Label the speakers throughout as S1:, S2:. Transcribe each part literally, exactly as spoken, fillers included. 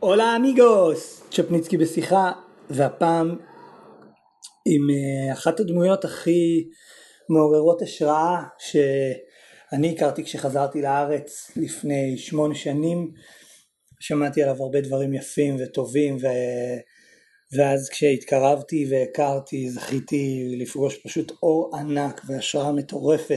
S1: הולה אמיגוס, צ'פניצקי בשיחה, והפעם עם אחת הדמויות הכי מעוררות השראה שאני הכרתי כשחזרתי לארץ לפני שמונה שנים. שמעתי עליו הרבה דברים יפים וטובים, ו... ואז כשהתקרבתי והכרתי זכיתי לפגוש פשוט אור ענק והשראה מטורפת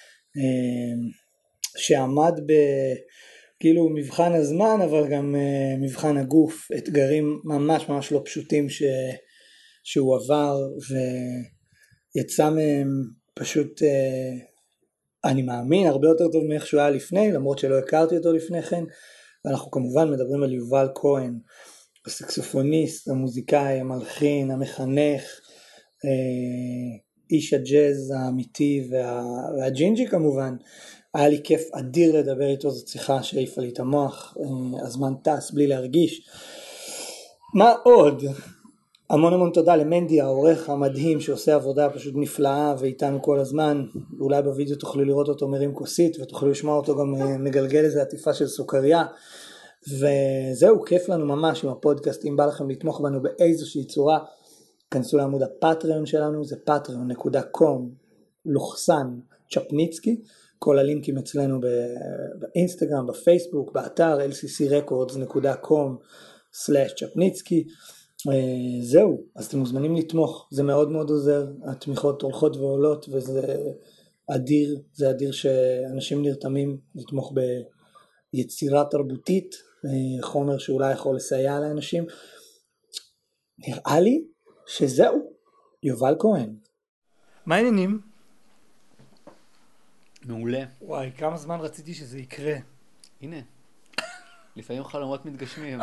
S1: שעמד ב... כאילו מבחן הזמן, אבל גם uh, מבחן הגוף, אתגרים ממש ממש לא פשוטים ש... שהוא עבר, ויצא מהם פשוט, uh, אני מאמין, הרבה יותר טוב מאיך שהוא היה לפני, למרות שלא הכרתי אותו לפני כן. ואנחנו כמובן מדברים על יובל כהן, הסקסופוניסט, המוזיקאי, המלחין, המחנך, uh, איש הג'אז האמיתי וה... והג'ינג'י כמובן. היה לי כיף אדיר לדבר איתו, זו שיחה שהעיפה לי את המוח, הזמן טס בלי להרגיש. מה עוד? המון המון תודה למנדי העורך המדהים שעושה עבודה פשוט נפלאה ואיתנו כל הזמן. אולי בווידאו תוכלו לראות אותו מרים כוסית ותוכלו לשמוע אותו גם מגלגל איזה עטיפה של סוכריה. וזהו, כיף לנו ממש עם הפודקאסט. אם בא לכם לתמוך בנו באיזושהי צורה, כנסו לעמוד הפטריון שלנו, זה פטריון נקודה קום לוחסן צ'פניצקי. כל הלינקים אצלנו באינסטגרם, בפייסבוק, באתר אל סי סי רקורדס דוט קום סלאש צ'פניצקי. זהו, אז אתם מוזמנים לתמוך, זה מאוד מאוד עוזר, התמיכות הולכות ועולות, וזה אדיר, זה אדיר שאנשים נרתמים לתמוך ביצירה תרבותית, חומר שאולי יכול לסייע לאנשים. נראה לי שזהו, יובל כהן. מה העניינים?
S2: מעולה.
S1: וואי, כמה זמן רציתי שזה יקרה.
S2: הנה, לפעמים חלומות מתגשמים.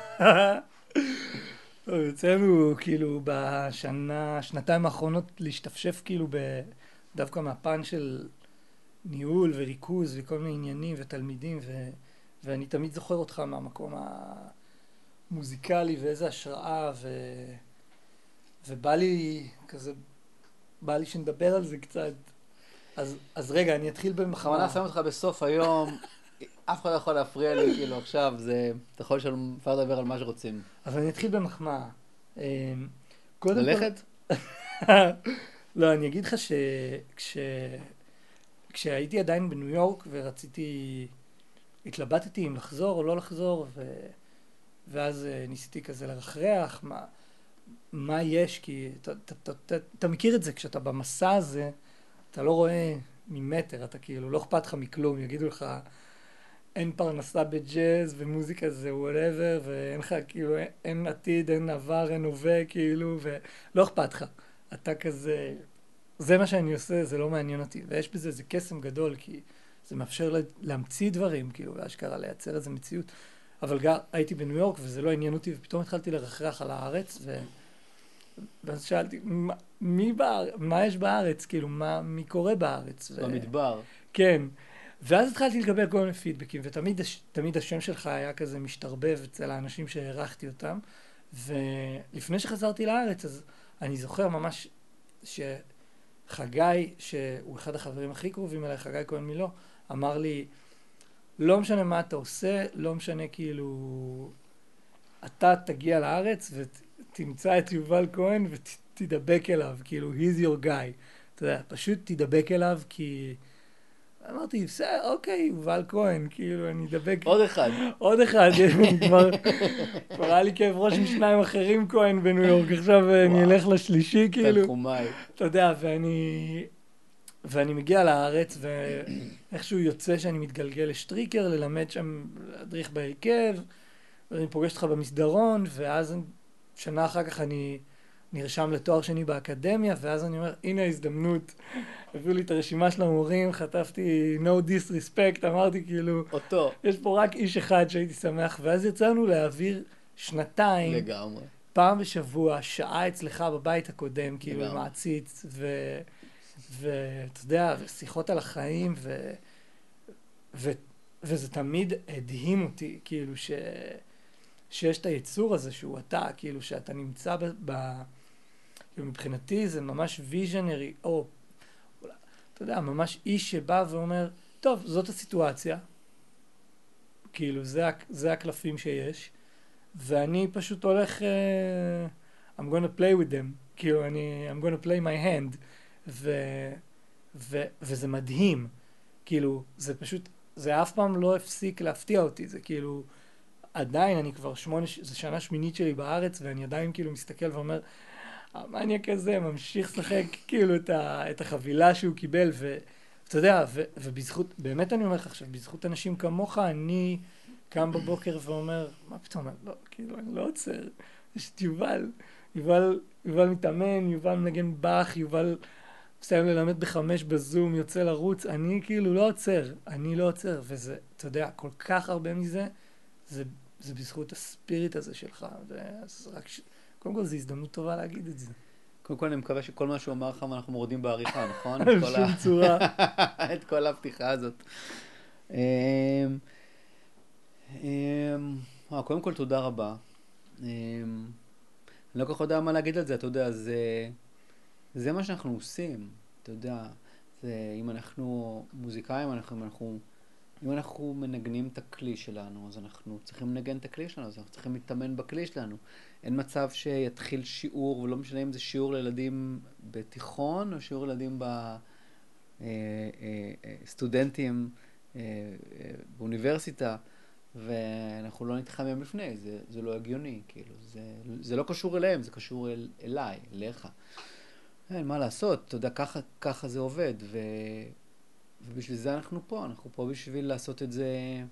S1: יוצאנו כאילו בשנה, שנתיים האחרונות להשתפשף כאילו דווקא מהפן של ניהול וריכוז וכל מיני עניינים ותלמידים, ו... ואני תמיד זוכר אותך מהמקום המוזיקלי ואיזה השראה, ו... ובא לי כזה, בא לי שנדבר על זה קצת. אז, אז רגע, אני אתחיל במחמאה.
S2: בכוונה שם אותך בסוף היום, אף אחד לא יכול להפריע לי, כאילו עכשיו זה, אתה יכול לשאול, אפשר לדבר על מה שרוצים.
S1: אז אני אתחיל במחמאה.
S2: ללכת?
S1: לא, אני אגיד לך שכש... כשהייתי עדיין בניו יורק ורציתי, התלבטתי אם לחזור או לא לחזור, ו... ואז ניסיתי כזה לרחרח, מה, מה יש, כי אתה, אתה, אתה, אתה, אתה מכיר את זה, כשאתה במסע הזה, אתה לא רואה ממטר, אתה כאילו לא אכפת לך מכלום, יגידו לך אין פרנסה בג'אז ומוזיקה זה whatever, ואין לך כאילו אין עתיד, אין עבר, אין הווה כאילו, ולא אכפת לך. אתה כזה, זה מה שאני עושה, זה לא מעניין אותי, ויש בזה איזה קסם גדול, כי זה מאפשר להמציא דברים, כאילו להשכרה לייצר איזה מציאות. אבל גם הייתי בניו יורק וזה לא עניין אותי, ופתאום התחלתי לרחרח על הארץ, ו... ואז שאלתי, מה, מי בארץ, מה יש בארץ? כאילו, מה, מי קורה בארץ?
S2: במדבר.
S1: כן. ואז התחלתי לקבל כל מיני פידבקים, ותמיד תמיד השם שלך היה כזה משתרבב אצל האנשים שהערכתי אותם. ולפני שחזרתי לארץ, אז אני זוכר ממש שחגי, שהוא אחד החברים הכי קרובים אליי, חגי כהן מילו, אמר לי, לא משנה מה אתה עושה, לא משנה כאילו, אתה תגיע לארץ ות... תמצא את יובל כהן ותדבק אליו, כאילו, he's your guy. אתה יודע, פשוט תדבק אליו, כי... אמרתי, בסדר, אוקיי, יובל כהן, כאילו, אני אדבק...
S2: עוד אחד.
S1: עוד אחד, כבר... כבר היה לי כאב ראש עם שניים אחרים כהן בניו יורק, עכשיו אני אלך לשלישי, כאילו...
S2: תנחומיי.
S1: אתה יודע, ואני... ואני מגיע לארץ, ואיכשהו יוצא שאני מתגלגל לשטריקר, ללמד שם, להדריך בהרכב, ואני פוגש אותך במסדרון, ואז... שנה אחר כך אני נרשם לתואר שני באקדמיה, ואז אני אומר, הנה ההזדמנות. הביאו לי את הרשימה של המורים, חטפתי no disrespect, אמרתי כאילו,
S2: אותו.
S1: יש פה רק איש אחד שהייתי שמח, ואז יצאנו להעביר שנתיים,
S2: לגמרי.
S1: פעם בשבוע, שעה אצלך בבית הקודם, כאילו מעציץ, ואתה יודע, שיחות על החיים, ו, ו, וזה תמיד הדהים אותי, כאילו ש... שיש את היצור הזה שהוא אתה, כאילו שאתה נמצא ב... ב... מבחינתי זה ממש ויז'נרי, או, אתה יודע, ממש איש שבא ואומר, טוב, זאת הסיטואציה, כאילו זה, זה הקלפים שיש,
S3: ואני פשוט הולך, uh, I'm gonna play with them, כאילו אני, I'm gonna play my hand, ו, ו, וזה מדהים, כאילו זה פשוט, זה אף פעם לא הפסיק להפתיע אותי, זה כאילו, עדיין אני כבר שמונה, זה שנה שמינית שלי בארץ, ואני עדיין כאילו מסתכל ואומר, המניאק הזה ממשיך לשחק כאילו את, ה, את החבילה שהוא קיבל, ואתה יודע, ו, ובזכות, באמת אני אומר לך עכשיו, בזכות אנשים כמוך, אני קם בבוקר ואומר, מה פתאום, לא, כאילו, אני לא עוצר, יש את יובל, יובל, יובל מתאמן, יובל מנגן באך, יובל מסיים ללמד בחמש בזום, יוצא לרוץ, אני כאילו לא עוצר, אני לא עוצר, וזה, אתה יודע, כל כך הרבה מזה, זה, זה בזכות הספיריט הזה שלך, ואז רק ש... קודם כל, זו הזדמנות טובה להגיד את זה.
S2: קודם כל, אני מקווה שכל מה שהוא אמר לך, אנחנו מורדים בעריכה, נכון?
S3: בשום צורה.
S2: את כל הפתיחה הזאת. קודם כל, תודה רבה. אני לא כל כך יודע מה להגיד על זה, אתה יודע, זה מה שאנחנו עושים, אתה יודע, אם אנחנו מוזיקאים, אנחנו... אם אנחנו מנגנים את הכלי שלנו, אז אנחנו צריכים לנגן את הכלי שלנו, אז אנחנו צריכים להתאמן בכלי שלנו. אין מצב שיתחיל שיעור, ולא משנה אם זה שיעור לילדים בתיכון, או שיעור לילדים בסטודנטים באוניברסיטה, ואנחנו לא נתחמם לפני, זה, זה לא הגיוני, כאילו. זה, זה לא קשור אליהם, זה קשור אל, אליי, אליך. אין מה לעשות, אתה יודע, ככה, ככה זה עובד, ו... ובשביל זה אנחנו פה, אנחנו פה בשביל לעשות את זה.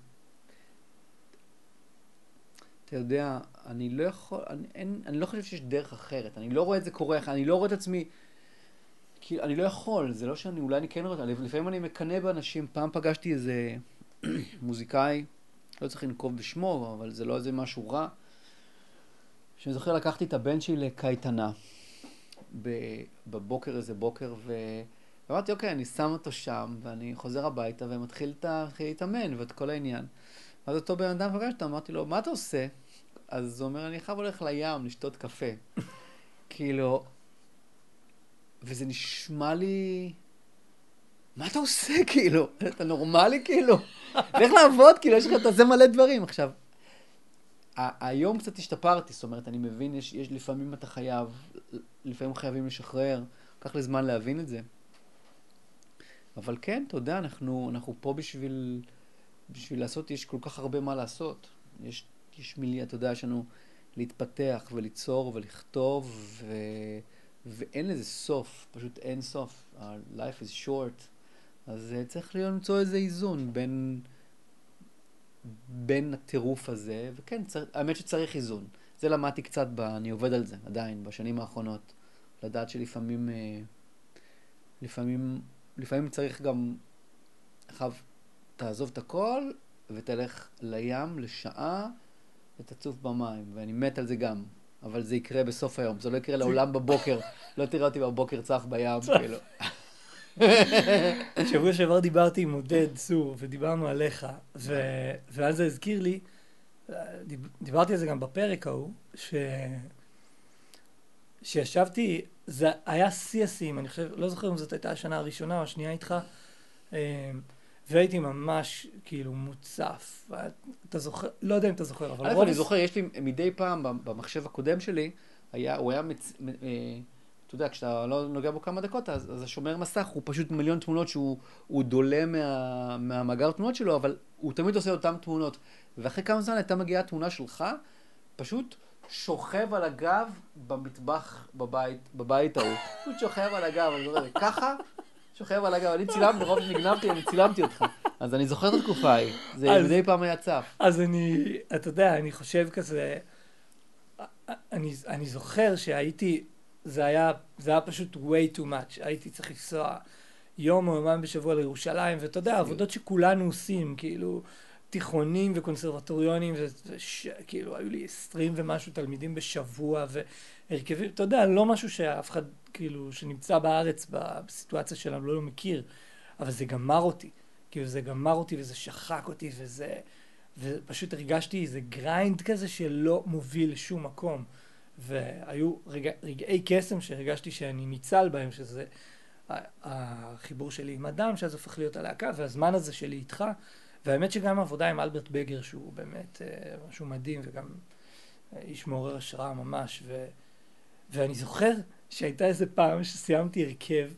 S2: אתה יודע, אני לא יכול, אני, אין, אני לא חושב שיש דרך אחרת, אני לא רואה את זה קורה, אני לא רואה את עצמי, כי אני לא יכול, זה לא שאני, אולי אני כן רואה, לפעמים אני מקנא באנשים, פעם פגשתי איזה מוזיקאי, לא צריך לנקוב בשמו, אבל זה לא איזה משהו רע, שאני זוכר לקחתי את הבן שלי לקייטנה, בבוקר איזה בוקר, ו... ואמרתי, אוקיי, אני שם אותו שם, ואני חוזר הביתה, ומתחיל להתאמן, ואת כל העניין. אז אותו בן אדם פגש אותו, אמרתי לו, מה אתה עושה? אז הוא אומר, אני חייב הולך לים, לשתות קפה. כאילו, וזה נשמע לי, מה אתה עושה, כאילו? אתה נורמלי, כאילו? לך לעבוד, כאילו, יש לך, תעשה מלא דברים. עכשיו, היום קצת השתפרתי, זאת אומרת, אני מבין, יש, יש לפעמים אתה חייב, לפעמים חייבים לשחרר, לקח לי זמן להבין את זה. אבל כן, אתה יודע, אנחנו, אנחנו פה בשביל, בשביל לעשות, יש כל כך הרבה מה לעשות. יש, יש מילי, אתה יודע, יש לנו להתפתח וליצור ולכתוב, ו, ואין לזה סוף, פשוט אין סוף. Our life is short. אז צריך למצוא איזה איזון בין, בין הטירוף הזה, וכן, צר, האמת שצריך איזון. זה למדתי קצת, ב, אני עובד על זה עדיין, בשנים האחרונות. לדעת שלפעמים, לפעמים, לפעמים צריך גם, אחר, תעזוב את הכל ותלך לים לשעה ותצוף במים, ואני מת על זה גם, אבל זה יקרה בסוף היום, זה לא יקרה לעולם בבוקר, לא תראה אותי בבוקר צף בים, כאילו.
S3: שבוע שעבר דיברתי עם עודד צור ודיברנו עליך, ואז זה הזכיר לי, דיברתי על זה גם בפרק ההוא, ש... שישבתי, זה היה שיא השיאים, אני חושב, לא זוכר אם זאת הייתה השנה הראשונה או השנייה איתך, והייתי ממש כאילו מוצף, אתה זוכר, לא יודע אם אתה זוכר, אבל
S2: רוב... אני זוכר, יש לי מדי פעם במחשב הקודם שלי, היה, הוא היה, מצ... אתה יודע, כשאתה לא נוגע בו כמה דקות, אז, אז השומר מסך הוא פשוט מיליון תמונות שהוא דולה מה, מהמאגר תמונות שלו, אבל הוא תמיד עושה אותם תמונות, ואחרי כמה זמן הייתה מגיעה תמונה שלך, פשוט שוכב על הגב במטבח בבית, בבית ההוא. פשוט שוכב על הגב, אני זוכר, ככה, שוכב על הגב. אני צילמתי, רוב שנגנבתי, אני צילמתי אותך. אז אני זוכר את התקופה ההיא. זה מדי פעם היה צף.
S3: אז אני, אתה יודע, אני חושב כזה, אני, אני זוכר שהייתי, זה היה, זה היה פשוט way too much. הייתי צריך לנסוע יום או יומיים בשבוע לירושלים, ואתה יודע, עבודות שכולנו עושים, כאילו, תיכונים וקונסרבטוריונים, וכאילו היו לי עשרים ומשהו תלמידים בשבוע, והרכבים, אתה יודע, לא משהו שאף אחד, כאילו, שנמצא בארץ בסיטואציה שלנו לא, לא מכיר, אבל זה גמר אותי, כאילו זה גמר אותי וזה שחק אותי, וזה, ופשוט הרגשתי איזה גריינד כזה שלא מוביל לשום מקום, והיו רגע, רגעי קסם שהרגשתי שאני ניצל בהם, שזה החיבור שלי עם אדם, שאז הופך להיות הלהקה, והזמן הזה שלי איתך, והאמת שגם העבודה עם אלברט בגר, שהוא באמת משהו מדהים, וגם איש מעורר השראה ממש, ו, ואני זוכר שהייתה איזה פעם שסיימתי הרכב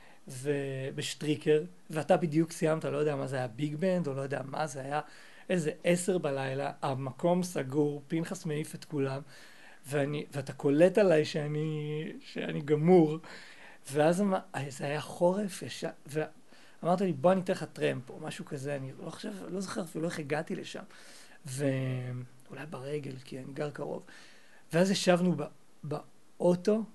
S3: בשטריקר, ואתה בדיוק סיימת, לא יודע מה זה היה, ביג בנד, או לא יודע מה זה היה, איזה עשר בלילה, המקום סגור, פנחס מעיף את כולם, ואני, ואתה קולט עליי שאני, שאני גמור, ואז אמר, זה היה חורף, ישר, ואמרת לי, בוא אני אתן לך טרמפ, או משהו כזה, אני לא חושב, לא זוכר אפילו איך הגעתי לשם, ואולי ברגל, כי אני גר קרוב, ואז ישבנו בא, באוטו,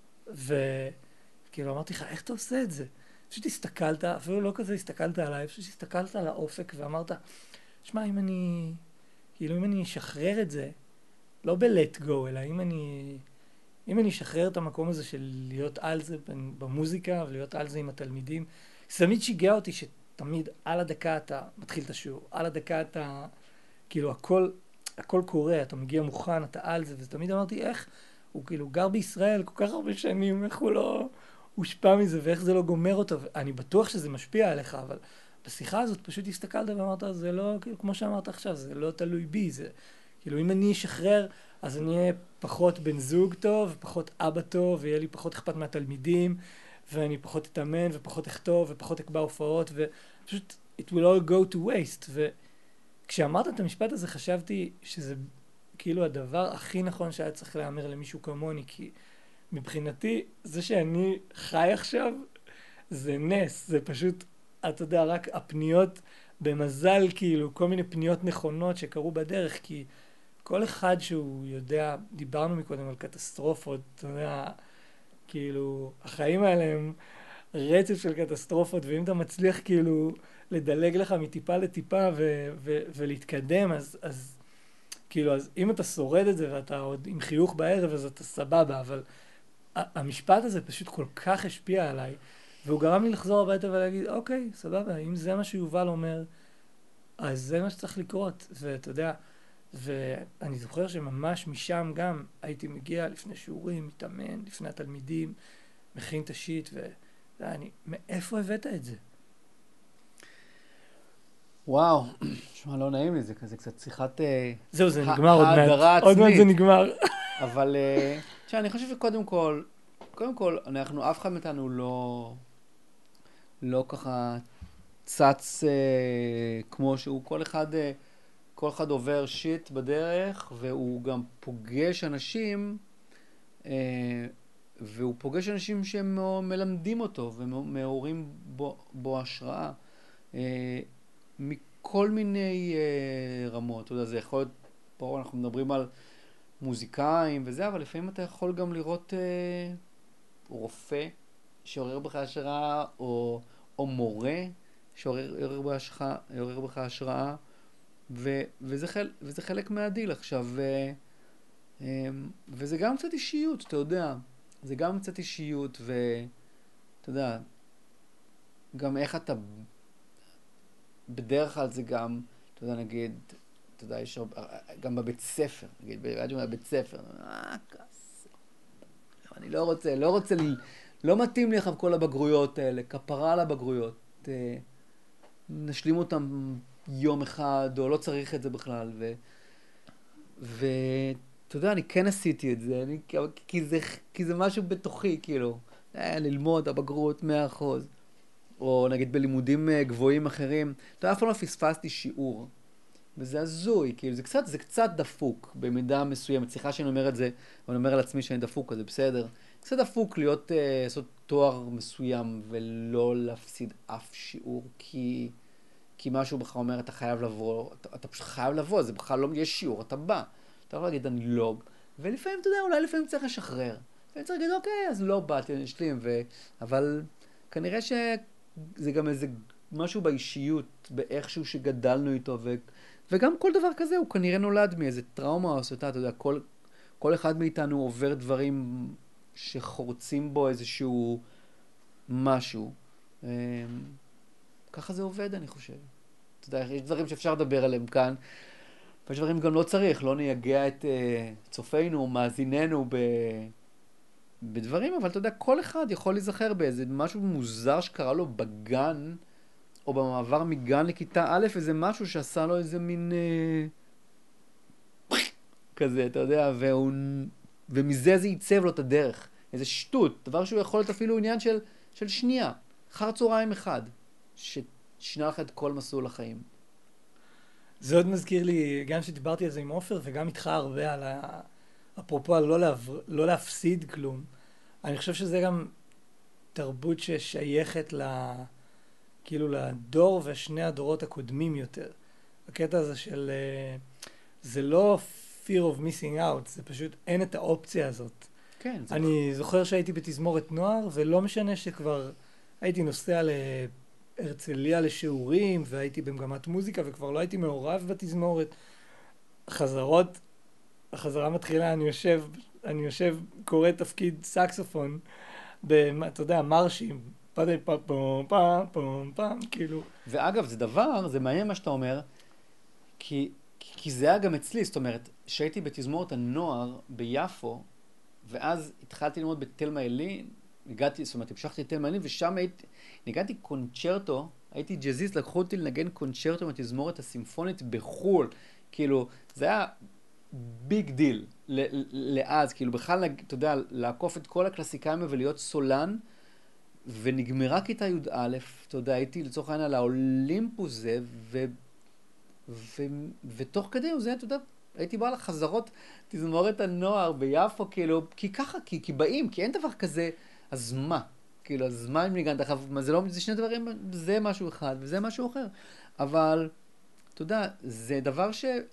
S3: וכאילו אמרתי לך, איך אתה עושה את זה? פשוט הסתכלת, אפילו לא כזה הסתכלת עליי, פשוט הסתכלת על האופק ואמרת, שמע, אם אני, כאילו אם אני אשחרר את זה, לא ב-let go, אלא אם אני, אם אני אשחרר את המקום הזה של להיות על זה במוזיקה, ולהיות על זה עם התלמידים, זה תמיד שיגע אותי שתמיד על הדקה אתה מתחיל את השיעור, על הדקה אתה, כאילו הכל, הכל קורה, אתה מגיע מוכן, אתה על זה, ותמיד אמרתי, איך, הוא כאילו גר בישראל כל כך הרבה שנים, איך הוא לא הושפע מזה, ואיך זה לא גומר אותו, אני בטוח שזה משפיע עליך, אבל בשיחה הזאת פשוט הסתכלת ואמרת, זה לא, כאילו, כמו שאמרת עכשיו, זה לא תלוי בי, זה, כאילו, אם אני אשחרר, אז אני אהיה פחות בן זוג טוב, פחות אבא טוב, ויהיה לי פחות אכפת מהתלמידים, ואני פחות אתאמן, ופחות אכתוב, ופחות אקבע הופעות, ופשוט, it will all go to waste. וכשאמרת את המשפט הזה, חשבתי שזה כאילו הדבר הכי נכון שהיה צריך לאמר למישהו כמוני, כי מבחינתי, זה שאני חי עכשיו, זה נס, זה פשוט, אתה יודע, רק הפניות במזל, כאילו, כל מיני פניות נכונות שקרו בדרך, כי כל אחד שהוא יודע, דיברנו מקודם על קטסטרופות, אתה יודע, כאילו, החיים האלה הם רצף של קטסטרופות, ואם אתה מצליח כאילו לדלג לך מטיפה לטיפה ו- ו- ולהתקדם, אז, אז כאילו, אז אם אתה שורד את זה ואתה עוד עם חיוך בערב, אז אתה סבבה, אבל המשפט הזה פשוט כל כך השפיע עליי, והוא גרם לי לחזור הביתה ולהגיד, אוקיי, סבבה, אם זה מה שיובל אומר, אז זה מה שצריך לקרות, ואתה יודע, ואני זוכר שממש משם גם הייתי מגיע לפני שיעורים, מתאמן, לפני התלמידים, מכין את השיט, ואני, מאיפה הבאת את זה?
S2: וואו, שמה, לא נעים לי, זה כזה קצת שיחת
S3: זהו, זה נגמר עוד מעט.
S2: הדרה עצמית.
S3: עוד מעט זה נגמר.
S2: אבל, תשמע, אני חושב שקודם כל, קודם כל, אנחנו, אף אחד מאיתנו לא, לא ככה צץ אה, כמו שהוא, כל אחד, אה, כל אחד עובר שיט בדרך, והוא גם פוגש אנשים, אה, והוא פוגש אנשים שהם מלמדים אותו, ומעוררים בו, בו השראה, אה, מכל מיני אה, רמות. אתה יודע, זה יכול להיות, פה אנחנו מדברים על מוזיקאים וזה, אבל לפעמים אתה יכול גם לראות אה, רופא שעורר בך השראה, או, או מורה שעורר בך, בך השראה, ו, וזה, חל, וזה חלק מהדיל עכשיו. ו, אה, וזה גם קצת אישיות, אתה יודע. זה גם קצת אישיות, ואתה יודע, גם איך אתה, בדרך כלל זה גם, אתה יודע, נגיד, אתה יודע, יש גם בבית ספר, נגיד, בבית ספר, אה, כסף. אני לא רוצה, לא רוצה, לא מתאים לי כל הבגרויות האלה, כפרה על הבגרויות. נשלים אותם יום אחד, או לא צריך את זה בכלל, ו... ואתה יודע, אני כן עשיתי את זה, אני, כי זה, כי זה משהו בתוכי, כאילו, אה, ללמוד, הבגרות, מאה אחוז. או נגיד בלימודים גבוהים אחרים, אתה יודע, אף פעם לא פספסתי שיעור. וזה הזוי, כאילו, זה קצת, זה קצת דפוק, במידה מסוימת. סליחה שאני אומר את זה, ואני אומר על עצמי שאני דפוק, אז זה בסדר. קצת דפוק להיות, אה, לעשות תואר מסוים, ולא להפסיד אף שיעור, כי, כי משהו בכלל אומר, אתה חייב לבוא, אתה, אתה פשוט חייב לבוא, זה בכלל לא, יש שיעור, אתה בא. אתה יכול להגיד, אני לא. ולפעמים, אתה יודע, אולי לפעמים צריך לשחרר. לפעמים צריך להגיד, אוקיי, אז לא באתי, אני אשלים, ו... אבל כנראה שזה גם איזה משהו באישיות, באיכשהו שגדלנו איתו, ו... וגם כל דבר כזה הוא כנראה נולד מאיזה טראומה או סוטה, אתה יודע, כל, כל אחד מאיתנו עובר דברים שחורצים בו איזשהו משהו. ככה זה עובד, אני חושב. אתה יודע, יש דברים שאפשר לדבר עליהם כאן, ויש דברים גם לא צריך, לא נייגע את uh, צופינו או מאזיננו ב... בדברים, אבל אתה יודע, כל אחד יכול להיזכר באיזה משהו מוזר שקרה לו בגן, או במעבר מגן לכיתה א', איזה משהו שעשה לו איזה מין... אה, כזה, אתה יודע, והוא, ומזה זה ייצב לו את הדרך. איזה שטות, דבר שהוא יכול להיות אפילו עניין של, של שנייה, אחר צהריים אחד, ששינה לך את כל מסלול החיים.
S3: זה עוד מזכיר לי, גם שדיברתי על זה עם עופר וגם איתך הרבה על ה... אפרופו על לא, להבר... לא להפסיד כלום. אני חושב שזה גם תרבות ששייכת ל... כאילו לדור ושני הדורות הקודמים יותר. הקטע הזה של... זה לא fear of missing out, זה פשוט אין את האופציה הזאת.
S2: כן. זה
S3: אני זוכר שהייתי בתזמורת נוער, ולא משנה שכבר הייתי נוסע להרצליה לשיעורים, והייתי במגמת מוזיקה, וכבר לא הייתי מעורב בתזמורת. חזרות, החזרה מתחילה, אני יושב, אני יושב, קורא תפקיד סקסופון, אתה יודע, מרשים, פאדי פאפ פום פאם פום פאם, כאילו.
S2: ואגב, זה דבר, זה מעניין מה שאתה אומר, כי, כי זה היה גם אצלי, זאת אומרת, שהייתי בתזמורת הנוער ביפו, ואז התחלתי ללמוד בתלמה אלין, הגעתי, זאת אומרת, המשכתי לתלמה אלין, ושם הייתי, ניגנתי קונצ'רטו, הייתי ג'אזיסט, לקחו אותי לנגן קונצ'רטו מהתזמורת הסימפונית בחול, כאילו, זה היה ביג דיל לאז, כאילו, בכלל, אתה יודע, לעקוף את כל הקלאסיקאים ולהיות סולן, ונגמרה כיתה י"א, אתה יודע, הייתי לצורך העניין על האולימפוס זה, ו... ו... ותוך כדי זה, אתה יודע, הייתי בא לחזרות תזמורת הנוער ביפו, כאילו, כי ככה, כי, כי באים, כי אין דבר כזה, אז מה? כאילו, אז מה אם ניגנת אחר, זה לא, זה שני דברים, זה משהו אחד וזה משהו אחר. אבל, אתה יודע, זה דבר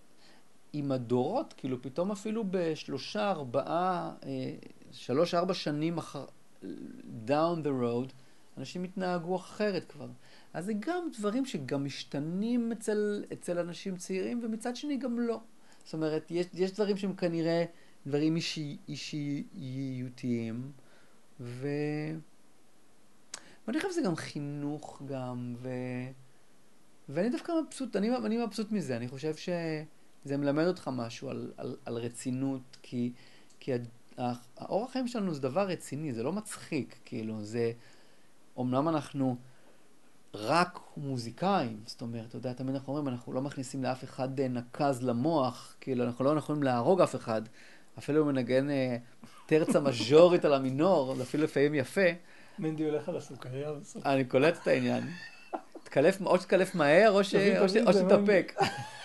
S2: שעם הדורות, כאילו, פתאום אפילו בשלושה, ארבעה, שלוש, ארבע שנים אחר, down the road, אנשים התנהגו אחרת כבר. אז זה גם דברים שגם משתנים אצל, אצל אנשים צעירים, ומצד שני גם לא. זאת אומרת, יש, יש דברים שהם כנראה דברים אישי, אישיותיים, ו... ואני חושב שזה גם חינוך גם, ו... ואני דווקא מבסוט, אני, אני מבסוט מזה, אני חושב שזה מלמד אותך משהו על, על, על רצינות, כי, כי האורח החיים שלנו זה דבר רציני, זה לא מצחיק, כאילו, זה... אומנם אנחנו רק מוזיקאים, זאת אומרת, אתה יודע, תמיד אנחנו אומרים, אנחנו לא מכניסים לאף אחד נקז למוח, כאילו, אנחנו לא יכולים להרוג אף אחד, אפילו אם נגן אה, טרצה מז'ורית על המינור, זה אפילו לפעמים יפה.
S3: מנדי הולך על הסוכריה בסוף.
S2: אני קולט את העניין. תקלף, או שתקלף מהר, או שתתאפק.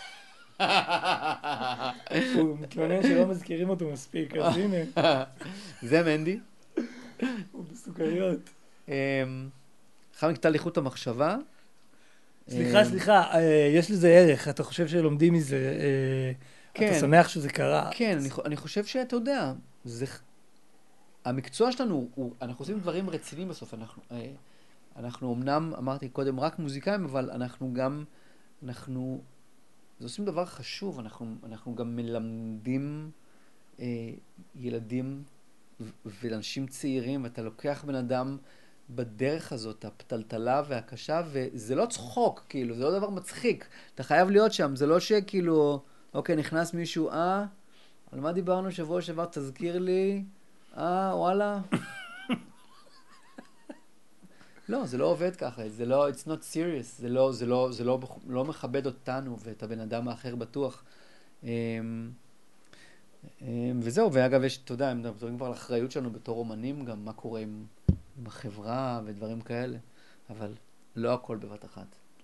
S3: הוא מתלונן שלא מזכירים אותו מספיק, אז הנה.
S2: זה מנדי.
S3: הוא בסוכריות.
S2: אחר מקטע ליחות המחשבה.
S3: סליחה, סליחה, יש לזה ערך, אתה חושב שלומדים מזה, אתה שמח שזה קרה.
S2: כן, אני חושב שאתה יודע, המקצוע שלנו, אנחנו עושים דברים רציניים בסוף, אנחנו אמנם, אמרתי קודם, רק מוזיקאים, אבל אנחנו גם, אנחנו, זה עושים דבר חשוב, אנחנו גם מלמדים ילדים ואנשים צעירים, ואתה לוקח בן אדם בדרך הזאת, הפטלטלה והקשה, וזה לא צחוק, כאילו, זה לא דבר מצחיק. אתה חייב להיות שם, זה לא שכאילו, אוקיי, נכנס מישהו, אה, על מה דיברנו שבוע שעבר, תזכיר לי, אה, וואלה. לא, זה לא עובד ככה, זה לא, it's not serious, זה לא, זה לא, זה לא, לא מכבד אותנו ואת הבן אדם האחר בטוח. וזהו, ואגב, יש, אתה יודע, הם מדברים כבר על האחריות שלנו בתור אומנים, גם מה קורה עם, עם החברה ודברים כאלה, אבל לא הכל בבת אחת.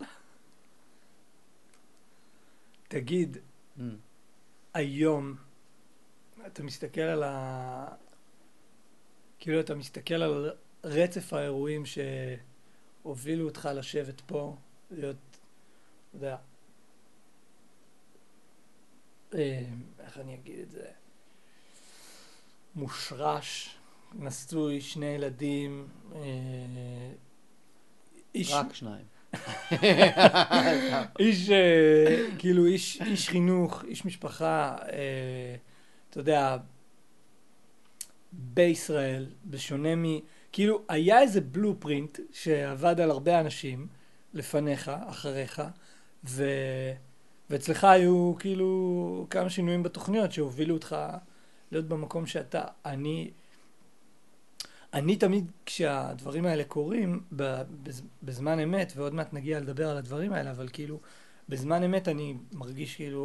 S3: תגיד, mm. היום, אתה מסתכל על ה... כאילו אתה מסתכל על רצף האירועים שהובילו אותך לשבת פה, להיות, אתה יודע, איך אני אגיד את זה, מושרש, נשוי, שני ילדים,
S2: איש... רק שניים.
S3: איש, כאילו, איש, איש חינוך, איש משפחה, אתה יודע, בישראל, בשונה מ... כאילו, היה איזה בלופרינט שעבד על הרבה אנשים לפניך, אחריך, ו... ואצלך היו כאילו כמה שינויים בתוכניות שהובילו אותך להיות במקום שאתה. אני, אני תמיד כשהדברים האלה קורים, בזמן אמת, ועוד מעט נגיע לדבר על הדברים האלה, אבל כאילו, בזמן אמת אני מרגיש כאילו,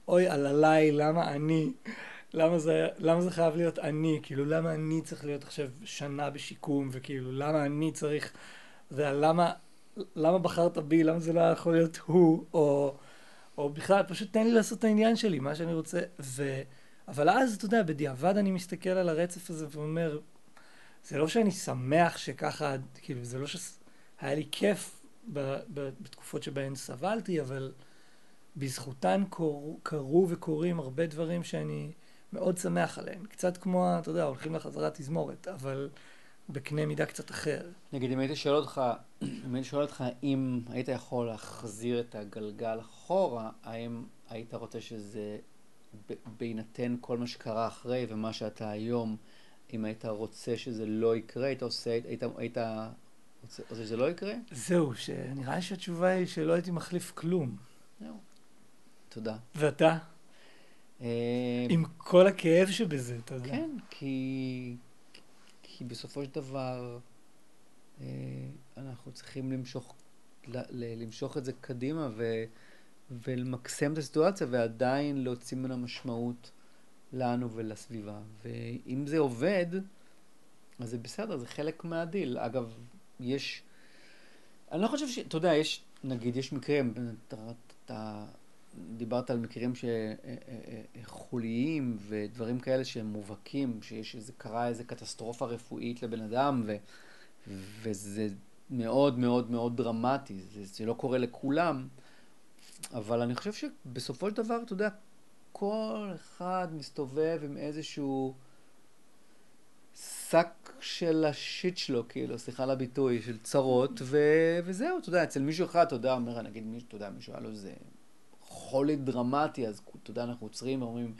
S3: אוי, עליי, למה אני, למה זה, למה זה חייב להיות אני, כאילו, למה אני צריך להיות עכשיו שנה בשיקום, וכאילו, למה אני צריך, ולמה, למה בחרת בי, למה זה לא יכול להיות הוא, או, או בכלל, פשוט תן לי לעשות את העניין שלי, מה שאני רוצה, ו... אבל אז, אתה יודע, בדיעבד אני מסתכל על הרצף הזה ואומר, זה לא שאני שמח שככה, כאילו, זה לא שהיה לי כיף ב, ב, בתקופות שבהן סבלתי, אבל בזכותן קור, קרו וקורים הרבה דברים שאני מאוד שמח עליהם. קצת כמו, אתה יודע, הולכים לחזרת תזמורת, אבל בקנה מידה קצת אחר.
S2: נגיד, אם הייתי שואל אותך, אם הייתי שואל אותך אם היית יכול להחזיר את הגלגל אחורה, האם היית רוצה שזה ב- בהינתן כל מה שקרה אחרי ומה שאתה היום, אם היית רוצה שזה לא יקרה, היית עושה, היית, היית רוצה, רוצה שזה לא יקרה?
S3: זהו, שנראה לי שהתשובה היא שלא הייתי מחליף כלום.
S2: זהו. תודה.
S3: ואתה?
S2: אה,
S3: עם כל הכאב שבזה, אתה יודע.
S2: כן, כי, כי בסופו של דבר אה, אנחנו צריכים למשוך, ל, ל, למשוך את זה קדימה ו, ולמקסם את הסיטואציה ועדיין להוציא ממנה משמעות לנו ולסביבה. ואם זה עובד, אז זה בסדר, זה חלק מהדיל. אגב, יש... אני לא חושב ש... אתה יודע, יש, נגיד, יש מקרים, אתה, אתה דיברת על מקרים שחוליים ודברים כאלה שהם מובהקים, שיש איזה, קרה איזה קטסטרופה רפואית לבן אדם, ו, וזה מאוד מאוד מאוד דרמטי. זה, זה לא קורה לכולם, אבל אני חושב שבסופו של דבר, אתה יודע, כל אחד מסתובב עם איזשהו שק של השיט שלו, כאילו, סליחה על הביטוי, של צרות, ו... וזהו, אתה יודע, אצל מישהו אחד, אתה יודע, אומר, נגיד, מישהו, אתה יודע, מישהו היה לו איזה חולי דרמטי, אז אתה יודע, אנחנו עוצרים ואומרים,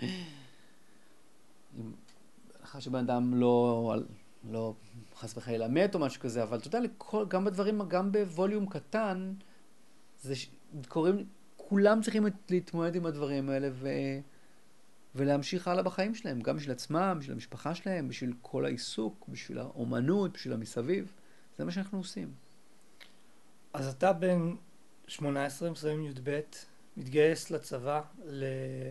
S2: אחרי שבן אדם לא, לא חס וחלילה מת או משהו כזה, אבל אתה יודע, לכל, גם בדברים, גם בווליום קטן, זה קוראים, כולם צריכים להתמודד עם הדברים האלה, ו... ולהמשיך הלאה בחיים שלהם, גם בשביל עצמם, בשביל המשפחה שלהם, בשביל כל העיסוק, בשביל האומנות, בשביל המסביב. זה מה שאנחנו עושים.
S3: אז אתה בן שמונה עשרה, מסיים י"ב, מתגייס לצבא, ל...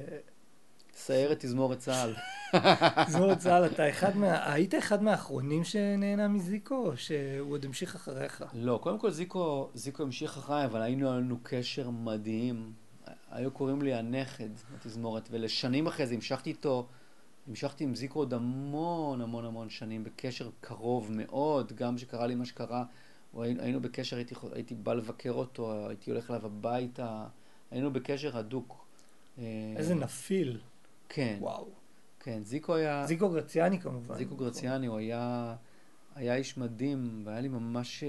S2: סיירת תזמורת צה"ל.
S3: תזמורת צה"ל, אתה אחד מה... היית אחד מהאחרונים שנהנה מזיקו, או שהוא עוד המשיך אחריך?
S2: לא, קודם כל זיקו, זיקו המשיך אחריי, אבל היינו לנו קשר מדהים. היו קוראים לי הנכד בתזמורת, ולשנים אחרי זה המשכתי איתו, המשכתי עם זיקו עוד המון המון המון שנים, בקשר קרוב מאוד, גם שקרה לי מה שקרה, היינו בקשר, הייתי, הייתי בא לבקר אותו, הייתי הולך אליו הביתה, היינו בקשר הדוק.
S3: איזה נפיל.
S2: כן.
S3: וואו.
S2: כן, זיקו היה...
S3: זיקו גרציאני כמובן.
S2: זיקו גרציאני, הוא היה, היה איש מדהים, והיה לי ממש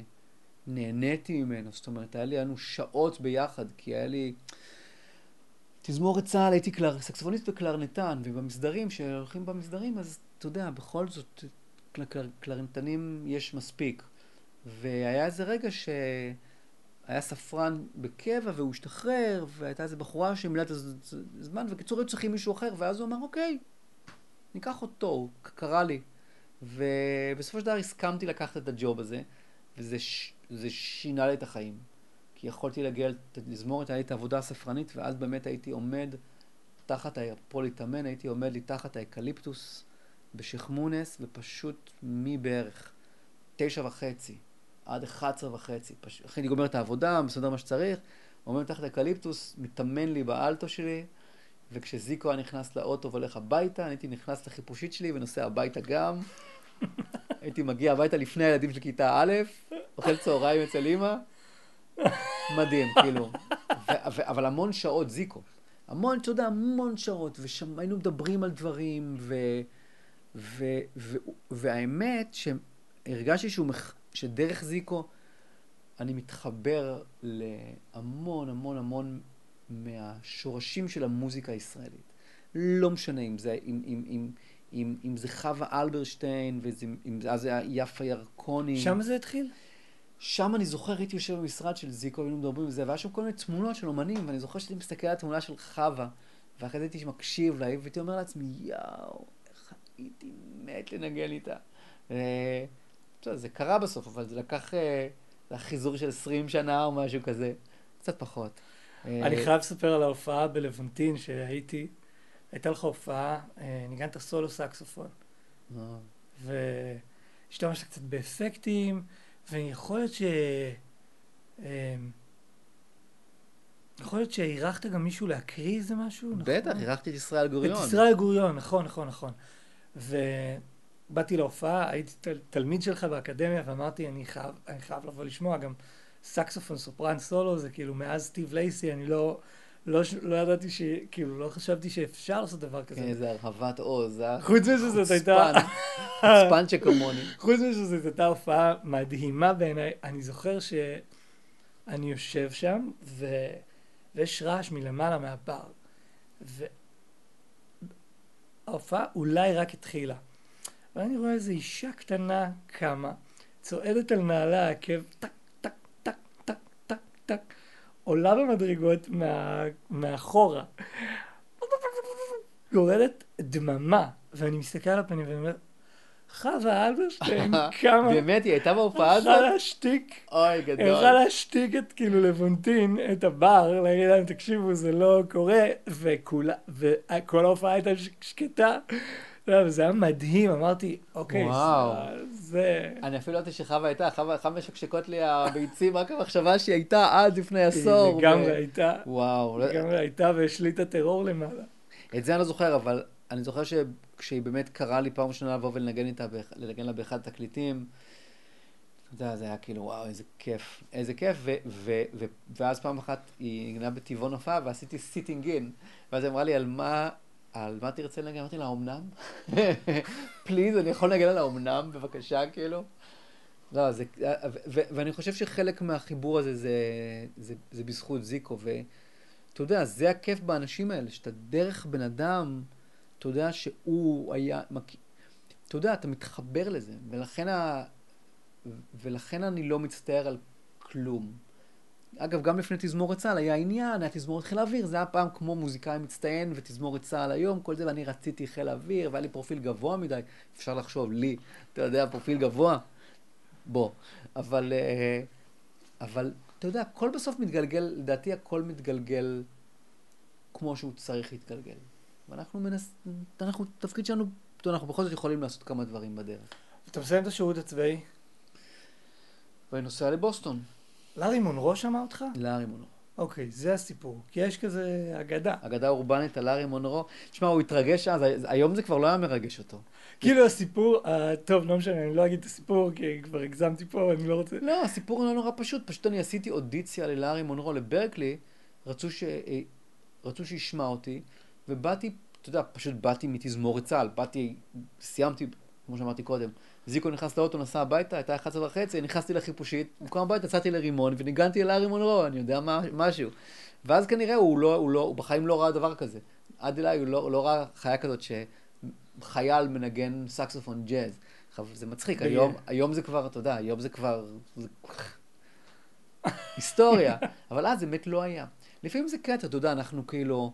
S2: נהניתי ממנו, זאת אומרת, היה לי לנו שעות ביחד, כי היה לי... תזמורת צה"ל, הייתי קלר, סקסופוניסט וקלרנטן, ובמסדרים, שהולכים במסדרים, אז אתה יודע, בכל זאת, קלר, קלר, קלרנטנים יש מספיק. והיה איזה רגע שהיה ספרן בקבע, והוא השתחרר, והייתה איזו בחורה שמילאה את הזמן, וקיצור היו צריכים מישהו אחר, ואז הוא אמר, אוקיי, ניקח אותו, הוא קרא לי. ובסופו של דבר הסכמתי לקחת את הג'וב הזה, וזה ש... זה שינה לי את החיים. כי יכולתי להגיע לזמורת, היה לי את העבודה הספרנית, ואז באמת הייתי עומד תחת, פה להתאמן, הייתי עומד לי תחת האקליפטוס בשכמונס, ופשוט מבערך תשע וחצי עד אחת עשרה וחצי. פש... אחרי אני גומר את העבודה, מסודר מה שצריך, עומד תחת האקליפטוס, מתאמן לי באלטו שלי, וכשזיקו היה נכנס לאוטו והולך הביתה, אני הייתי נכנס לחיפושית שלי ונוסע הביתה גם. הייתי מגיע הביתה לפני הילדים של כיתה א', אוכל צהריים אצל אמא. מדהים, כאילו. ו- ו- אבל המון שעות זיקו. המון, אתה יודע, המון שעות, ושם היינו מדברים על דברים, ו- ו- ו- והאמת שהרגשתי שהוא מח... שדרך זיקו אני מתחבר להמון המון המון מהשורשים של המוזיקה הישראלית. לא משנה אם זה, אם, אם, אם, אם, אם זה חווה אלברשטיין, ואם זה היה יפה ירקוני.
S3: שם זה התחיל?
S2: שם אני זוכר, הייתי יושב במשרד של זיקו, היינו מדברים על זה, והיה שם כל מיני תמונות של אומנים, ואני זוכר שהייתי מסתכל על התמונה של חווה, ואחרי זה הייתי מקשיב לה, והייתי אומר לעצמי, יאו, איך הייתי מת לנגן איתה. זה קרה בסוף, אבל זה לקח חיזור של עשרים שנה או משהו כזה, קצת פחות.
S3: אני חייב לספר על ההופעה בלוונטין שהייתי. הייתה לך הופעה, ניגנת סולו סקסופון. והשתמשת קצת באפקטים, ויכול להיות ש... יכול להיות שהערכת גם מישהו להקריא איזה משהו, נכון?
S2: בטח, הערכתי את ישראל גוריון.
S3: את ישראל גוריון, נכון, נכון, נכון. ובאתי להופעה, הייתי תל, תלמיד שלך באקדמיה, ואמרתי, אני חייב, אני חייב לבוא לשמוע, גם סקסופון סופרן סולו, זה כאילו מאז סטיב לייסי, אני לא, לא, לא ידעתי ש... כאילו, לא חשבתי שאפשר לעשות דבר כזה.
S2: כן, איזה הרחבת עוז, אה?
S3: חוץ משזאת הייתה...
S2: חוצפן שכמוני.
S3: חוץ משזאת הייתה הופעה מדהימה בעיניי. אני זוכר שאני יושב שם, ו... ויש רעש מלמעלה מהבר. וההופעה אולי רק התחילה. ואני רואה איזו אישה קטנה קמה, צועדת על נעלה העקב, טק, טק, טק, טק, טק, טק, עולה במדרגות מה... מאחורה. יורדת דממה, ואני מסתכל על הפנים ואני אומר, חווה אלברשטיין, כמה...
S2: באמת, היא הייתה בהופעה הזאת?
S3: הלכה להשתיק.
S2: אוי, גדול.
S3: הלכה להשתיק את, כאילו, לבונטין, את הבר, להגיד להם, תקשיבו, זה לא קורה, וכולה, וכל ההופעה הייתה שקטה. וזה היה מדהים, אמרתי, אוקיי, זה...
S2: אני אפילו לא יודעת שחווה הייתה, חווה משקשקות לי הביצים, רק המחשבה שהיא הייתה עד לפני עשור.
S3: היא לגמרי הייתה.
S2: וואו.
S3: לגמרי הייתה והשליטה טרור למעלה.
S2: את זה אני לא זוכר, אבל אני זוכר שכשהיא באמת קראה לי פעם ראשונה לבוא ולנגן איתה, לנגן לה באחד התקליטים, אתה יודע, זה היה כאילו, וואו, איזה כיף, איזה כיף, ואז פעם אחת היא נגנה בטבעון הופעה, ועשיתי סיטינג אין, ואז היא אמרה לי, על מה... על מה תרצה לנגן? אמרתי לה, האומנם? פליז, אני יכול לנגן על האומנם, בבקשה, כאילו? לא, זה... ואני חושב שחלק מהחיבור הזה זה, זה, זה בזכות זיקו, ואתה יודע, זה הכיף באנשים האלה, שאתה דרך בן אדם, אתה יודע שהוא היה... אתה יודע, אתה מתחבר לזה, ולכן, ה... ולכן אני לא מצטער על כלום. אגב, גם לפני תזמורת צה"ל היה עניין, היה תזמורת חיל האוויר, זה היה פעם כמו מוזיקאי מצטיין ותזמורת צה"ל היום, כל זה, ואני רציתי חיל האוויר, והיה לי פרופיל גבוה מדי, אפשר לחשוב, לי, אתה יודע, פרופיל גבוה, בוא. אבל, אבל, אתה יודע, הכל בסוף מתגלגל, לדעתי הכל מתגלגל כמו שהוא צריך להתגלגל. ואנחנו מנס... אנחנו, תפקיד שלנו, אנחנו בכל זאת יכולים לעשות כמה דברים בדרך.
S3: אתה מסיים את השירות הצבאי?
S2: ואני נוסע לבוסטון.
S3: לארי מונרו שמע אותך?
S2: לארי מונרו.
S3: אוקיי, זה הסיפור. כי יש כזה אגדה.
S2: אגדה אורבנית על לארי מונרו. תשמע, הוא התרגש אז, היום זה כבר לא היה מרגש אותו.
S3: כאילו הסיפור, טוב, לא משנה, אני לא אגיד את הסיפור, כי כבר הגזמתי פה, אני לא רוצה...
S2: לא, הסיפור לא נורא פשוט. פשוט אני עשיתי אודיציה ללארי מונרו לברקלי, רצו ש... רצו שישמע אותי, ובאתי, אתה יודע, פשוט באתי מתזמורת צה"ל, באתי, סיימתי, כמו שאמרתי קודם, זיקו נכנס לאוטו, נסע הביתה, הייתה אחת עשרה וחצי, נכנסתי לחיפושית, במקום הביתה, יצאתי לרימון, וניגנתי לארי מונרו, אני יודע מה, משהו. ואז כנראה הוא, לא, הוא, לא, הוא בחיים לא ראה דבר כזה. עד אליי הוא לא, לא ראה חיה כזאת שחייל מנגן סקסופון ג'אז. זה מצחיק, היום, היום זה כבר, אתה יודע, היום זה כבר... זה... היסטוריה. אבל אז זה באמת לא היה. לפעמים זה קטע, אתה יודע, אנחנו כאילו...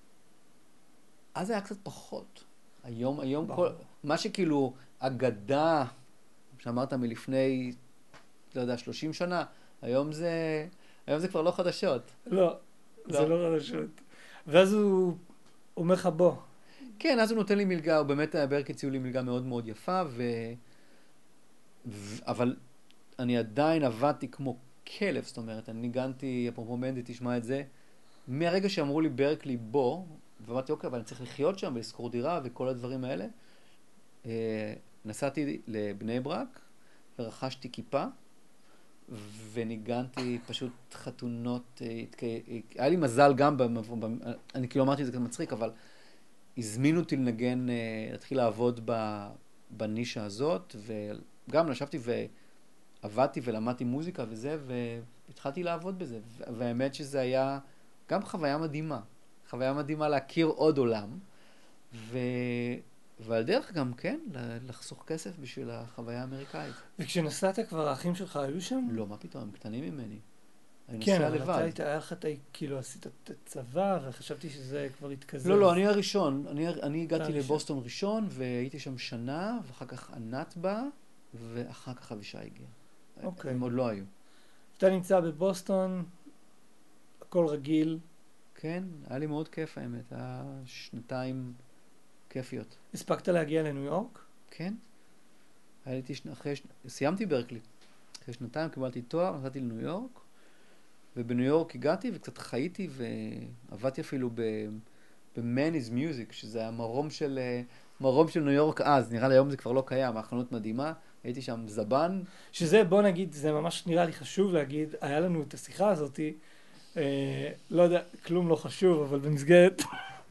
S2: אז זה היה קצת פחות. היום, היום כל... מה שכאילו אגדה, שאמרת מלפני, לא יודע, שלושים שנה, היום זה... היום זה כבר לא חדשות.
S3: לא, זה לא חדשות. ואז הוא אומר לך בוא.
S2: כן, אז הוא נותן לי מלגה, הוא באמת, ברקלי הציעו לי מלגה מאוד מאוד יפה, ו... ו... אבל אני עדיין עבדתי כמו כלב, זאת אומרת, אני ניגנתי, אפרופו מנדי, תשמע את זה, מהרגע שאמרו לי ברקלי בוא, ואמרתי, אוקיי, אבל אני צריך לחיות שם ולזכור דירה וכל הדברים האלה, נסעתי לבני ברק ורכשתי כיפה, וניגנתי פשוט חתונות, היה לי מזל גם, אני כאילו אמרתי את זה קצת מצחיק, אבל הזמינו אותי לנגן, להתחיל לעבוד בנישה הזאת, וגם נשבתי ועבדתי ולמדתי מוזיקה וזה, והתחלתי לעבוד בזה, והאמת שזה היה גם חוויה מדהימה, חוויה מדהימה להכיר עוד עולם, ו... ועל דרך גם, כן, לחסוך כסף בשביל החוויה האמריקאית.
S3: וכשנסעת כבר, האחים שלך היו שם?
S2: לא, מה פתאום, הם קטנים ממני. אני
S3: כן,
S2: נוסע
S3: אבל
S2: לבד.
S3: אתה היית, היה לך, כאילו, עשית את צבא, וחשבתי שזה כבר התקזז.
S2: לא, לא, אני הראשון. אני, אני הגעתי לבוסטון ראשון, והייתי שם שנה, ואחר כך ענת בא, ואחר כך אבישי הגיע.
S3: אוקיי.
S2: הם עוד לא היו.
S3: אתה נמצא בבוסטון, הכל רגיל.
S2: כן, היה לי מאוד כיף האמת, היה שנתיים כיפיות.
S3: הספקת להגיע לניו יורק?
S2: כן. הייתי שנה, אחרי, ש... סיימתי ברקלי. אחרי שנתיים קיבלתי תואר, נסעתי לניו יורק, ובניו יורק הגעתי וקצת חייתי ועבדתי אפילו ב... ב-Man is Music, שזה היה מרום של, מרום של ניו יורק אז, נראה לי היום זה כבר לא קיים, החנות מדהימה, הייתי שם זבן.
S3: שזה, בוא נגיד, זה ממש נראה לי חשוב להגיד, היה לנו את השיחה הזאת, אה, לא יודע, כלום לא חשוב, אבל במסגרת,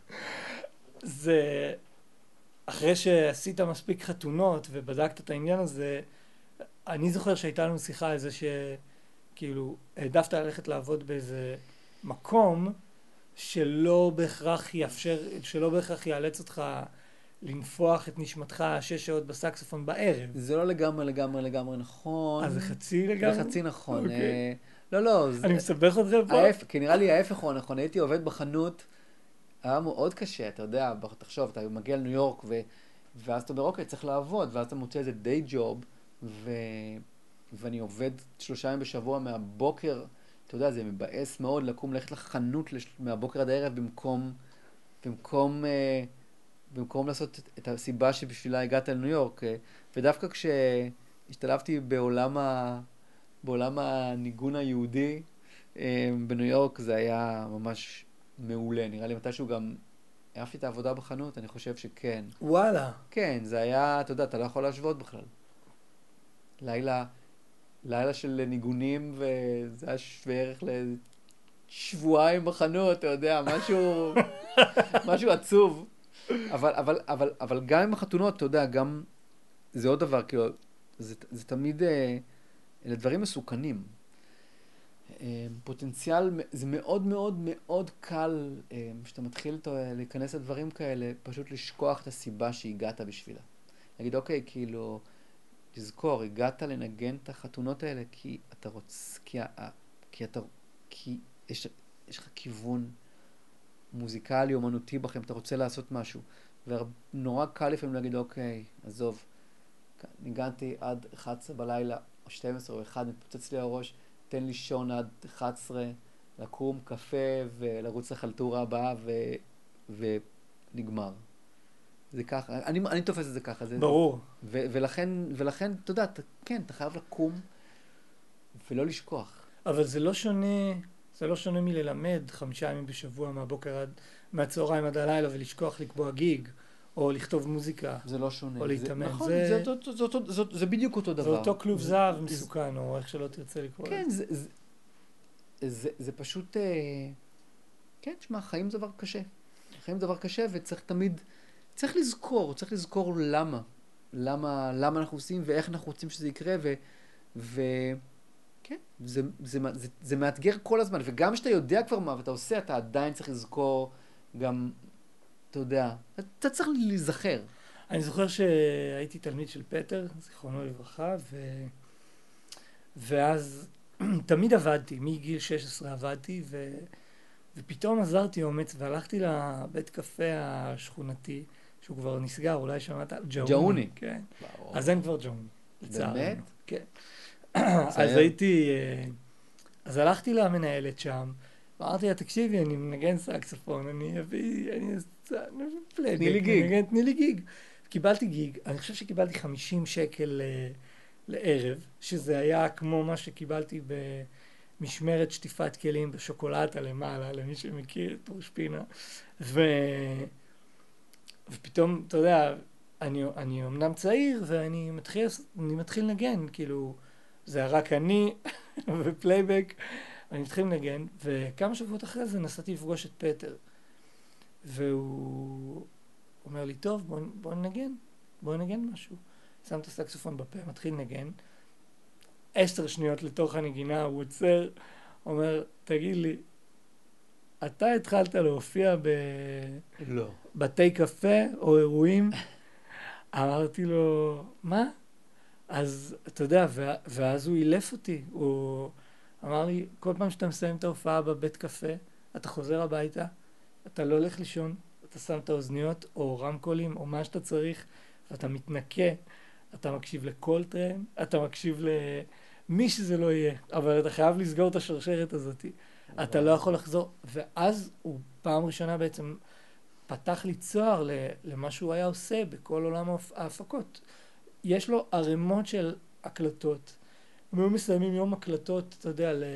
S3: זה, אחרי שעשית מספיק חתונות ובדקת את העניין הזה, אני זוכר שהייתה לנו שיחה על זה שכאילו העדפת ללכת לעבוד באיזה מקום שלא בהכרח יאפשר, שלא בהכרח יאלץ אותך לנפוח את נשמתך שש שעות בסקסופון בערב.
S2: זה לא לגמרי לגמרי לגמרי נכון.
S3: אז זה חצי לגמרי?
S2: זה חצי נכון.
S3: אוקיי.
S2: אה, לא, לא.
S3: אני מסבך אותך פה?
S2: ההפ... כי נראה לי ההפך הוא נכון. הייתי עובד בחנות, היה מאוד קשה, אתה יודע, תחשוב, אתה מגיע לניו יורק ו... ואז אתה אומר, אוקיי, צריך לעבוד, ואז אתה מוצא איזה דיי ג'וב, ו... ואני עובד שלושה ימים בשבוע מהבוקר, אתה יודע, זה מבאס מאוד לקום ללכת לחנות לש... מהבוקר עד הערב במקום, במקום, אה, במקום לעשות את הסיבה שבשבילה הגעת לניו יורק. ודווקא כשהשתלבתי בעולם, ה... בעולם הניגון היהודי אה, בניו יורק, זה היה ממש מעולה. נראה לי מתישהו גם אהבתי את העבודה בחנות, אני חושב שכן.
S3: וואלה.
S2: כן, זה היה, אתה יודע, אתה לא יכול להשוות בכלל. לילה, לילה של ניגונים, וזה היה שווה ערך לשבועיים בחנות, אתה יודע, משהו, משהו עצוב. אבל, אבל, אבל, אבל גם עם החתונות, אתה יודע, גם, זה עוד דבר, כאילו, זה, זה תמיד, אלה דברים מסוכנים. פוטנציאל, זה מאוד מאוד מאוד קל, כשאתה מתחיל להיכנס לדברים כאלה, פשוט לשכוח את הסיבה שהגעת בשבילה. להגיד, אוקיי, כאילו, תזכור, הגעת לנגן את החתונות האלה כי אתה רוצה, כי, כי אתה, כי יש, יש לך כיוון מוזיקלי, אומנותי בכם, אתה רוצה לעשות משהו. ונורא קל לפעמים להגיד, אוקיי, עזוב, ניגנתי עד אחת עשרה בלילה, או שתים עשרה או אחד, מתפוצץ לי הראש, תן לי שון עד אחת עשרה, לקום, קפה ולרוץ לחלטורה הבאה ו... ונגמר. זה ככה, אני, אני תופס את זה ככה. זה,
S3: ברור.
S2: ו, ולכן, ולכן, אתה יודע, אתה, כן, אתה חייב לקום ולא לשכוח.
S3: אבל זה לא שונה, זה לא שונה מללמד חמישה ימים בשבוע מהבוקר עד, מהצהריים עד הלילה ולשכוח לקבוע גיג, או לכתוב מוזיקה.
S2: זה לא שונה.
S3: או להתאמן.
S2: זה, נכון,
S3: זה,
S2: זה, זה, זה, זה, זה, זה, זה בדיוק אותו דבר.
S3: זה אותו כלוב זהב מסוכן, או איך שלא תרצה לקרוא.
S2: כן, זה, זה, זה, זה פשוט, כן, תשמע, חיים זה דבר קשה. חיים זה דבר קשה, וצריך תמיד, צריך לזכור, צריך לזכור למה. למה, למה אנחנו עושים, ואיך אנחנו רוצים שזה יקרה, ו, ו, כן, זה, זה, זה, זה מאתגר כל הזמן, וגם כשאתה יודע כבר מה, ואתה עושה, אתה עדיין צריך לזכור גם, אתה יודע, אתה צריך להיזכר.
S3: אני זוכר שהייתי תלמיד של פטר, זיכרונו לברכה, ו... ואז תמיד עבדתי, מגיל שש עשרה עבדתי, ו... ופתאום עזרתי אומץ והלכתי לבית קפה השכונתי, שהוא כבר נסגר, אולי שמעת? ג'אוני. ג'אוני. כן. ברור. אז אין כבר ג'אוני.
S2: באמת?
S3: כן. אז הייתי, אז הלכתי למנהלת שם, ואמרתי לה, תקשיבי, אני מנגן סקסופון, אני אביא, אני אעשה, פלייבק.
S2: תני לי גיג.
S3: תני לי גיג. קיבלתי גיג, אני חושב שקיבלתי חמישים שקל לערב, שזה היה כמו מה שקיבלתי במשמרת שטיפת כלים בשוקולטה למעלה, למי שמכיר את ראש פינה. ו... ופתאום, אתה יודע, אני, אני אמנם צעיר, ואני מתחיל, אני מתחיל לנגן, כאילו, זה היה רק אני ופלייבק, אני מתחיל לנגן, וכמה שבועות אחרי זה נסעתי לפגוש את פטר. והוא אומר לי, טוב, בוא, בוא ננגן, בוא ננגן משהו. שם את הסקסופון בפה, מתחיל לנגן. עשר שניות לתוך הנגינה, הוא עוצר, אומר, תגיד לי, אתה התחלת להופיע ב...
S2: לא.
S3: בתי קפה או אירועים? אמרתי לו, מה? אז אתה יודע, ואז הוא אילף אותי. הוא אמר לי, כל פעם שאתה מסיים את ההופעה בבית קפה, אתה חוזר הביתה, אתה לא הולך לישון, אתה שם את האוזניות או רמקולים או מה שאתה צריך, ואתה מתנקה, אתה מקשיב לכל טרן, אתה מקשיב למי שזה לא יהיה, אבל אתה חייב לסגור את השרשרת הזאת. אתה לא יכול לחזור, ואז הוא פעם ראשונה בעצם פתח לי צוהר למה שהוא היה עושה בכל עולם ההפקות. יש לו ערימות של הקלטות, הם היו מסיימים יום הקלטות, אתה יודע, ל...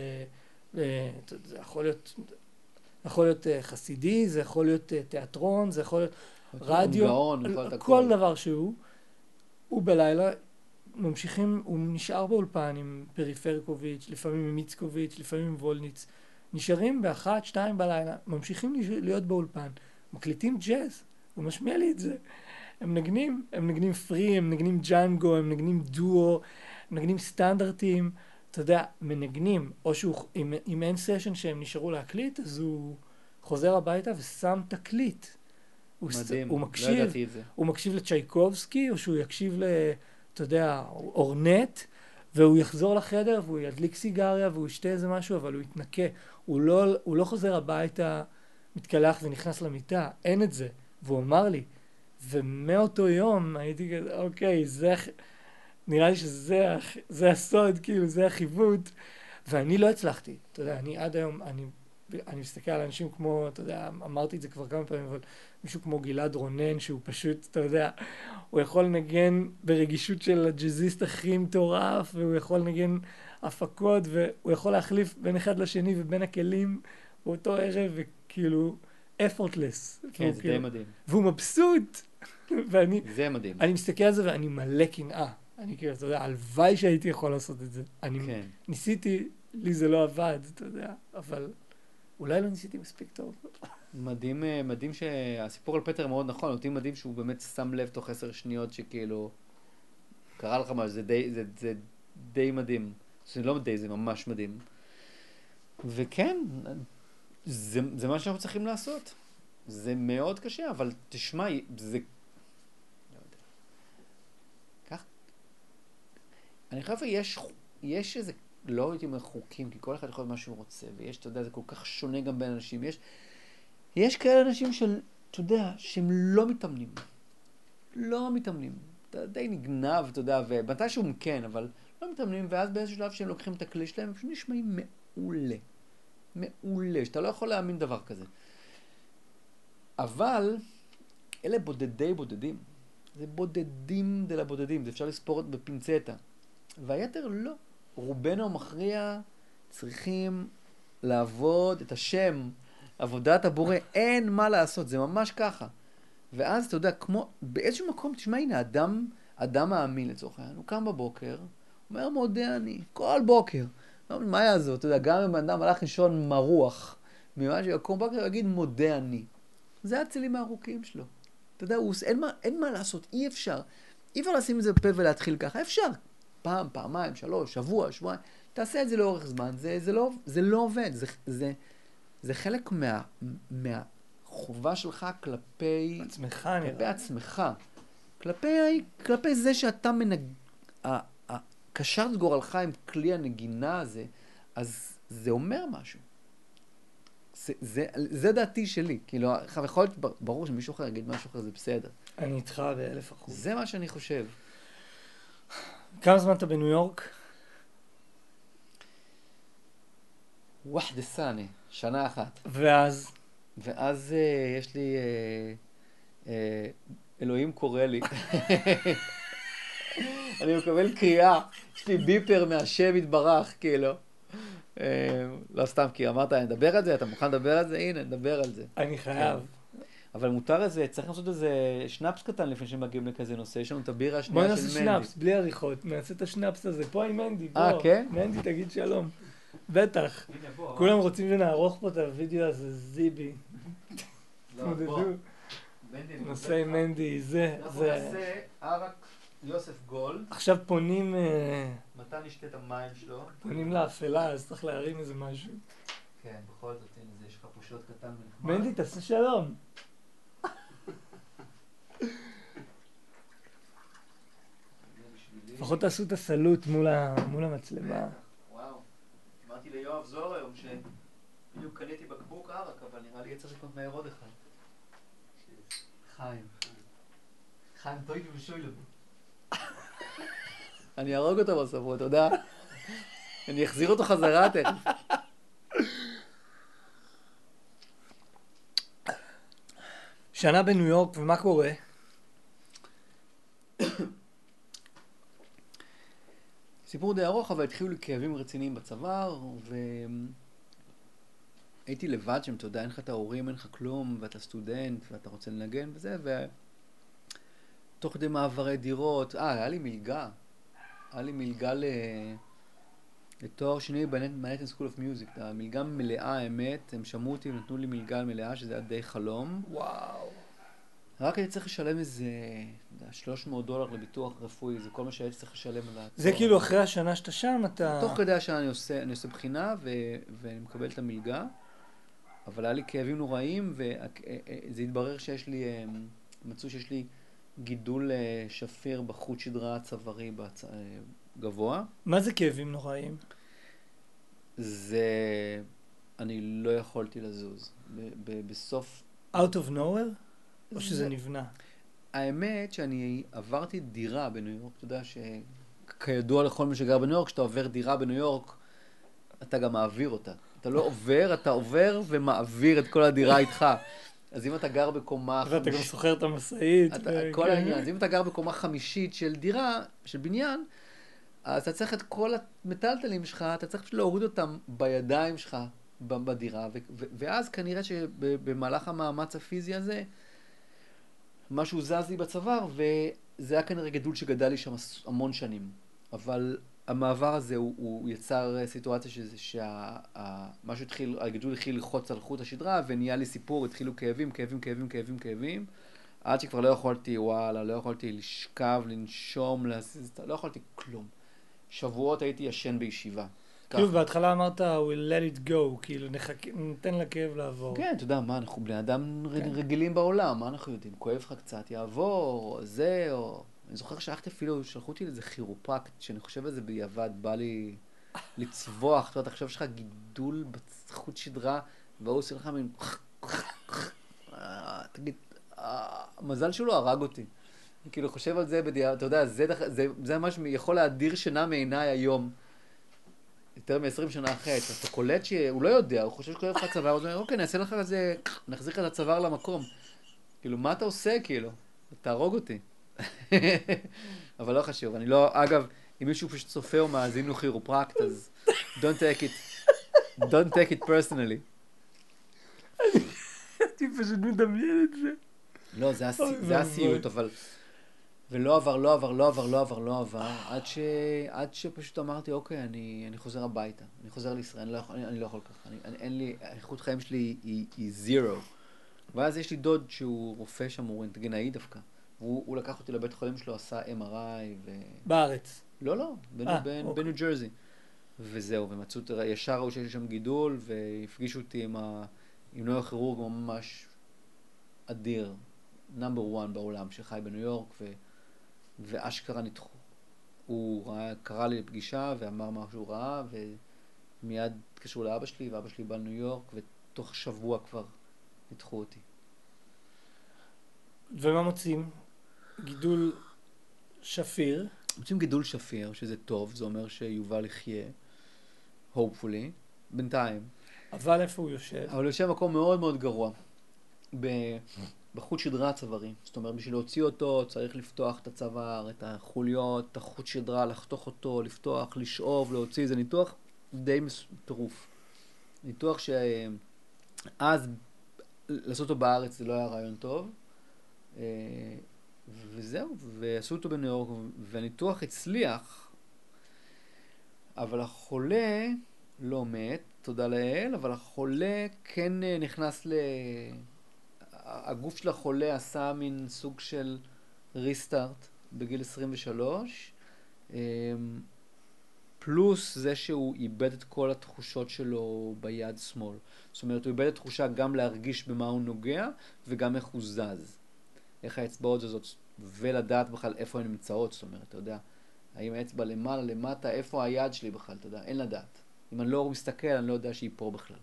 S3: זה יכול להיות, יכול להיות חסידי, זה יכול להיות תיאטרון, זה יכול להיות רדיו,
S2: גאון,
S3: כל דבר שהוא, הוא בלילה ממשיכים, הוא נשאר באולפן עם פריפרקוביץ', לפעמים עם מיצקוביץ', לפעמים עם וולניץ, נשארים באחת, שתיים בלילה, ממשיכים להיות באולפן, מקליטים ג'אז, הוא משמיע לי את זה. הם נגנים, הם נגנים פרי, הם נגנים ג'אנגו, הם נגנים דואו, הם נגנים סטנדרטים, אתה יודע, מנגנים, או שהוא, אם, אם אין סשן שהם נשארו להקליט, אז הוא חוזר הביתה ושם תקליט.
S2: מדהים,
S3: הוא
S2: לא
S3: מקשיב,
S2: ידעתי את זה.
S3: הוא מקשיב לצ'ייקובסקי, או שהוא יקשיב ל, אתה יודע, אורנט, והוא יחזור לחדר, והוא ידליק סיגריה, והוא ישתה איזה משהו, אבל הוא יתנקה. הוא לא, הוא לא חוזר הביתה, מתקלח ונכנס למיטה, אין את זה. והוא אמר לי, ומאותו יום הייתי כזה, אוקיי, זה, נראה לי שזה זה הסוד, כאילו, זה החיווט, ואני לא הצלחתי. אתה יודע, אני עד היום, אני, אני מסתכל על אנשים כמו, אתה יודע, אמרתי את זה כבר כמה פעמים, אבל מישהו כמו גלעד רונן, שהוא פשוט, אתה יודע, הוא יכול לנגן ברגישות של הג'אזיסט הכי מטורף, והוא יכול לנגן הפקות, והוא יכול להחליף בין אחד לשני ובין הכלים באותו ערב, וכאילו, effortless.
S2: כן, זה די מדהים.
S3: והוא מבסוט. ואני,
S2: זה מדהים.
S3: אני מסתכל על זה ואני מלא קנאה. אני כאילו, אתה יודע, הלוואי שהייתי יכול לעשות את זה. אני
S2: כן.
S3: ניסיתי, לי זה לא עבד, אתה יודע, אבל אולי לא ניסיתי מספיק טוב.
S2: מדהים, מדהים שהסיפור על פטר מאוד נכון, אותי מדהים שהוא באמת שם לב תוך עשר שניות שכאילו קרה לך משהו, זה די, זה, זה די מדהים. זה לא די, זה ממש מדהים. וכן, זה, זה מה שאנחנו צריכים לעשות. זה מאוד קשה, אבל תשמע, זה... לא יודע. כך... אני חושב שיש יש איזה, לא הייתי אומר חוקים, כי כל אחד יכול להיות מה שהוא רוצה, ויש, אתה יודע, זה כל כך שונה גם בין אנשים. יש, יש כאלה אנשים של, אתה יודע, שהם לא מתאמנים. לא מתאמנים. אתה די נגנב, אתה יודע, ומתישהו כן, אבל לא מתאמנים, ואז באיזשהו שלב שהם לוקחים את הכלי שלהם, הם פשוט נשמעים מעולה. מעולה, שאתה לא יכול להאמין דבר כזה. אבל אלה בודדי בודדים. זה בודדים דלה בודדים, זה אפשר לספור בפינצטה. והיתר לא. רובנו המכריע צריכים לעבוד את השם, עבודת הבורא, אין מה לעשות, זה ממש ככה. ואז אתה יודע, כמו באיזשהו מקום, תשמע, הנה, אדם, אדם מאמין לצורך העניין, הוא קם בבוקר, אומר מודה אני, כל בוקר. מה יעזור? אתה יודע, גם אם אדם הלך לישון מרוח, ממה שיקום בוקר יגיד מודה אני. זה הצלים הארוכים שלו. אתה יודע, הוא, אין, מה, אין מה לעשות, אי אפשר. אי אפשר לשים את זה בפה ולהתחיל ככה, אפשר. פעם, פעמיים, שלוש, שבוע, שבועיים. תעשה את זה לאורך זמן, זה, זה, לא, זה לא עובד. זה, זה, זה חלק מה, מהחובה שלך כלפי...
S3: עצמך,
S2: כלפי עצמך. כלפי, כלפי זה שאתה מנג... קשרת גורלך עם כלי הנגינה הזה, אז זה אומר משהו. זה, זה, זה דעתי שלי. כאילו, יכול להיות, ברור שמישהו אחר יגיד משהו אחר, זה בסדר.
S3: אני איתך באלף אחוז.
S2: זה מה שאני חושב.
S3: כמה זמן אתה בניו יורק?
S2: וואחד סאני, שנה אחת.
S3: ואז?
S2: ואז uh, יש לי... Uh, uh, אלוהים קורא לי. אני מקבל קריאה, יש לי ביפר מהשם התברך, כאילו. לא סתם, כי אמרת, אני נדבר על זה, אתה מוכן לדבר על זה? הנה, נדבר על זה.
S3: אני חייב.
S2: אבל מותר איזה, צריך לעשות איזה שנאפס קטן לפני שמגיעים לכזה נושא, יש לנו את הבירה השנייה של מנדי.
S3: בוא נעשה שנאפס, בלי עריכות, נעשה את השנאפס הזה, פה עם מנדי, בוא.
S2: אה, כן?
S3: מנדי, תגיד שלום. בטח. כולם רוצים שנערוך פה את הוידאו הזה, זיבי. תמודדו. נושא עם מנדי, זה,
S2: אנחנו
S3: זה.
S2: נעשה ערק יוסף גולד.
S3: עכשיו פונים...
S2: מתי נשתה את המים שלו?
S3: פונים לאפלה, אז צריך להרים איזה משהו.
S2: כן, בכל זאת, הנה, זה יש לך פה שוט קטן ונחמד.
S3: מנדי, תעשה שלום. לפחות תעשו את הסלוט מול המצלמה.
S2: וואו, אמרתי ליואב זוהר היום שבדיוק קניתי בקבוק ערק, אבל נראה לי צריך לקנות מהר עוד אחד. חיים. חיים טויד ושוילב. אני ארוג אותו בסוף, אתה יודע? אני אחזיר אותו חזרה תכף.
S3: שנה בניו יורק, ומה קורה?
S2: סיפור די ארוך, אבל התחילו לי כאבים רציניים בצוואר, והייתי לבד שם, אתה יודע, אין לך את ההורים, אין לך כלום, ואתה סטודנט, ואתה רוצה לנגן וזה, ותוך כדי מעברי דירות, אה, היה לי מלגה. היה לי מלגה ל... לתואר שני במנהטן סקול אוף מיוזיק. המלגה מלאה, האמת, הם שמעו אותי ונתנו לי מלגה מלאה, שזה היה די חלום.
S3: וואו.
S2: רק הייתי צריך לשלם איזה שלוש מאות דולר לביטוח רפואי, זה כל מה שהייתי צריך לשלם על התואר.
S3: זה כאילו אחרי השנה שאתה שם, אתה...
S2: תוך כדי השנה אני עושה, אני עושה בחינה ו... ואני מקבל את המלגה, אבל היה לי כאבים נוראים, וזה התברר שיש לי, מצאו שיש לי גידול שפיר בחוט שדרה צווארי בצ... גבוה.
S3: מה זה כאבים נוראים?
S2: זה... אני לא יכולתי לזוז. ב... ב... בסוף...
S3: Out of nowhere? או שזה נבנה?
S2: האמת שאני עברתי דירה בניו יורק, אתה יודע שכידוע לכל מי שגר בניו יורק, כשאתה עובר דירה בניו יורק, אתה גם מעביר אותה. אתה לא עובר, אתה עובר ומעביר את כל הדירה איתך. אז אם אתה גר בקומה...
S3: ואתה גם סוחר את המשאית.
S2: כל העניין. אז אם אתה גר בקומה חמישית של דירה, של בניין, אז אתה צריך את כל המטלטלים שלך, אתה צריך פשוט להוריד אותם בידיים שלך בדירה, ואז כנראה שבמהלך המאמץ הפיזי הזה, משהו זז לי בצוואר, וזה היה כנראה גדול שגדל לי שם המון שנים. אבל המעבר הזה הוא, הוא יצר סיטואציה שזה, שמשהו התחיל, הגדול התחיל לחוץ על חוט השדרה, ונהיה לי סיפור, התחילו כאבים, כאבים, כאבים, כאבים, כאבים, עד שכבר לא יכולתי, וואלה, לא יכולתי לשכב, לנשום, להזיז, לא יכולתי כלום. שבועות הייתי ישן בישיבה.
S3: כאילו בהתחלה אמרת, we'll let it go, כאילו ניתן לכאב לעבור.
S2: כן, אתה יודע, מה, אנחנו בני אדם רגילים בעולם, מה אנחנו יודעים? כואב לך קצת, יעבור, או זה, או... אני זוכר שהלכתי אפילו, שלחו אותי לאיזה כירופרקט, שאני חושב על זה ביווד, בא לי לצבוח, אתה יודע, תחשוב שלך גידול בחוט שדרה, והוא עושה לך מין... תגיד, המזל שלו הרג אותי. אני כאילו חושב על זה בדיוק, אתה יודע, זה, זה, זה ממש יכול להדיר שינה מעיניי היום. יותר מ-עשרים שנה אחרי, אתה קולט שהוא לא יודע, הוא חושב שכואב לך צוואר, הוא אומר, אוקיי, נעשה לך איזה, נחזיר לך את הצוואר למקום. כאילו, מה אתה עושה, כאילו? תהרוג אותי. אבל לא חשוב, אני לא, אגב, אם מישהו פשוט צופה או מאזין לו כירופרקט, אז don't take it, don't take it personally.
S3: אני פשוט מדמיין את זה.
S2: לא, זה הסיוט, אבל... ולא עבר, לא עבר, לא עבר, לא עבר, לא עבר, עד ש... עד שפשוט אמרתי, אוקיי, אני, אני חוזר הביתה, אני חוזר לישראל, אני לא יכול, אני, אני לא יכול ככה, אני, אני, אין לי, האיכות חיים שלי היא, היא זירו. ואז יש לי דוד שהוא רופא שם, הוא רנטגנאי דווקא. הוא, הוא לקח אותי לבית חולים שלו, עשה אם אר איי ו...
S3: בארץ?
S2: לא, לא, בניו ג'רזי. וזהו, ומצאו, ישר ראו שיש לי שם גידול, והפגישו אותי עם ה... עם נוירוכירורג ממש אדיר, נאמבר וואן בעולם, שחי בניו יורק, ו... ואשכרה ניתחו. הוא ראה, קרא לי לפגישה ואמר מה שהוא ראה, ומיד התקשרו לאבא שלי, ואבא שלי בא לניו יורק, ותוך שבוע כבר ניתחו אותי.
S3: ומה מוצאים? גידול שפיר?
S2: מוצאים גידול שפיר, שזה טוב, זה אומר שיובל יחיה, hopefully, בינתיים.
S3: אבל איפה הוא יושב?
S2: אבל הוא יושב במקום מאוד מאוד גרוע. ב... בחוט שדרה הצווארי. זאת אומרת, בשביל להוציא אותו צריך לפתוח את הצוואר, את החוליות, את החוט שדרה, לחתוך אותו, לפתוח, לשאוב, להוציא. זה ניתוח די טירוף. ניתוח שאז לעשות אותו בארץ זה לא היה רעיון טוב. וזהו, ועשו אותו בניו יורק, והניתוח הצליח, אבל החולה לא מת, תודה לאל, אבל החולה כן נכנס ל... הגוף של החולה עשה מין סוג של ריסטארט בגיל עשרים ושלוש, פלוס זה שהוא איבד את כל התחושות שלו ביד שמאל. זאת אומרת, הוא איבד את תחושה גם להרגיש במה הוא נוגע, וגם איך הוא זז. איך האצבעות זזות, ולדעת בכלל איפה הן נמצאות. זאת אומרת, אתה יודע, האם האצבע למעלה, למטה, איפה היד שלי בכלל, אתה יודע, אין לדעת. אם אני לא מסתכל, אני לא יודע שהיא פה בכלל.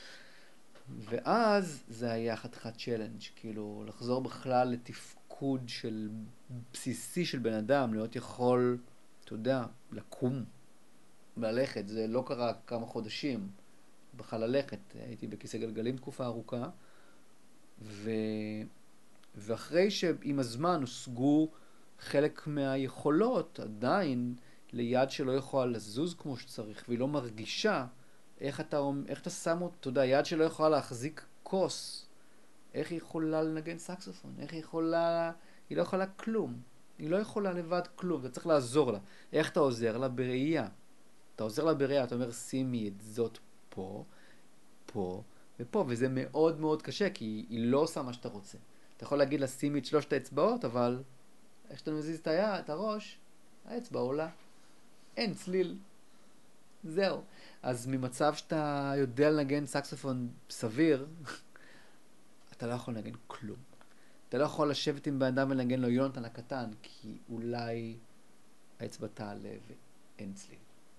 S2: ואז זה היה חתיכת צ'לנג', כאילו לחזור בכלל לתפקוד של בסיסי של בן אדם, להיות יכול, אתה יודע, לקום, ללכת. זה לא קרה כמה חודשים, בכלל ללכת. הייתי בכיסא גלגלים תקופה ארוכה, ו... ואחרי שעם הזמן הושגו חלק מהיכולות, עדיין ליד שלא יכולה לזוז כמו שצריך, והיא לא מרגישה, איך אתה, איך אתה שם אותו, אתה יודע, יד שלא יכולה להחזיק כוס, איך היא יכולה לנגן סקסופון? איך היא יכולה, היא לא יכולה כלום. היא לא יכולה לבד כלום, אתה צריך לעזור לה. איך אתה עוזר לה? בראייה. אתה עוזר לה בראייה, אתה אומר, שימי את זאת פה, פה ופה, וזה מאוד מאוד קשה, כי היא, היא לא עושה מה שאתה רוצה. אתה יכול להגיד לה, שימי את שלושת האצבעות, אבל איך שאתה מזיז את היד, את הראש, האצבע עולה. אין צליל. זהו. אז ממצב שאתה יודע לנגן סקסופון סביר, אתה לא יכול לנגן כלום. אתה לא יכול לשבת עם בן אדם ולנגן לו יונתן הקטן, כי אולי האצבע תעלה ואין צליל.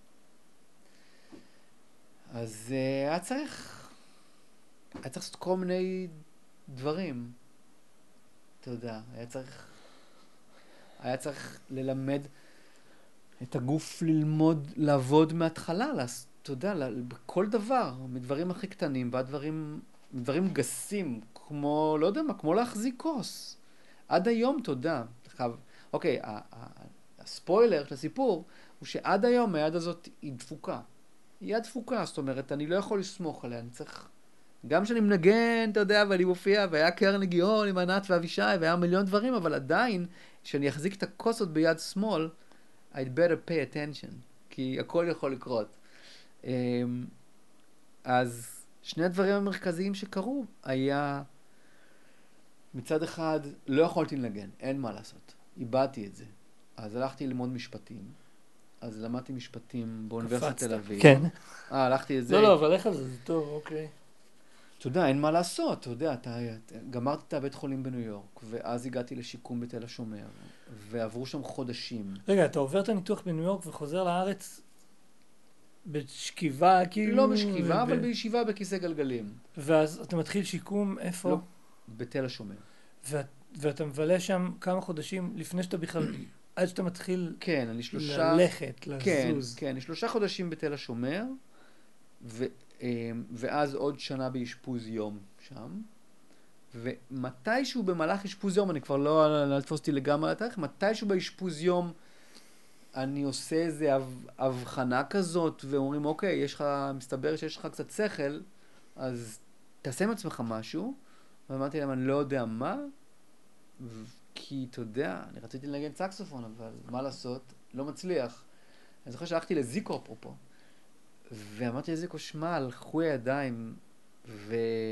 S2: אז uh, היה צריך, היה צריך לעשות כל מיני דברים. אתה יודע, היה צריך, היה צריך ללמד את הגוף ללמוד, לעבוד מההתחלה, אתה יודע, בכל דבר, מדברים הכי קטנים, ועד דברים, דברים גסים, כמו, לא יודע מה, כמו להחזיק כוס. עד היום, אתה יודע, אוקיי, הספוילר של הסיפור, הוא שעד היום היד הזאת היא דפוקה. היא יד דפוקה, זאת אומרת, אני לא יכול לסמוך עליה, אני צריך, גם שאני מנגן, אתה יודע, ואני מופיע, והיה קרן נגיון עם ענת ואבישי, והיה מיליון דברים, אבל עדיין, שאני אחזיק את הכוסות ביד שמאל, I'd better pay attention, כי הכל יכול לקרות. אז שני הדברים המרכזיים שקרו היה, מצד אחד, לא יכולתי לנגן, אין מה לעשות. איבדתי את זה. אז הלכתי ללמוד משפטים. אז למדתי משפטים באוניברסיטת תל אביב.
S3: כן.
S2: אה, הלכתי את זה.
S3: לא, לא, אבל איך על זה? זה טוב, אוקיי.
S2: אתה יודע, אין מה לעשות, אתה יודע, אתה, גמרתי את הבית חולים בניו יורק, ואז הגעתי לשיקום בתל השומר, ועברו שם חודשים.
S3: רגע, אתה עובר את הניתוח בניו יורק וחוזר לארץ בשכיבה, כאילו...
S2: לא בשכיבה, אבל בישיבה בכיסא גלגלים.
S3: ואז אתה מתחיל שיקום, איפה?
S2: לא, בתל השומר.
S3: ואתה מבלה שם כמה חודשים לפני שאתה בכלל... עד שאתה מתחיל
S2: כן, אני שלושה...
S3: ללכת, לזוז.
S2: כן, כן, אני שלושה חודשים בתל השומר, ו... ואז עוד שנה באשפוז יום שם, ומתישהו במהלך אשפוז יום, אני כבר לא, לא תפוס אותי לגמרי לתאריך, מתישהו באשפוז יום אני עושה איזה הבחנה כזאת, ואומרים, אוקיי, יש לך, מסתבר שיש לך קצת שכל, אז תעשה עם עצמך משהו, ואמרתי להם, אני לא יודע מה, כי אתה יודע, אני רציתי לנגן סקסופון, אבל מה לעשות, לא מצליח. אני זוכר שהלכתי לזיקו אפרופו, ואמרתי לזיקו, שמע, הלכו ידיים, ו...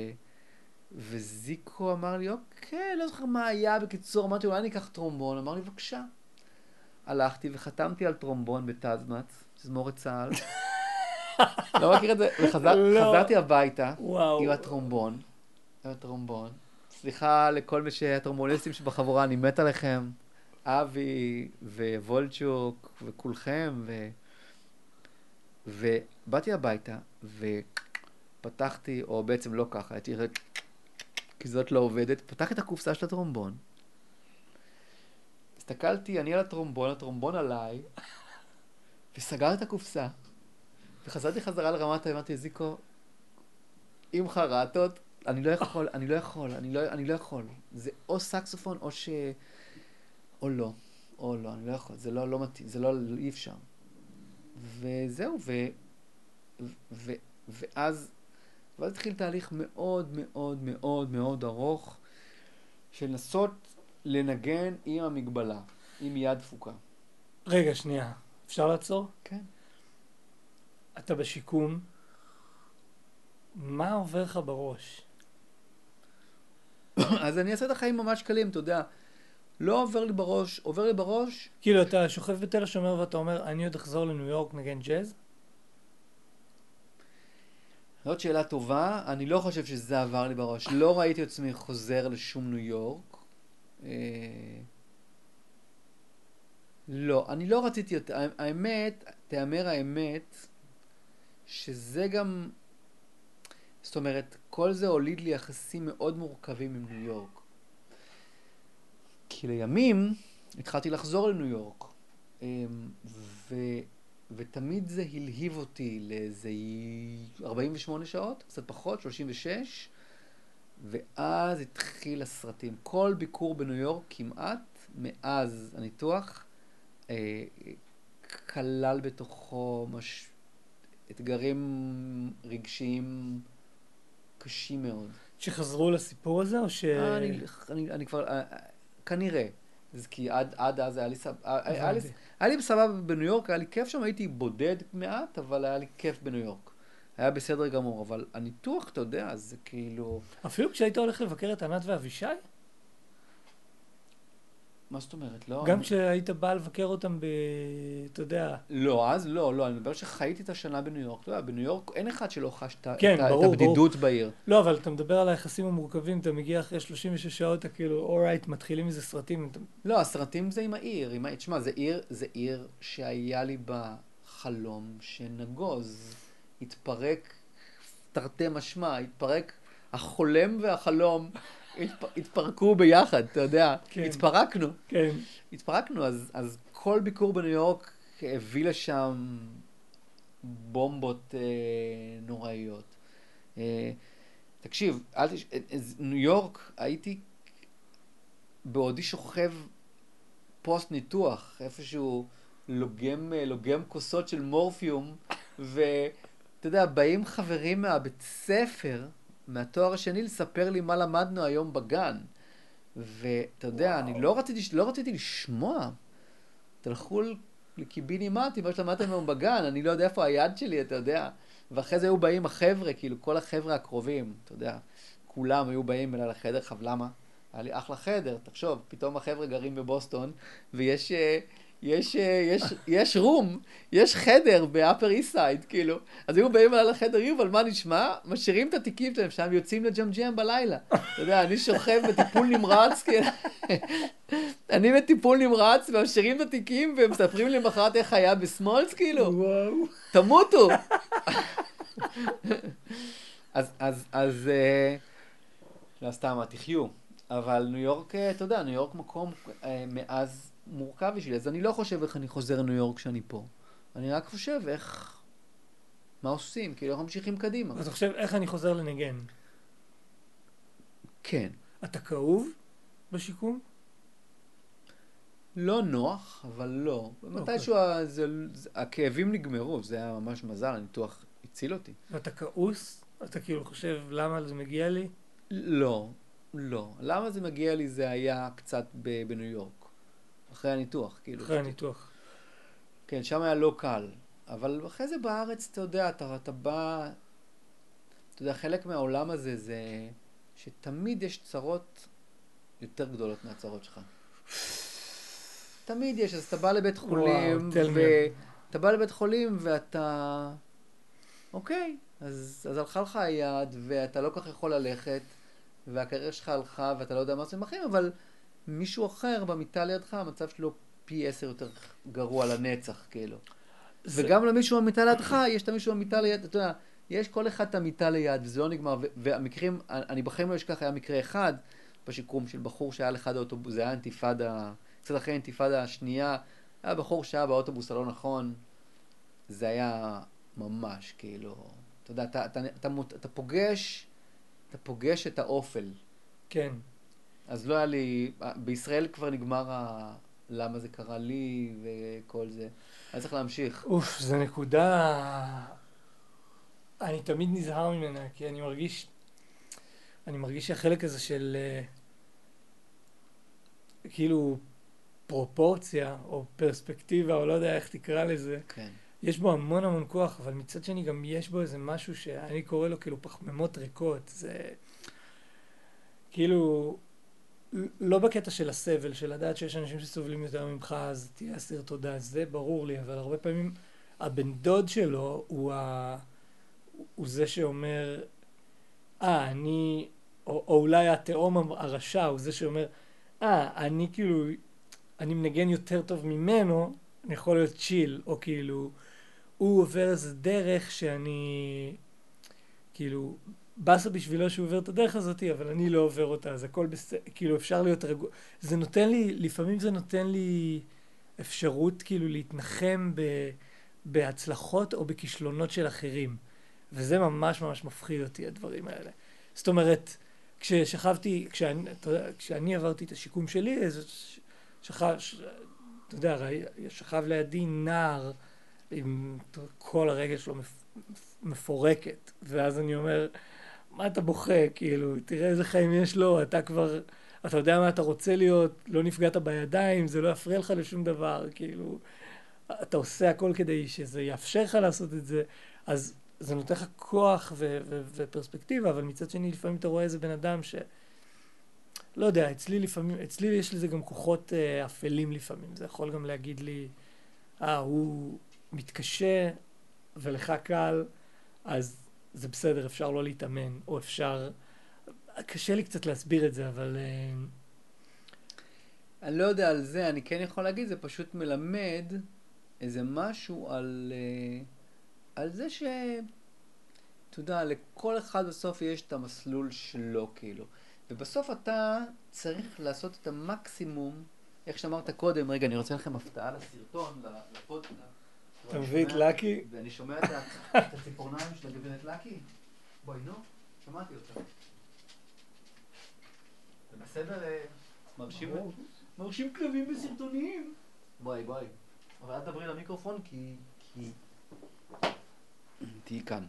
S2: וזיקו אמר לי, אוקיי, לא זוכר מה היה, בקיצור, אמרתי, אולי אני אקח טרומבון, אמר לי, בבקשה. הלכתי וחתמתי על טרומבון בתזמץ, תזמורת צה"ל. לא מכיר את זה, וחזרתי הביתה, עם הטרומבון, עם הטרומבון. סליחה לכל מי שהטרומבוניסטים שבחבורה, אני מת עליכם, אבי ווולצ'וק וכולכם, ו... ובאתי הביתה, ופתחתי, או בעצם לא ככה, הייתי רק, כי זאת לא עובדת, פתחתי את הקופסה של הטרומבון, הסתכלתי, אני על הטרומבון, הטרומבון עליי, וסגרתי את הקופסה, וחזרתי חזרה לרמת, אמרתי, זיקו, עם חרטות, אני לא יכול, אני לא יכול, אני לא, אני לא יכול. זה או סקסופון, או ש... או לא, או לא, אני לא יכול, זה לא, לא מתאים, זה לא, אי אפשר. וזהו, ו... ו... ואז, ואז התחיל תהליך מאוד מאוד מאוד מאוד ארוך, של לנסות לנגן עם המגבלה, עם יד דפוקה.
S3: רגע, שנייה. אפשר לעצור?
S2: כן.
S3: אתה בשיקום, מה עובר לך בראש?
S2: אז אני אעשה את החיים ממש קלים, אתה יודע. לא עובר לי בראש, עובר לי בראש...
S3: כאילו, אתה שוכב בתל השומר ואתה אומר, אני עוד אחזור לניו יורק נגן ג'אז?
S2: זאת שאלה טובה, אני לא חושב שזה עבר לי בראש. לא ראיתי עצמי חוזר לשום ניו יורק. לא, אני לא רציתי יותר. האמת, תאמר האמת, שזה גם... זאת אומרת, כל זה הוליד לי יחסים מאוד מורכבים עם ניו יורק. כי לימים התחלתי לחזור לניו יורק. ו... ותמיד זה הלהיב אותי לאיזה ארבעים ושמונה שעות, קצת פחות, שלושים ושש, ואז התחיל הסרטים. כל ביקור בניו יורק כמעט, מאז הניתוח, אה, כלל בתוכו מש... אתגרים רגשיים קשים מאוד.
S3: שחזרו לסיפור הזה, או ש...
S2: אני, אני, אני כבר, כנראה. אז כי עד, עד אז היה לי סבבה, היה לי, היה לי סבבה בניו יורק, היה לי כיף שם, הייתי בודד מעט, אבל היה לי כיף בניו יורק. היה בסדר גמור, אבל הניתוח, אתה יודע, זה כאילו...
S3: אפילו כשהיית הולך לבקר את ענת ואבישי?
S2: מה זאת אומרת? לא...
S3: גם
S2: אני...
S3: כשהיית בא לבקר אותם ב... אתה יודע...
S2: לא, אז לא, לא, אני מדבר שחייתי את השנה בניו יורק. אתה יודע, בניו יורק אין אחד שלא חש את,
S3: כן,
S2: את,
S3: ברור,
S2: את הבדידות
S3: ברור.
S2: בעיר.
S3: לא, אבל אתה מדבר על היחסים המורכבים, אתה מגיע אחרי שלושים ושש שעות, אתה כאילו, אורייט, מתחילים איזה סרטים. אתה...
S2: לא, הסרטים זה עם העיר. עם העיר. תשמע, זה עיר, זה עיר שהיה לי בה חלום שנגוז, התפרק, תרתי משמע, התפרק, החולם והחלום התפ... התפרקו ביחד, אתה יודע,
S3: כן.
S2: התפרקנו.
S3: כן.
S2: התפרקנו, אז, אז כל ביקור בניו יורק הביא לשם בומבות אה, נוראיות. אה, תקשיב, אל תש... ניו יורק, הייתי בעודי שוכב פוסט ניתוח, איפשהו לוגם, לוגם כוסות של מורפיום, ואתה יודע, באים חברים מהבית ספר, מהתואר השני, לספר לי מה למדנו היום בגן. ואתה יודע, וואו. אני לא רציתי, לא רציתי לשמוע. תלכו לקיבינימט, מה שלמדתם היום בגן, אני לא יודע איפה היד שלי, אתה יודע. ואחרי זה היו באים החבר'ה, כאילו כל החבר'ה הקרובים, אתה יודע. כולם היו באים אליי לחדר, חב למה? היה לי אחלה חדר, תחשוב, פתאום החבר'ה גרים בבוסטון, ויש יש, יש, יש רום, יש חדר באפר איסט סייד, כאילו. אז היו באים אליי לחדר, יובל, מה נשמע? משאירים את התיקים שלהם שם, יוצאים לג'מג'ם בלילה. אתה יודע, אני שוכב בטיפול נמרץ, כאילו. אני בטיפול נמרץ, ומשאירים את התיקים, ומספרים לי מחרת איך היה בסמולס, כאילו.
S3: וואו.
S2: תמותו. אז, אז, אז, לא סתם, תחיו. אבל ניו יורק, אתה יודע, ניו יורק מקום מאז מורכב בשבילי, אז אני לא חושב איך אני חוזר לניו יורק כשאני פה. אני רק חושב איך, מה עושים, כאילו איך ממשיכים קדימה.
S3: אתה חושב איך אני חוזר לנגן?
S2: כן.
S3: אתה כאוב בשיקום?
S2: לא נוח, אבל לא. מתישהו הכאבים נגמרו, זה היה ממש מזל, הניתוח הציל אותי.
S3: ואתה כעוס? אתה כאילו חושב למה זה מגיע לי?
S2: לא, לא. למה זה מגיע לי זה היה קצת בניו יורק. אחרי הניתוח, כאילו.
S3: אחרי הניתוח.
S2: כן, שם היה לא קל. אבל אחרי זה בארץ, אתה יודע, אתה, אתה בא... אתה יודע, חלק מהעולם הזה זה שתמיד יש צרות יותר גדולות מהצרות שלך. תמיד יש, אז אתה בא לבית חולים, ואתה בא לבית חולים ואתה... אוקיי, אז, אז הלכה לך היד, ואתה לא כך יכול ללכת, והקריירה שלך הלכה, ואתה לא יודע מה עושים אחרים, אבל מישהו אחר במיטה לידך, המצב שלו פי עשר יותר גרוע לנצח, כאילו. זה... וגם למישהו במיטה לידך, יש את המישהו במיטה ליד, אתה יודע, יש כל אחד את המיטה ליד, וזה לא נגמר, והמקרים, אני בחיים לא אשכח, היה מקרה אחד בשיקום של בחור שהיה לאחד האוטובוס, זה היה אינתיפאדה, קצת אחרי אינתיפאדה השנייה, היה בחור שהיה באוטובוס הלא נכון, זה היה ממש, כאילו, אתה יודע, אתה, אתה, אתה, אתה, אתה פוגש, אתה פוגש את האופל.
S3: כן.
S2: אז לא היה לי, בישראל כבר נגמר ה... למה זה קרה לי וכל זה. אני צריך להמשיך.
S3: אוף, זו נקודה... אני תמיד נזהר ממנה, כי אני מרגיש... אני מרגיש שהחלק הזה של... כאילו פרופורציה, או פרספקטיבה, או לא יודע איך תקרא לזה.
S2: כן.
S3: יש בו המון המון כוח, אבל מצד שני גם יש בו איזה משהו שאני קורא לו כאילו פחמימות ריקות. זה... כאילו... לא בקטע של הסבל, של לדעת שיש אנשים שסובלים יותר ממך, אז תהיה אסיר תודה, זה ברור לי, אבל הרבה פעמים הבן דוד שלו הוא, ה... הוא זה שאומר, אה, אני, או, או אולי התאום הרשע, הוא זה שאומר, אה, אני כאילו, אני מנגן יותר טוב ממנו, אני יכול להיות צ'יל, או כאילו, הוא עובר איזה דרך שאני, כאילו, בסה בשבילו שהוא עובר את הדרך הזאת, אבל אני לא עובר אותה, אז הכל בסדר, כאילו אפשר להיות רגוע. זה נותן לי, לפעמים זה נותן לי אפשרות כאילו להתנחם ב, בהצלחות או בכישלונות של אחרים. וזה ממש ממש מפחיד אותי, הדברים האלה. זאת אומרת, כששכבתי, כשאני, אתה יודע, כשאני עברתי את השיקום שלי, אז שכב, ש- אתה יודע, ראי- שכב לידי נער עם כל הרגל שלו מפ- מפורקת, ואז אני אומר, מה אתה בוכה, כאילו, תראה איזה חיים יש לו, אתה כבר, אתה יודע מה אתה רוצה להיות, לא נפגעת בידיים, זה לא יפריע לך לשום דבר, כאילו, אתה עושה הכל כדי שזה יאפשר לך לעשות את זה, אז זה נותן לך כוח ו- ו- ופרספקטיבה, אבל מצד שני לפעמים אתה רואה איזה בן אדם ש... לא יודע, אצלי לפעמים, אצלי יש לזה גם כוחות אה, אפלים לפעמים, זה יכול גם להגיד לי, אה, הוא מתקשה ולך קל, אז זה בסדר, אפשר לא להתאמן, או אפשר... קשה לי קצת להסביר את זה, אבל... אה,
S2: אני לא יודע על זה, אני כן יכול להגיד, זה פשוט מלמד איזה משהו על, אה, על זה ש... אתה יודע, לכל אחד בסוף יש את המסלול שלו, כאילו. ובסוף אתה צריך לעשות את המקסימום, איך שאמרת קודם, רגע, אני רוצה לכם הפתעה לסרטון, לפודקאסט.
S3: אתה מביא את לקי?
S2: ואני שומע את ה- את הציפורניים של הגברת לקי. בואי, נו, שמעתי אותה. זה בסדר, אה, מרשים, מרשים כלבים בסרטונים. בואי, בואי. אבל אל תדברי למיקרופון כי... כי... תהי כאן.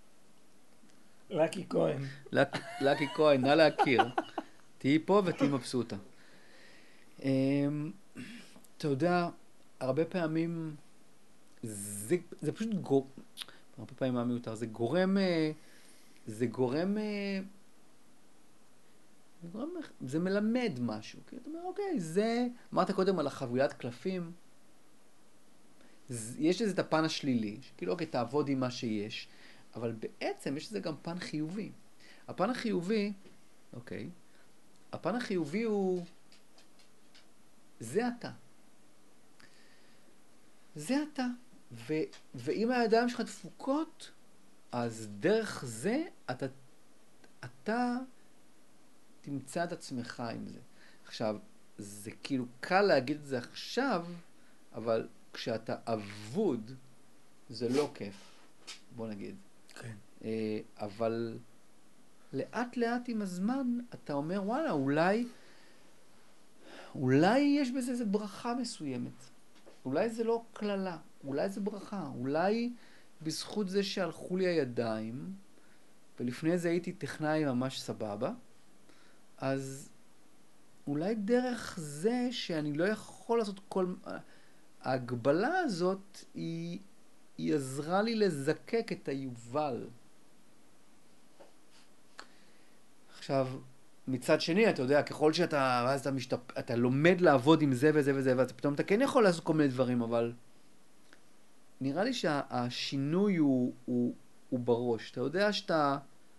S3: לקי כהן.
S2: לק- לקי כהן, נא להכיר. תהי פה ותהי מבסוטה. אמ, אתה יודע, הרבה פעמים זה, זה פשוט גור... הרבה פעמים מה מיותר, זה גורם... אה, זה גורם... אה, זה גורם... זה מלמד משהו. כי אתה אומר, אוקיי, זה... אמרת קודם על החבילת קלפים. ז- יש לזה את הפן השלילי, שכאילו, אוקיי, תעבוד עם מה שיש. אבל בעצם יש לזה גם פן חיובי. הפן החיובי, אוקיי, הפן החיובי הוא... זה אתה. זה אתה. ו... ואם הידיים שלך דפוקות, אז דרך זה אתה, אתה תמצא את עצמך עם זה. עכשיו, זה כאילו קל להגיד את זה עכשיו, אבל כשאתה אבוד, זה לא כיף. בוא נגיד.
S3: כן.
S2: אה, אבל לאט לאט עם הזמן אתה אומר וואלה אולי אולי יש בזה איזה ברכה מסוימת, אולי זה לא כללה, אולי זה ברכה, אולי בזכות זה שהלכו לי הידיים ולפני זה הייתי טכנאי ממש סבבה, אז אולי דרך זה שאני לא יכול לעשות כל... ההגבלה הזאת היא, היא עזרה לי לזקק את היובל. עכשיו, מצד שני, אתה יודע, ככל שאתה, ואז אתה, משתפ... אתה לומד לעבוד עם זה וזה וזה, ואז פתאום אתה כן יכול לעשות כל מיני דברים, אבל נראה לי שהשינוי הוא, הוא, הוא בראש. אתה יודע שאתה,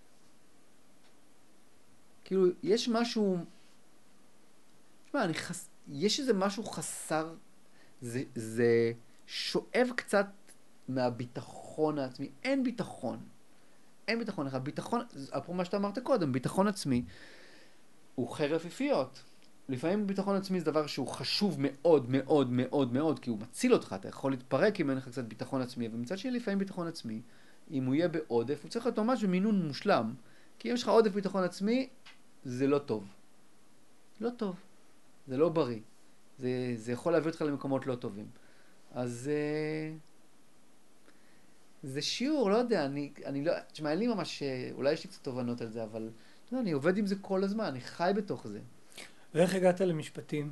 S2: כאילו, יש משהו, תשמע, אני חס... יש איזה משהו חסר, זה, זה שואב קצת מהביטחון העצמי. אין ביטחון. אין ביטחון לך. ביטחון, אפרופו מה שאתה אמרת קודם, ביטחון עצמי. הוא חרב פיפיות. לפעמים ביטחון עצמי זה דבר שהוא חשוב מאוד מאוד מאוד מאוד, כי הוא מציל אותך, אתה יכול להתפרק אם אין לך קצת ביטחון עצמי, ומצד שני לפעמים ביטחון עצמי, אם הוא יהיה בעודף, הוא צריך להיות ממש במינון מושלם, כי אם יש לך עודף ביטחון עצמי, זה לא טוב. לא טוב. זה לא בריא. זה, זה יכול להביא אותך למקומות לא טובים. אז אה, זה שיעור, לא יודע, אני, אני לא, תשמע, אין לי ממש, אולי יש לי קצת תובנות על זה, אבל לא, אני עובד עם זה כל הזמן, אני חי בתוך זה.
S3: ואיך הגעת למשפטים?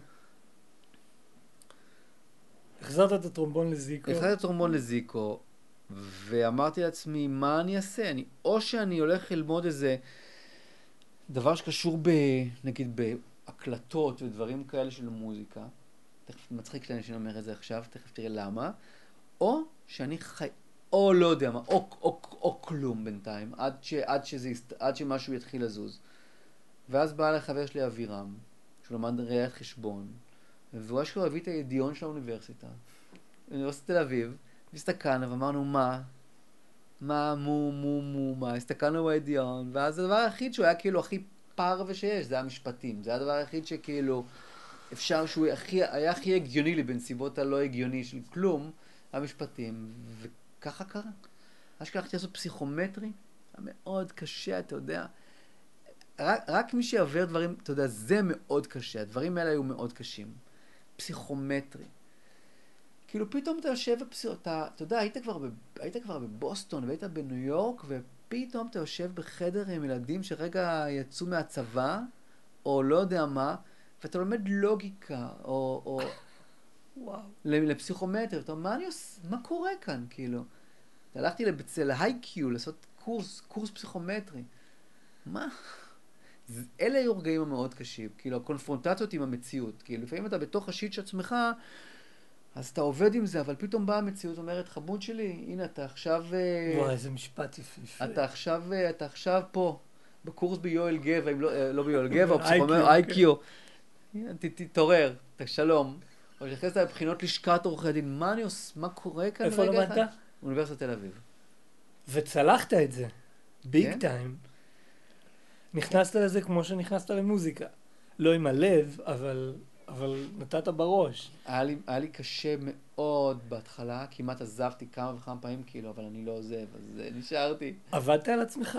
S3: החזרת את הטרומבון לזיקו?
S2: החזרתי את הטרומבון לזיקו, ואמרתי לעצמי, מה אני אעשה? אני, או שאני הולך ללמוד איזה דבר שקשור ב, נגיד, בהקלטות ודברים כאלה של מוזיקה, תכף מצחיק שאני אומר את זה עכשיו, תכף תראה למה, או שאני חי... או לא יודע מה, או, או, או, או כלום בינתיים, עד, ש, עד, שזה, עד שמשהו יתחיל לזוז. ואז בא לחבר שלי אבירם, שהוא למד ראיית חשבון, והוא אשכרה הביא את הידיון של האוניברסיטה, באוניברסיטת תל אביב, והסתכלנו ואמרנו מה, מה, מו, מו, מו, מה, הסתכלנו בידיון, ואז הדבר היחיד שהוא היה כאילו הכי פרווה שיש, זה המשפטים, זה הדבר היחיד שכאילו אפשר שהוא הכי, היה הכי הגיוני לי בנסיבות הלא הגיוני של כלום, המשפטים, וככה קרה. אשכרה הלכתי לעשות פסיכומטרי, היה מאוד קשה, אתה יודע. רק, רק מי שיעבר דברים, אתה יודע, זה מאוד קשה, הדברים האלה היו מאוד קשים. פסיכומטרי. כאילו פתאום אתה יושב בפסיכו... אתה, אתה יודע, היית כבר, ב, היית כבר בבוסטון והיית בניו יורק, ופתאום אתה יושב בחדר עם ילדים שרגע יצאו מהצבא, או לא יודע מה, ואתה לומד לוגיקה, או... או
S3: וואו.
S2: לפסיכומטר, אתה אומר, מה אני עושה, מה קורה כאן, כאילו? הלכתי להיי-קיו, לעשות קורס, קורס פסיכומטרי. מה? אלה היו רגעים המאוד קשים, כאילו, הקונפרונטציות עם המציאות, כאילו, לפעמים אתה בתוך השיט של עצמך, אז אתה עובד עם זה, אבל פתאום באה המציאות, אומרת, חמוד שלי, הנה, אתה עכשיו...
S3: וואי, איזה משפט יפהפה.
S2: אתה עכשיו, אתה עכשיו פה, בקורס ביואל גבע, לא, לא ביואל גבע, או פסיכומטרי, איי-קיו. תתעורר, שלום. או שהכנסת לבחינות לשכת עורכי דין, מה אני עושה, מה קורה כאן?
S3: איפה למדת?
S2: אוניברסיטת תל אביב.
S3: וצלחת את זה, ביג טיים. נכנסת לזה כמו שנכנסת למוזיקה. לא עם הלב, אבל, אבל נתת בראש.
S2: היה לי, היה לי קשה מאוד בהתחלה, כמעט עזבתי כמה וכמה פעמים כאילו, אבל אני לא עוזב, אז נשארתי.
S3: עבדת על עצמך?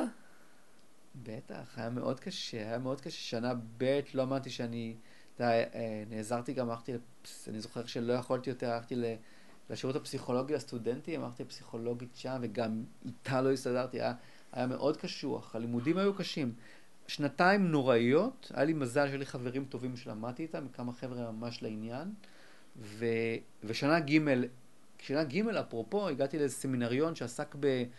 S2: בטח, היה מאוד קשה, היה מאוד קשה. שנה ב' לא אמרתי שאני... נעזרתי גם, הלכתי, אני זוכר שלא יכולתי יותר, הלכתי לשירות הפסיכולוגי לסטודנטים, הלכתי לפסיכולוגית שם, וגם איתה לא הסתדרתי, היה, היה מאוד קשוח, הלימודים היו קשים. שנתיים נוראיות, היה לי מזל שלי חברים טובים שלמדתי איתם, כמה חבר'ה ממש לעניין, ו, ושנה ג', שנה ג' אפרופו, הגעתי לאיזה סמינריון שעסק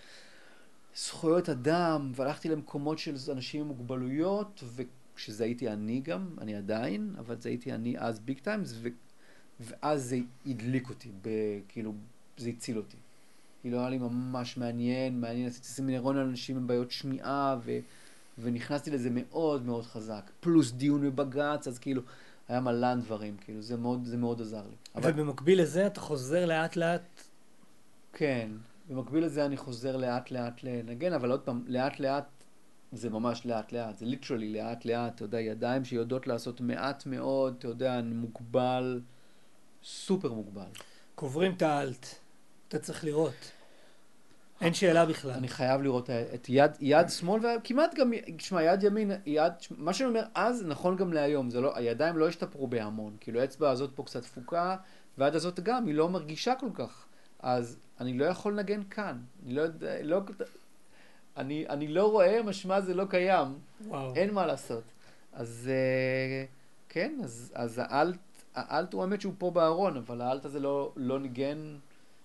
S2: בזכויות אדם, והלכתי למקומות של אנשים עם מוגבלויות, ו... שזה הייתי אני גם, אני עדיין, אבל זה הייתי אני אז ביג טיימס, ו... ואז זה הדליק אותי, ב... כאילו, זה הציל אותי. כאילו, היה לי ממש מעניין, מעניין, עשיתי סמינריון על אנשים עם בעיות שמיעה, ו... ונכנסתי לזה מאוד מאוד חזק. פלוס דיון בבג"ץ, אז כאילו, היה מלא דברים, כאילו, זה מאוד, זה מאוד עזר לי.
S3: אבל... ובמקביל לזה אתה חוזר לאט לאט?
S2: כן, במקביל לזה אני חוזר לאט לאט לנגן, אבל עוד פעם, לאט לאט, זה ממש לאט לאט, זה ליטרלי לאט לאט, אתה יודע, ידיים שיודעות לעשות מעט מאוד, אתה יודע, מוגבל, סופר מוגבל.
S3: קוברים את האלט, אתה צריך לראות. אין שאלה בכלל.
S2: אני חייב לראות את יד, יד שמאל, וכמעט גם, תשמע, יד ימין, יד, מה שאני אומר אז, נכון גם להיום, זה לא, הידיים לא השתפרו בהמון, כאילו האצבע הזאת פה קצת תפוקה, והיד הזאת גם, היא לא מרגישה כל כך, אז אני לא יכול לנגן כאן, אני לא יודע, לא... אני, אני לא רואה, משמע זה לא קיים.
S3: וואו.
S2: אין מה לעשות. אז כן, אז, אז האלט, האלט הוא האמת שהוא פה בארון, אבל האלט הזה לא, לא ניגן,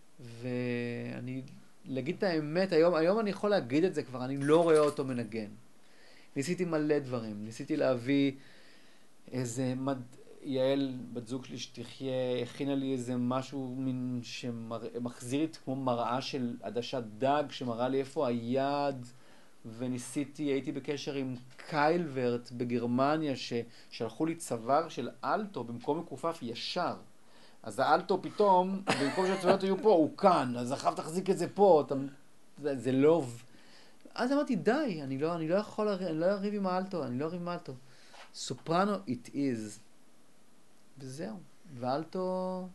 S2: ואני, להגיד את האמת, היום, היום אני יכול להגיד את זה כבר, אני לא רואה אותו מנגן. ניסיתי מלא דברים, ניסיתי להביא איזה מד... יעל, בת זוג שלי שתחיה, הכינה לי איזה משהו מין שמחזיר לי כמו מראה של עדשת דג, שמראה לי איפה היד, וניסיתי, הייתי בקשר עם קיילוורט בגרמניה, ששלחו לי צוואר של אלטו במקום מקופף ישר. אז האלטו פתאום, במקום שהצווארות היו פה, הוא כאן, אז אחר תחזיק את זה פה, אתה, זה, זה לוב. אז אמרתי, די, אני לא, אני לא יכול, אני לא אריב עם האלטו, אני לא אריב עם האלטו. סופרנו, it is. וזהו, ואלטו...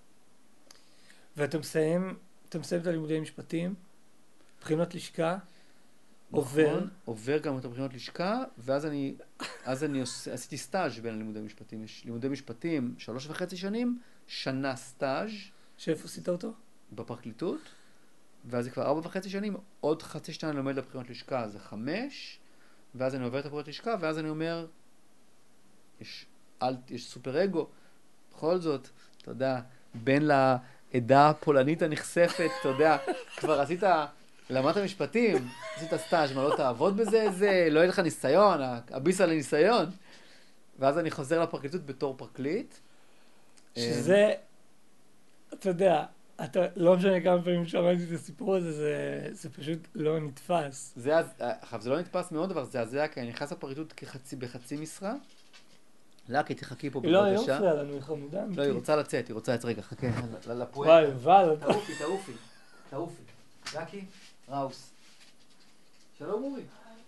S3: ואתה מסיים, אתה מסיים את הלימודי משפטים, בחינות לשכה,
S2: נכון,
S3: עובר.
S2: עובר גם את הבחינות לשכה, ואז אני, אז אני עושה, עשיתי סטאז' בין הלימודי משפטים. יש לימודי משפטים שלוש וחצי שנים, שנה סטאז'.
S3: שאיפה עשית אותו?
S2: בפרקליטות, ואז זה כבר ארבע וחצי שנים, עוד חצי שנה אני לומד לבחינות לשכה, זה חמש, ואז אני עובר את הבחינות לשכה, ואז אני אומר, יש... אל, יש סופר אגו, בכל זאת, אתה יודע, בין לעדה הפולנית הנחשפת, אתה יודע, כבר עשית, למדת משפטים, עשית סטאז', מה לא תעבוד בזה, זה, לא יהיה לך ניסיון, הביסה לניסיון, ואז אני חוזר לפרקליטות בתור פרקליט.
S3: שזה, אתה יודע, אתה, לא משנה כמה פעמים שמעתי את הסיפור הזה, זה, זה פשוט לא נתפס.
S2: זה, עכשיו, זה לא נתפס מאוד, אבל זה הזיה, כי אני נכנס לפרקליטות כחצי, בחצי משרה, לקי, תחכי פה בבקשה.
S3: לא, היא לא מפריעה לנו, היא חמודה.
S2: לא, היא רוצה לצאת, היא רוצה לצאת רגע, חכה.
S3: וואי, אבל...
S2: תעופי, תעופי, תעופי. לקי, ראוס. שלום אורי.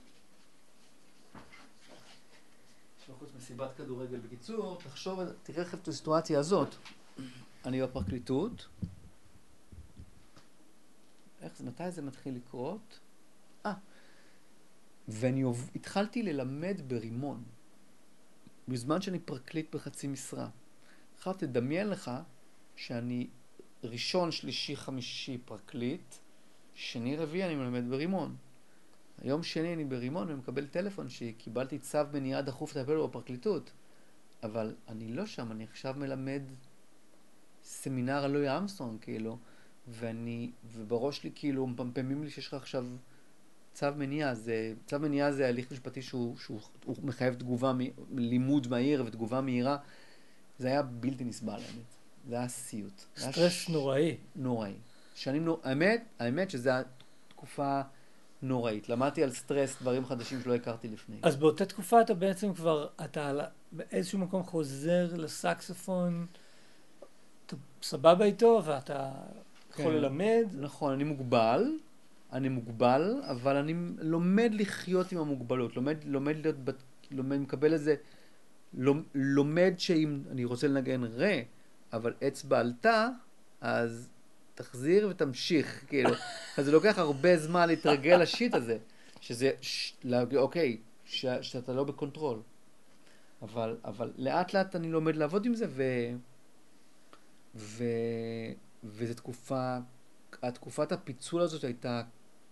S2: יש בחוץ מסיבת כדורגל. בקיצור, תחשוב, תראה איך את הסיטואציה הזאת. אני בפרקליטות. איך זה, מתי זה מתחיל לקרות? אה. ואני עוב- התחלתי ללמד ברימון, בזמן שאני פרקליט בחצי משרה. עכשיו תדמיין לך שאני ראשון, שלישי, חמישי פרקליט, שני, רביעי אני מלמד ברימון. היום שני אני ברימון ומקבל טלפון שקיבלתי צו מניעה דחוף לטפל בו בפרקליטות. אבל אני לא שם, אני עכשיו מלמד סמינר על לואי אמסטרונג, כאילו, ואני, ובראש שלי כאילו מפמפמים לי שיש לך עכשיו צו מניעה. זה, צו מניעה זה הליך משפטי שהוא, שהוא, הוא מחייב תגובה, מ- לימוד מהיר ותגובה מהירה. זה היה בלתי נסבל, האמת. זה היה סיוט. זה היה
S3: סטרס
S2: ש-
S3: נוראי.
S2: נוראי. שנים נור... האמת, האמת שזה היה תקופה נוראית. למדתי על סטרס, דברים חדשים שלא הכרתי לפני.
S3: אז באותה תקופה אתה בעצם כבר, אתה על- באיזשהו מקום חוזר לסקסופון, אתה סבבה איתו ואתה יכול
S2: כן.
S3: ללמד.
S2: נכון, אני מוגבל, אני מוגבל, אבל אני לומד לחיות עם המוגבלות, לומד, לומד להיות, בת- לומד, מקבל איזה, לומד, לומד שאם אני רוצה לנגן רע, אבל אצבע עלתה, אז תחזיר ותמשיך, כאילו. אז זה לוקח הרבה זמן להתרגל לשיט הזה, שזה, ש, להגיד, אוקיי, ש, שאתה לא בקונטרול. אבל, אבל לאט לאט אני לומד לעבוד עם זה, ו... ו... וזו תקופה, התקופת הפיצול הזאת הייתה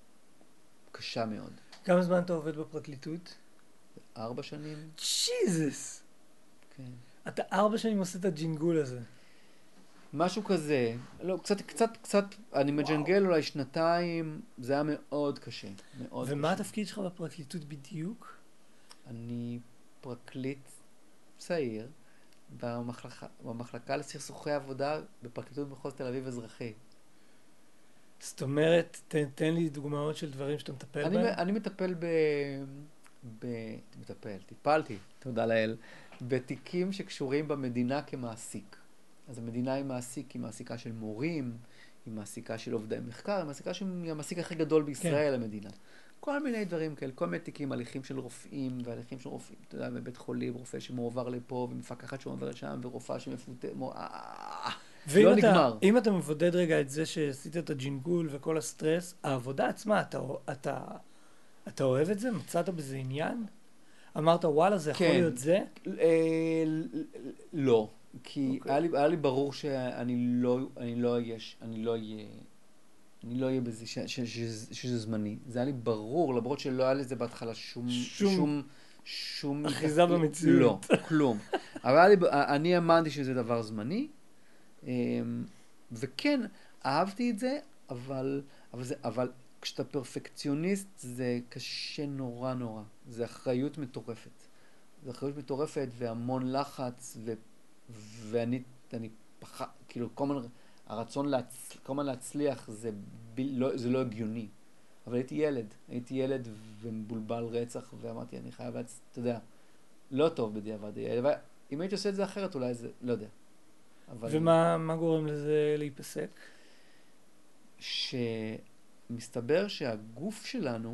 S2: קשה מאוד.
S3: כמה זמן אתה עובד בפרקליטות?
S2: ארבע שנים?
S3: ג'יזוס!
S2: כן.
S3: אתה ארבע שנים עושה את הג'ינגול הזה.
S2: משהו כזה. לא, קצת, קצת, קצת, אני מג'נגל אולי שנתיים, זה היה מאוד קשה. מאוד
S3: ומה
S2: קשה.
S3: התפקיד שלך בפרקליטות בדיוק?
S2: אני פרקליט צעיר במחלקה, במחלקה לסכסוכי עבודה בפרקליטות מחוז תל אביב אזרחי.
S3: זאת אומרת, תן, תן לי דוגמאות של דברים שאתה מטפל
S2: אני,
S3: בהם.
S2: אני מטפל ב... ב... מטפל, טיפלתי, תודה לאל, בתיקים שקשורים במדינה כמעסיק. אז המדינה היא מעסיק, היא מעסיקה של מורים, היא מעסיקה של עובדי מחקר, היא מעסיקה שהיא המעסיק הכי גדול בישראל, כן. המדינה. כל מיני דברים כאלה, כל מיני תיקים, הליכים של רופאים, והליכים של רופאים, אתה יודע, בבית חולים, רופא שמועבר לפה, ומפקחת שמועבר לשם, ורופאה שמפוטר, מור... לא נגמר.
S3: אם אתה מבודד רגע את זה שעשית את הג'ינגול וכל הסטרס, העבודה עצמה, אתה, אתה, אתה אוהב את זה? מצאת בזה עניין? אמרת, וואלה, זה יכול
S2: כן.
S3: להיות זה?
S2: אה, לא. כי
S3: אוקיי.
S2: היה לי, היה לי ברור שאני לא, אני לא אהיה, אני לא אהיה, אני לא אהיה בזה, ש, ש, ש, שזה זמני. זה היה לי ברור, למרות שלא היה לזה בהתחלה שום,
S3: שום-
S2: שום, שום...
S3: אחיזה במציאות.
S2: לא, כלום. אבל היה לי, אני האמנתי שזה דבר זמני, אמ, וכן, אהבתי את זה, אבל, אבל זה, אבל כשאתה פרפקציוניסט זה קשה נורא נורא. זה אחריות מטורפת. זה אחריות מטורפת והמון לחץ, ו, ואני, אני פח, כאילו, כל הזמן, הרצון להצ, כל הזמן להצליח זה, ב, לא, זה לא הגיוני. אבל הייתי ילד, הייתי ילד ומבולבל רצח, ואמרתי, אני חייב, להצ... אתה יודע, לא טוב בדיעבד. אבל אם הייתי עושה את זה אחרת, אולי זה, לא יודע. אבל...
S3: ומה מה גורם לזה להיפסק?
S2: שמסתבר שהגוף שלנו,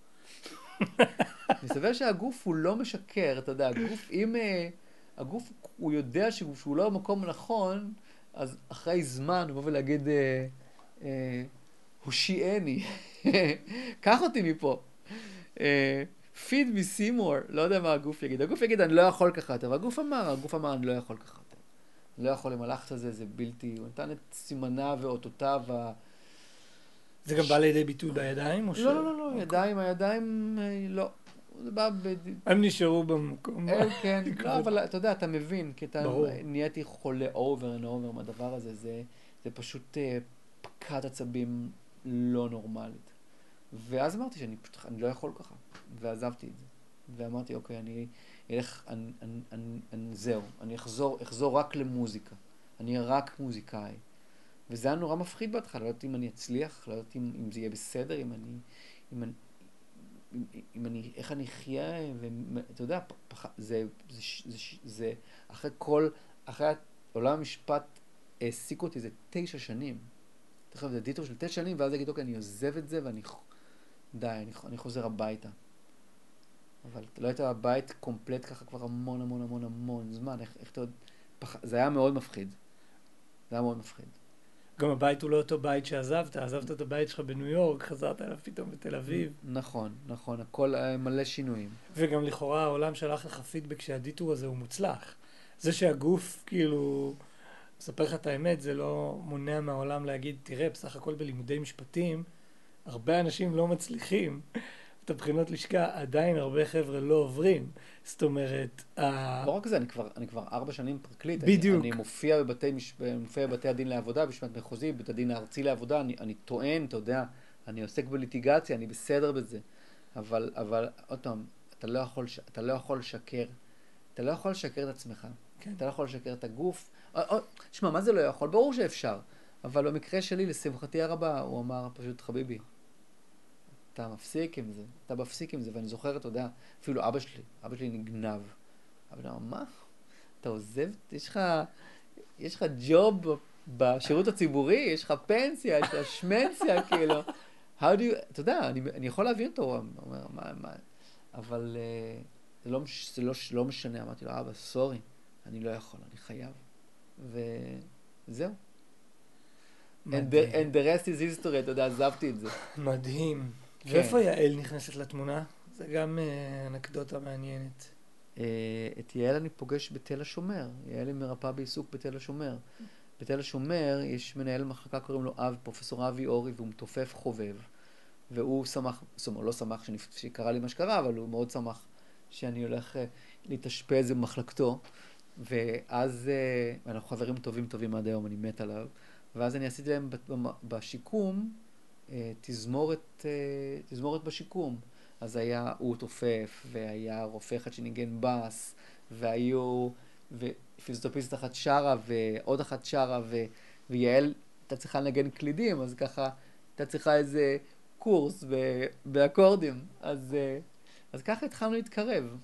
S2: מסתבר שהגוף הוא לא משקר, אתה יודע, הגוף, אם uh, הגוף הוא יודע שהוא, שהוא לא במקום נכון, אז אחרי זמן הוא בא ולהגיד, uh, uh, הושיעני, קח אותי מפה. פיד מי סימור, לא יודע מה הגוף יגיד. הגוף יגיד, אני לא יכול ככה יותר, והגוף אמר, הגוף אמר, אני לא יכול ככה יותר. אני לא יכול עם הלחץ הזה, זה בלתי, הוא נתן את סימניו ואותותיו.
S3: זה גם בא לידי ביטוי בידיים? או ש-
S2: לא, לא, לא, לא, ידיים, הידיים, אה, לא. זה בא ב...
S3: הם נשארו במקום.
S2: אה, כן, לא, אבל אתה יודע, אתה מבין, כי אתה
S3: ברור.
S2: נהייתי חולה over and over מהדבר הזה, זה, זה פשוט אה, פקעת עצבים לא נורמלית. ואז אמרתי שאני פשוט, אני לא יכול ככה, ועזבתי את זה. ואמרתי, אוקיי, אני אלך, אני, אני, אני, אני, זהו, אני אחזור, אחזור רק למוזיקה. אני אהיה רק מוזיקאי. וזה היה נורא מפחיד בהתחלה, לא יודעת אם אני אצליח, לא יודעת אם, אם זה יהיה בסדר, אם אני, אם אני, אם, אם אני, איך אני אחיה, ואתה יודע, פח, זה, זה, זה, זה, זה, אחרי כל, אחרי עולם המשפט העסיק אותי, זה תשע שנים. תכף, זה דיטור של תשע שנים, ואז אגיד, אוקיי, אני עוזב את זה, ואני, די, אני, אני חוזר הביתה. אבל לא היית בבית קומפלט ככה כבר המון המון המון המון זמן, איך, איך אתה עוד, פח, זה היה מאוד מפחיד. זה היה מאוד מפחיד.
S3: גם הבית הוא לא אותו בית שעזבת, עזבת את הבית שלך בניו יורק, חזרת אליו פתאום בתל אביב.
S2: נכון, נכון, הכל אה, מלא שינויים.
S3: וגם לכאורה העולם שלח לך פידבק שהדיטור הזה הוא מוצלח. זה שהגוף כאילו, מספר לך את האמת, זה לא מונע מהעולם להגיד, תראה, בסך הכל בלימודי משפטים, הרבה אנשים לא מצליחים. את הבחינות לשכה, עדיין הרבה חבר'ה לא עוברים. זאת אומרת,
S2: לא רק זה, אני כבר, אני כבר ארבע שנים פרקליט.
S3: בדיוק.
S2: אני, אני מופיע בבתי, מש- מופיע בבתי הדין לעבודה, במשפט מחוזי, בבית הדין הארצי לעבודה, אני, אני טוען, אתה יודע, אני עוסק בליטיגציה, אני בסדר בזה. אבל, אבל, עוד פעם, אתה לא יכול, ש- אתה לא יכול לשקר. אתה לא יכול לשקר את עצמך.
S3: כן.
S2: אתה לא יכול לשקר את הגוף. או, או, שמע, מה זה לא יכול? ברור שאפשר. אבל במקרה שלי, לשמחתי הרבה, הוא אמר פשוט, חביבי, אתה מפסיק עם זה, אתה מפסיק עם זה, ואני זוכר, אתה יודע, אפילו אבא שלי, אבא שלי נגנב. אבא שלי אמר, מה? אתה עוזב? יש לך, יש לך ג'וב בשירות הציבורי, יש לך פנסיה, יש לך שמנציה, כאילו. How do you, אתה יודע, אני, אני יכול להבין אותו, הוא אומר, מה, מה, אבל uh, זה, לא, זה לא, לא משנה, אמרתי לו, אבא, סורי, אני לא יכול, אני חייב. וזהו. And the, and the rest is history, אתה יודע, עזבתי את זה.
S3: מדהים.
S2: כן.
S3: ואיפה יעל נכנסת לתמונה? זה גם אה, אנקדוטה מעניינת.
S2: אה, את יעל אני פוגש בתל השומר. יעל היא מרפאה בעיסוק בתל השומר. בתל השומר יש מנהל מחלקה, קוראים לו אב, פרופסור אבי אורי, והוא מתופף חובב. והוא שמח, זאת אומרת, לא שמח שנפ- שקרה לי מה שקרה, אבל הוא מאוד שמח שאני הולך אה, להתאשפז במחלקתו. ואז, אה, אנחנו חברים טובים טובים עד היום, אני מת עליו. ואז אני עשיתי להם ב- במ- בשיקום, אה, תזמורת, אה, תזמורת בשיקום. אז היה הוא תופף, והיה רופא אחד שניגן בס, והיו, ופיזיותרפיסט אחת שרה, ועוד אחת שרה, ו, ויעל הייתה צריכה לנגן קלידים, אז ככה הייתה צריכה איזה קורס ב, באקורדים. אז, אה, אז ככה התחלנו להתקרב,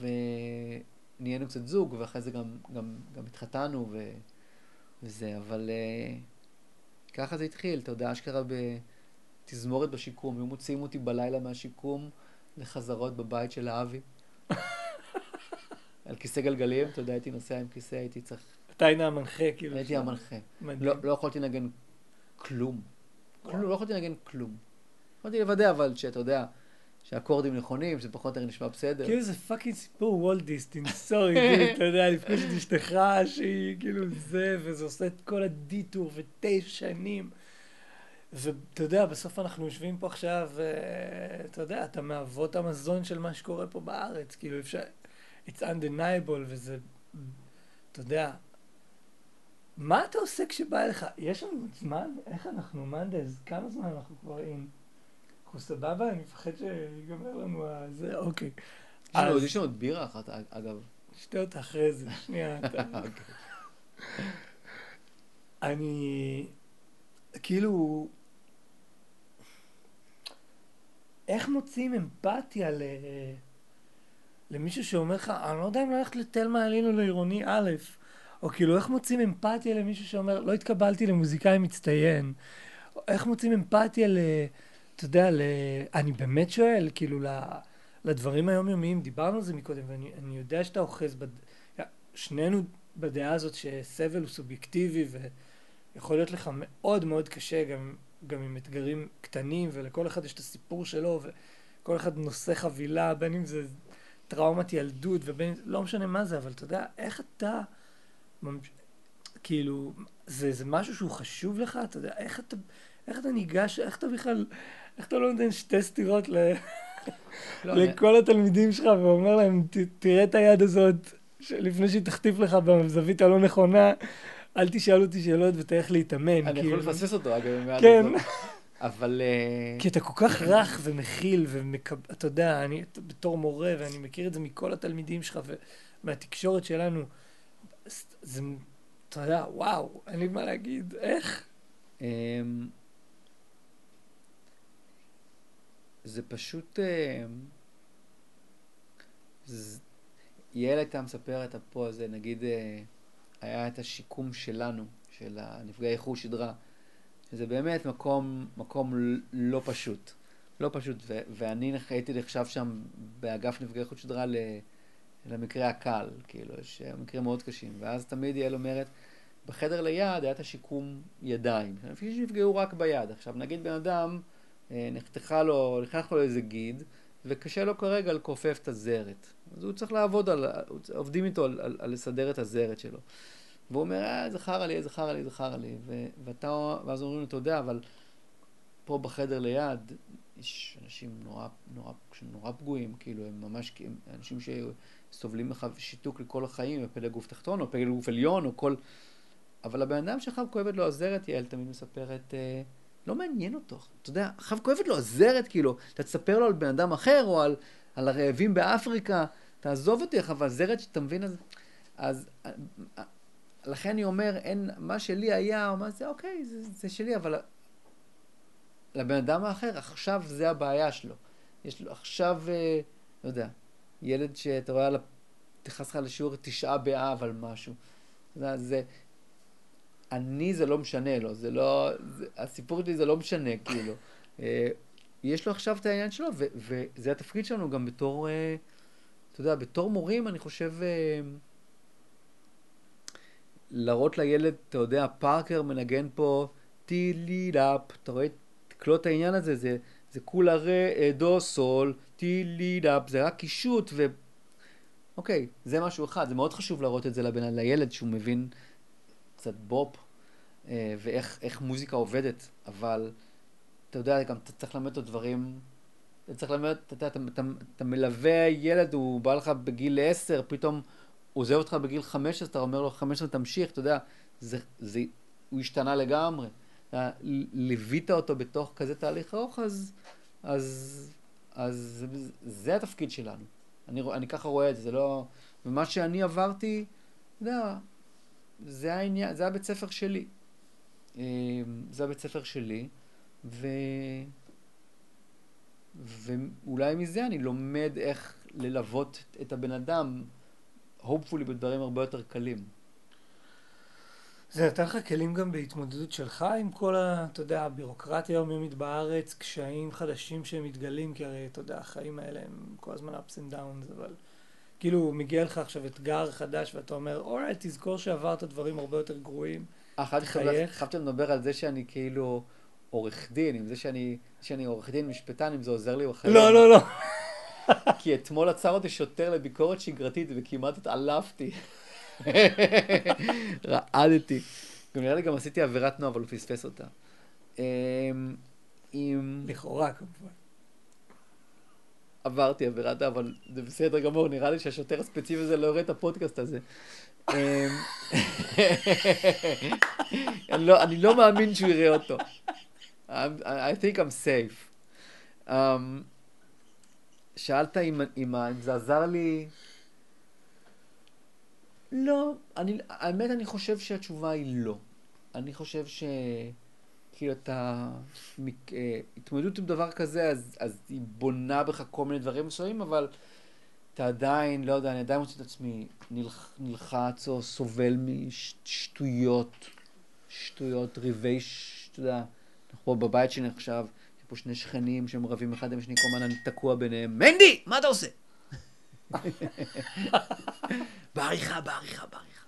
S2: ונהיינו קצת זוג, ואחרי זה גם, גם, גם התחתנו, ו, וזה, אבל אה, ככה זה התחיל, אתה יודע, אשכרה בתזמורת בשיקום, היו מוציאים אותי בלילה מהשיקום לחזרות בבית של האבי. על כיסא גלגלים, אתה יודע, הייתי נוסע עם כיסא, הייתי צריך...
S3: אתה היית המנחה, כאילו.
S2: הייתי
S3: שם.
S2: המנחה.
S3: מדהים.
S2: לא, לא יכולתי לנגן כלום. כלום, לא יכולתי לנגן כלום. יכולתי לוודא, אבל שאתה יודע, שהאקורדים נכונים, שזה פחות או יותר נשמע בסדר.
S3: כאילו זה פאקינג סיפור וולט דיסטין, סורי, אתה יודע, לפגוש את אשתך שהיא כאילו זה, וזה עושה את כל הדיטור, ותשע שנים. ואתה יודע, בסוף אנחנו יושבים פה עכשיו, ואתה יודע, אתה מאבות המזון של מה שקורה פה בארץ, כאילו אפשר, it's undeniable, וזה, אתה יודע, מה אתה עושה כשבא אליך? יש לנו זמן? איך אנחנו, מנדז? כמה זמן אנחנו כבר עם? אנחנו סבבה? אני מפחד שיגמר לנו הזה, אוקיי.
S2: יש לנו עוד- יש לנו עוד בירה אחת, אגב.
S3: שתה אותה אחרי זה, שנייה. אתה-
S2: אוקיי.
S3: אני, כאילו, איך מוצאים אמפתיה ל... למישהו שאומר לך, אני לא יודע אם ללכת לתלמה ילין או לעירוני א', או כאילו, איך מוצאים אמפתיה למישהו שאומר, לא התקבלתי למוזיקאי מצטיין, או איך מוצאים אמפתיה ל... אתה יודע, ל... אני באמת שואל, כאילו, ל... לדברים היומיומיים, דיברנו על זה מקודם, ואני אני יודע שאתה אוחז, בד... שנינו בדעה הזאת שסבל הוא סובייקטיבי, ויכול להיות לך מאוד מאוד קשה, גם, גם עם אתגרים קטנים, ולכל אחד יש את הסיפור שלו, וכל אחד נושא חבילה, בין אם זה טראומת ילדות, ובין, לא משנה מה זה, אבל אתה יודע, איך אתה, ממש... כאילו, זה, זה משהו שהוא חשוב לך, אתה יודע, איך אתה, איך אתה ניגש, איך אתה בכלל, איך אתה לא נותן שתי סתירות ל...
S2: לא,
S3: לכל התלמידים שלך, ואומר להם, "ת- תראה את היד הזאת, לפני שהיא תחטיף לך בזווית הלא נכונה, אל תשאל אותי שאלות ותלך להתאמן."
S2: אני
S3: כאילו.
S2: יכול לפספס אותו, אגב, מעט
S3: כן.
S2: הזאת. אבל... אה,
S3: כי אתה כל כך רך ומכיל, ואתה יודע, אני בתור מורה, ואני מכיר את זה מכל התלמידים שלך, ומהתקשורת שלנו, זה, אתה יודע, וואו, אין לי מה להגיד, איך?
S2: אמ, זה פשוט... אמ, ז- יעל הייתה מספרת פה הזה, נגיד, אה, היה את השיקום שלנו, של הנפגעי חוש שדרה, שזה באמת מקום, מקום ל- לא פשוט. לא פשוט, ו- ואני נח- הייתי נחשב שם באגף נפגעי חוש שדרה ל- למקרה הקל, כאילו, יש אה, מקרים מאוד קשים. ואז תמיד יעל אומרת, בחדר ליד היה את השיקום ידיים. לפי שנפגעו רק ביד. עכשיו, נגיד בן אדם, נחתכה לו, נכנח לו איזה גיד, וקשה לו כרגע לכופף את הזרת. אז הוא צריך לעבוד על, עובדים איתו על, על, על לסדר את הזרת שלו. והוא אומר, אה, זכר לי, זכר לי, זכר לי. ו- ואתה, ואז אומרים לו, אתה יודע, אבל פה בחדר ליד, יש אנשים נורא, נורא, נורא פגועים, כאילו, הם ממש, הם אנשים שסובלים לך שיתוק לכל החיים, פלג גוף תחתון, או פלג גוף עליון, או כל... אבל הבן אדם שאחר כואבת לו הזרת, יעל תמיד מספרת, אה, לא מעניין אותו. אתה יודע, אחר כואבת לו הזרת, כאילו, אתה תספר לו על בן אדם אחר, או על, על הרעבים באפריקה, תעזוב אותי, אבל הזרת שאתה מבין, אז, אז לכן אני אומר, אין, מה שלי היה, או מה זה, אוקיי, זה, זה שלי, אבל לבן אדם האחר, עכשיו זה הבעיה שלו. יש לו עכשיו, אה, לא יודע, ילד שאתה רואה, תכנס לך לשיעור תשעה באב על משהו. אתה יודע, זה... אני זה לא משנה לו, זה לא, זה, הסיפור שלי זה לא משנה, כאילו. אה, יש לו עכשיו את העניין שלו, ו, וזה התפקיד שלנו גם בתור, אה, אתה יודע, בתור מורים, אני חושב, אה, להראות לילד, אתה יודע, פארקר מנגן פה, טילידאפ, אתה רואה, תקלוט העניין הזה, זה, זה כולה רה, דו, סול, טילידאפ, זה רק קישוט, ו... אוקיי, זה משהו אחד, זה מאוד חשוב להראות את זה לבן, לילד שהוא מבין קצת בופ, ואיך איך מוזיקה עובדת, אבל אתה יודע, גם אתה צריך ללמד אותו דברים, אתה צריך ללמד, אתה יודע, אתה, אתה, אתה מלווה ילד, הוא בא לך בגיל עשר, פתאום הוא עוזב אותך בגיל חמש, אז אתה אומר לו, חמש עשרה תמשיך, אתה יודע, זה, זה, הוא השתנה לגמרי. אתה, ליווית אותו בתוך כזה תהליך ארוך, אז, אז, אז זה, זה התפקיד שלנו. אני, אני ככה רואה את זה, זה לא, ומה שאני עברתי, אתה יודע, זה העניין, זה הבית ספר שלי. זה הבית ספר שלי, ו... ואולי מזה אני לומד איך ללוות את הבן אדם, hopefully בדברים הרבה יותר קלים.
S3: זה נתן לך כלים גם בהתמודדות שלך עם כל ה... אתה יודע, הבירוקרטיה היומיומית בארץ, קשיים חדשים שהם מתגלים, כי הרי, אתה יודע, החיים האלה הם כל הזמן ups and downs, אבל כאילו מגיע לך עכשיו אתגר חדש, ואתה אומר, אולי, תזכור שעברת דברים הרבה יותר גרועים.
S2: חייבתי לדבר על זה שאני כאילו עורך דין, עם זה שאני, שאני עורך דין משפטן, אם זה עוזר לי בחיים.
S3: לא, לא, לא.
S2: כי אתמול עצר אותי שוטר לביקורת שגרתית, וכמעט התעלפתי. רעדתי. גם נראה לי גם עשיתי עבירת תנועה, אבל הוא פספס אותה. עם...
S3: לכאורה, כמובן.
S2: עברתי עבירת, אבל זה בסדר גמור, נראה לי שהשוטר הספציפי הזה לא יראה את הפודקאסט הזה. אני, לא, אני לא מאמין שהוא יראה אותו. I'm, I think I'm safe. Um, שאלת אם, אם, אם זה עזר לי... לא, אני, האמת אני חושב שהתשובה היא לא. אני חושב ש... כאילו אתה... התמודדות עם דבר כזה, אז, אז היא בונה בך כל מיני דברים מסוימים, אבל... אתה עדיין, לא יודע, אני עדיין מוצא את עצמי נלח, נלחץ או סובל משטויות, שטויות, ריבי, אתה יודע, אנחנו פה בבית שלי עכשיו, יש פה שני שכנים שהם רבים אחד עם השני, כל הזמן אני תקוע ביניהם, מנדי, מה אתה עושה? בעריכה, בעריכה, בעריכה.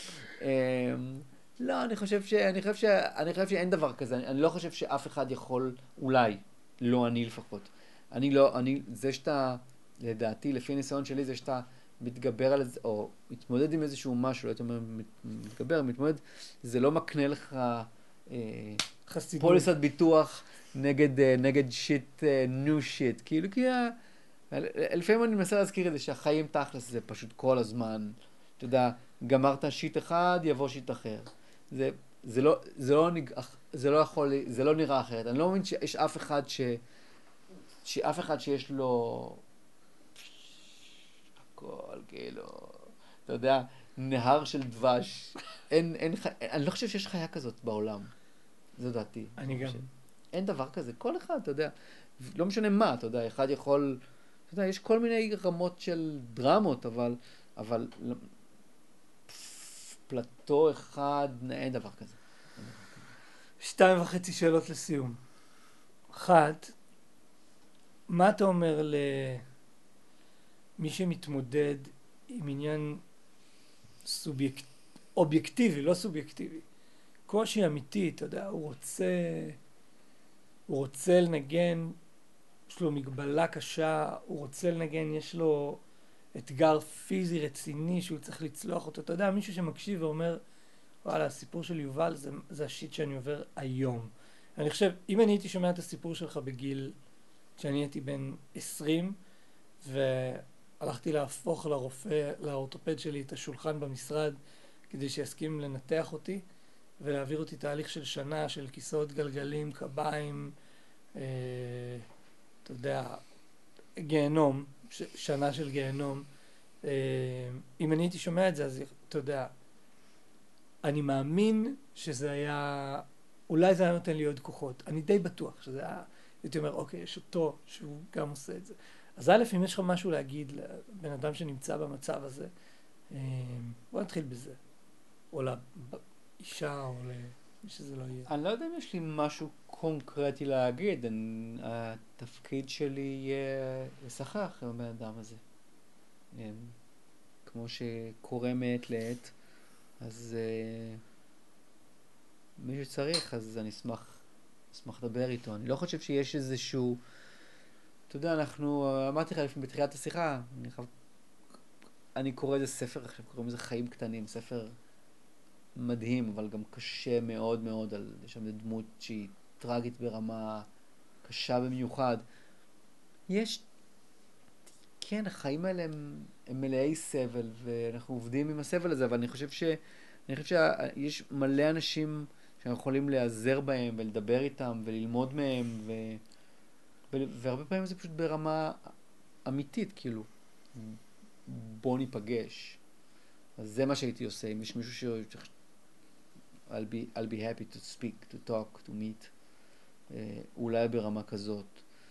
S2: לא, אני חושב ש... אני חושב ש... אני חושב שאין דבר כזה, אני, אני לא חושב שאף אחד יכול, אולי, לא אני לפחות. אני לא, אני, זה שאתה... לדעתי, לפי הניסיון שלי, זה שאתה מתגבר על זה, או מתמודד עם איזשהו משהו, לא הייתי אומר, מתגבר, מתמודד, זה לא מקנה לך אה, פוליסת ביטוח נגד, אה, נגד שיט, אה, ניו שיט. כאילו, כי אה, לפעמים אני מנסה להזכיר את זה, שהחיים תכלס זה פשוט כל הזמן. אתה יודע, גמרת שיט אחד, יבוא שיט אחר. זה, זה לא, זה לא, זה לא יכול, זה לא נראה אחרת. אני לא מבין שיש אף אחד ש, שאף אחד שיש לו... הכל, כאילו, אתה יודע, נהר של דבש. אין, אין, אני לא חושב שיש חיה כזאת בעולם. זו דעתי.
S3: אני גם.
S2: אין דבר כזה. כל אחד, אתה יודע, לא משנה מה, אתה יודע, אחד יכול, אתה יודע, יש כל מיני רמות של דרמות, אבל, אבל, פלטו אחד, אין דבר כזה.
S3: שתיים וחצי שאלות לסיום. אחת, מה אתה אומר ל... מי שמתמודד עם עניין סובייקט... אובייקטיבי, לא סובייקטיבי. קושי אמיתי, אתה יודע, הוא רוצה, הוא רוצה לנגן, יש לו מגבלה קשה, הוא רוצה לנגן, יש לו אתגר פיזי רציני שהוא צריך לצלוח אותו. אתה יודע, מישהו שמקשיב ואומר, וואלה, הסיפור של יובל זה, זה השיט שאני עובר היום. אני חושב, אם אני הייתי שומע את הסיפור שלך בגיל, כשאני הייתי בן עשרים, והלכתי להפוך לרופא, לאורתופד שלי את השולחן במשרד, כדי שיסכים לנתח אותי, ולהעביר אותי תהליך של שנה, של כיסאות גלגלים, קביים, אה, אתה יודע, גיהנום, ש- שנה של גיהנום. אה, אם אני הייתי שומע את זה, אז אתה יודע, אני מאמין שזה היה, אולי זה היה נותן לי עוד כוחות. אני די בטוח שזה היה, הייתי אומר, אוקיי, יש אותו שהוא גם עושה את זה. אז א', אם יש לך משהו להגיד לבן אדם שנמצא במצב הזה, אה, בוא נתחיל בזה. או לאישה, או למי שזה לא יהיה.
S2: אני לא יודע אם יש לי משהו קונקרטי להגיד. אני, התפקיד שלי יהיה לשחח עם הבן אדם הזה. אה, כמו שקורה מעת לעת. אז uh, מי שצריך, אז אני אשמח, אשמח לדבר איתו. אני לא חושב שיש איזשהו, אתה יודע, אנחנו, אמרתי לך לפני בתחילת השיחה, אני, חו... אני קורא איזה ספר עכשיו, קוראים לזה חיים קטנים, ספר מדהים, אבל גם קשה מאוד מאוד, על, יש שם דמות שהיא טרגית ברמה קשה במיוחד. יש, כן, החיים האלה הם, הם מלאי סבל, ואנחנו עובדים עם הסבל הזה, אבל אני חושב ש... אני חושב שיש מלא אנשים שאנחנו יכולים להיעזר בהם ולדבר איתם וללמוד מהם, ו... ו... והרבה פעמים זה פשוט ברמה אמיתית, כאילו, בוא ניפגש. אז זה מה שהייתי עושה, אם יש מישהו ש... I'll be, I'll be happy to speak, to talk, to meet, אולי ברמה כזאת.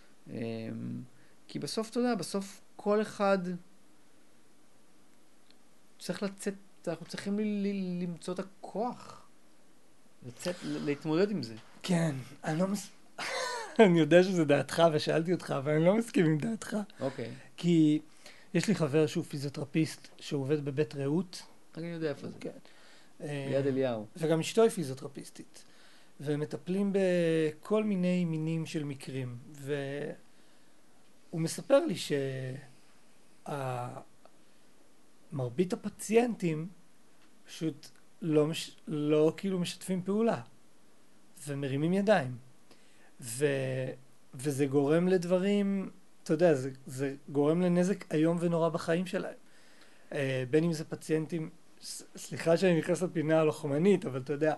S2: כי בסוף, אתה יודע, בסוף כל אחד צריך לצאת, אנחנו צריכים ל- ל- למצוא את הכוח, לצאת, להתמודד עם זה.
S3: כן, אני לא מס... אני יודע שזה דעתך ושאלתי אותך, אבל אני לא מסכים עם דעתך.
S2: אוקיי.
S3: כי יש לי חבר שהוא פיזיותרפיסט, שהוא עובד בבית רעות.
S2: אני יודע איפה זה.
S3: כן.
S2: ליד אליהו.
S3: וגם אשתו היא פיזיותרפיסטית. והם מטפלים בכל מיני מינים של מקרים. והוא מספר לי שמרבית הפציינטים פשוט לא, מש... לא כאילו משתפים פעולה. ומרימים ידיים. ו... וזה גורם לדברים, אתה יודע, זה, זה גורם לנזק איום ונורא בחיים שלהם. Uh, בין אם זה פציינטים, ס... סליחה שאני נכנס לפינה הלוחמנית, אבל אתה יודע,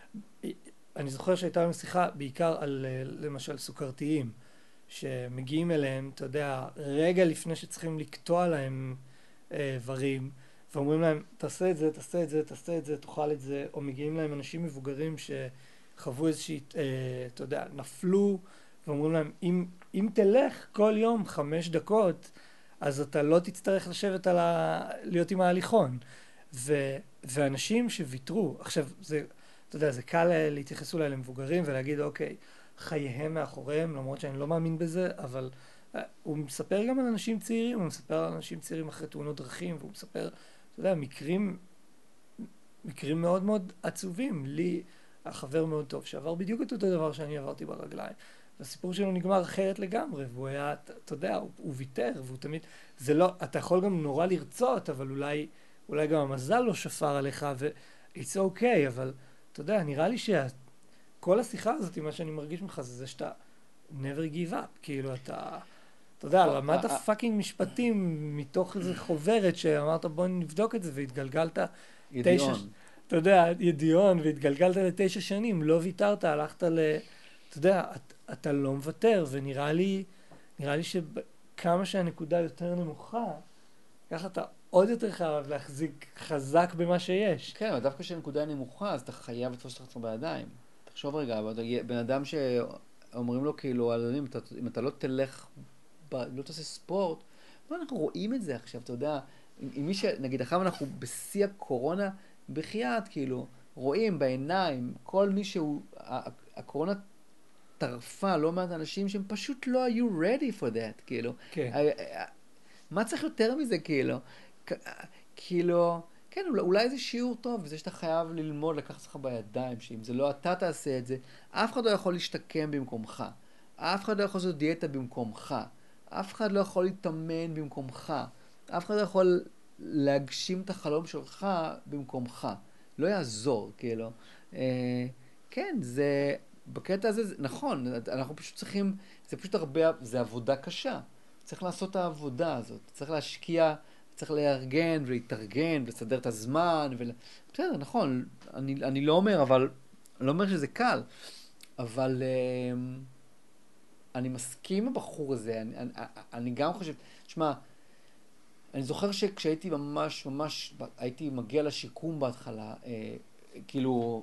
S3: אני זוכר שהייתה לנו שיחה בעיקר על, למשל, סוכרתיים, שמגיעים אליהם, אתה יודע, רגע לפני שצריכים לקטוע להם איברים, uh, ואומרים להם, תעשה את זה, תעשה את זה, תעשה את זה, תאכל את זה, או מגיעים להם אנשים מבוגרים ש... חוו איזושהי, אה, אתה יודע, נפלו, ואומרים להם, אם, אם תלך כל יום חמש דקות, אז אתה לא תצטרך לשבת על ה... להיות עם ההליכון. ו, ואנשים שוויתרו, עכשיו, זה, אתה יודע, זה קל להתייחס אולי למבוגרים ולהגיד, אוקיי, חייהם מאחוריהם, למרות שאני לא מאמין בזה, אבל אה, הוא מספר גם על אנשים צעירים, הוא מספר על אנשים צעירים אחרי תאונות דרכים, והוא מספר, אתה יודע, מקרים, מקרים מאוד מאוד עצובים. לי, החבר מאוד טוב, שעבר בדיוק את אותו דבר שאני עברתי ברגליים. והסיפור שלו נגמר אחרת לגמרי, והוא היה, אתה יודע, הוא, הוא ויתר, והוא תמיד, זה לא, אתה יכול גם נורא לרצות, אבל אולי, אולי גם המזל לא שפר עליך, ו-it's okay, אבל אתה יודע, נראה לי שכל השיחה הזאת, מה שאני מרגיש ממך, זה זה שאתה never give up, כאילו אתה, אתה יודע, למדת פאקינג משפטים מתוך איזו חוברת שאמרת בוא נבדוק את זה, והתגלגלת
S2: ידיעון.
S3: אתה יודע, ידיעון, והתגלגלת לתשע שנים, לא ויתרת, הלכת ל... אתה יודע, אתה, אתה לא מוותר, ונראה לי, נראה לי שכמה שהנקודה יותר נמוכה, ככה אתה עוד יותר חייב להחזיק חזק במה שיש.
S2: כן, אבל דווקא כשהנקודה נמוכה, אז אתה חייב לתפוס לך בידיים. תחשוב רגע, בן אדם שאומרים לו כאילו, אם אתה, אם אתה לא תלך, לא תעשה ספורט, לא, אנחנו רואים את זה עכשיו, אתה יודע, עם מי שנגיד, עכשיו אנחנו בשיא הקורונה, בחייאת, כאילו, רואים בעיניים, כל מי שהוא, הקורונה טרפה, לא מעט אנשים שהם פשוט לא היו ready for that, כאילו.
S3: כן.
S2: מה צריך יותר מזה, כאילו? כאילו, כן, אולי, אולי זה שיעור טוב, וזה שאתה חייב ללמוד, לקחת לך בידיים, שאם זה לא אתה תעשה את זה, אף אחד לא יכול להשתקם במקומך. אף אחד לא יכול לעשות דיאטה במקומך. אף אחד לא יכול להתאמן במקומך. אף אחד לא יכול להגשים את החלום שלך במקומך. לא יעזור, כאילו. אה, כן, זה, בקטע הזה, זה, נכון, אנחנו פשוט צריכים, זה פשוט הרבה, זה עבודה קשה. צריך לעשות את העבודה הזאת. צריך להשקיע, צריך לארגן ולהתארגן, ולסדר את הזמן, ול... בסדר, נכון, אני, אני לא אומר, אבל, אני לא אומר שזה קל, אבל אה, אני מסכים עם הבחור הזה, אני, אני, אני גם חושב, תשמע, אני זוכר שכשהייתי ממש, ממש, הייתי מגיע לשיקום בהתחלה, אה, כאילו,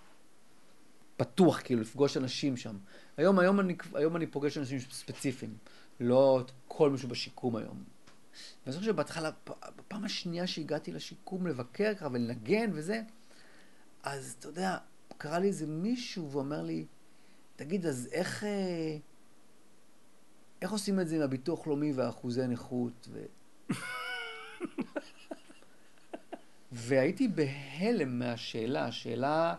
S2: פתוח, כאילו, לפגוש אנשים שם. היום, היום אני, היום אני פוגש אנשים ספציפיים, לא את כל מישהו בשיקום היום. ואני זוכר שבהתחלה, בפעם השנייה שהגעתי לשיקום לבקר ככה ולנגן וזה, אז אתה יודע, קרא לי איזה מישהו ואומר לי, תגיד, אז איך, אה, איך עושים את זה עם הביטוח לאומי והאחוזי נכות? ו... והייתי בהלם מהשאלה, השאלה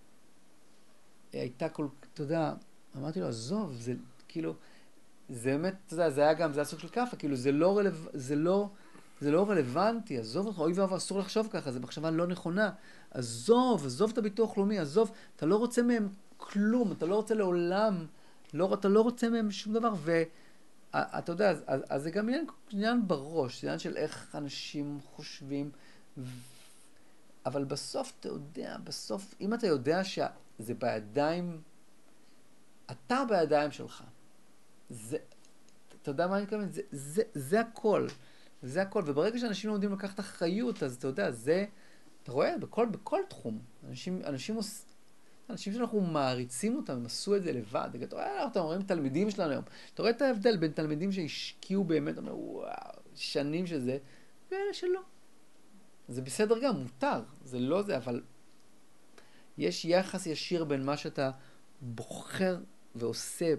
S2: הייתה כל, אתה יודע, אמרתי לו, עזוב, זה כאילו, זה באמת, אתה יודע, זה היה גם, זה היה סוג של קפה, כאילו, זה לא רלו... זה לא, זה לא רלוונטי, עזוב אותך, אוי ואבוי, אסור לחשוב ככה, זו מחשבה לא נכונה. עזוב, עזוב את הביטוח לאומי, עזוב, אתה לא רוצה מהם כלום, אתה לא רוצה לעולם, לא, אתה לא רוצה מהם שום דבר, ואתה יודע, אז, אז, אז זה גם עניין, עניין בראש, זה עניין של איך אנשים חושבים, ו... אבל בסוף, אתה יודע, בסוף, אם אתה יודע שזה בידיים, אתה בידיים שלך, זה, אתה יודע מה אני מתכוון? זה, זה, זה הכל. זה הכל. וברגע שאנשים לומדים לקחת אחריות, אז אתה יודע, זה, אתה רואה, בכל, בכל תחום. אנשים, אנשים, אנשים שאנחנו מעריצים אותם, הם עשו את זה לבד. אתה רואה, אתה רואה תלמידים שלנו היום. אתה רואה את ההבדל בין תלמידים שהשקיעו באמת, אומר, וואו, שנים שזה, ואלה שלא. זה בסדר גם, מותר. זה לא זה, אבל יש יחס ישיר בין מה שאתה בוחר ועושה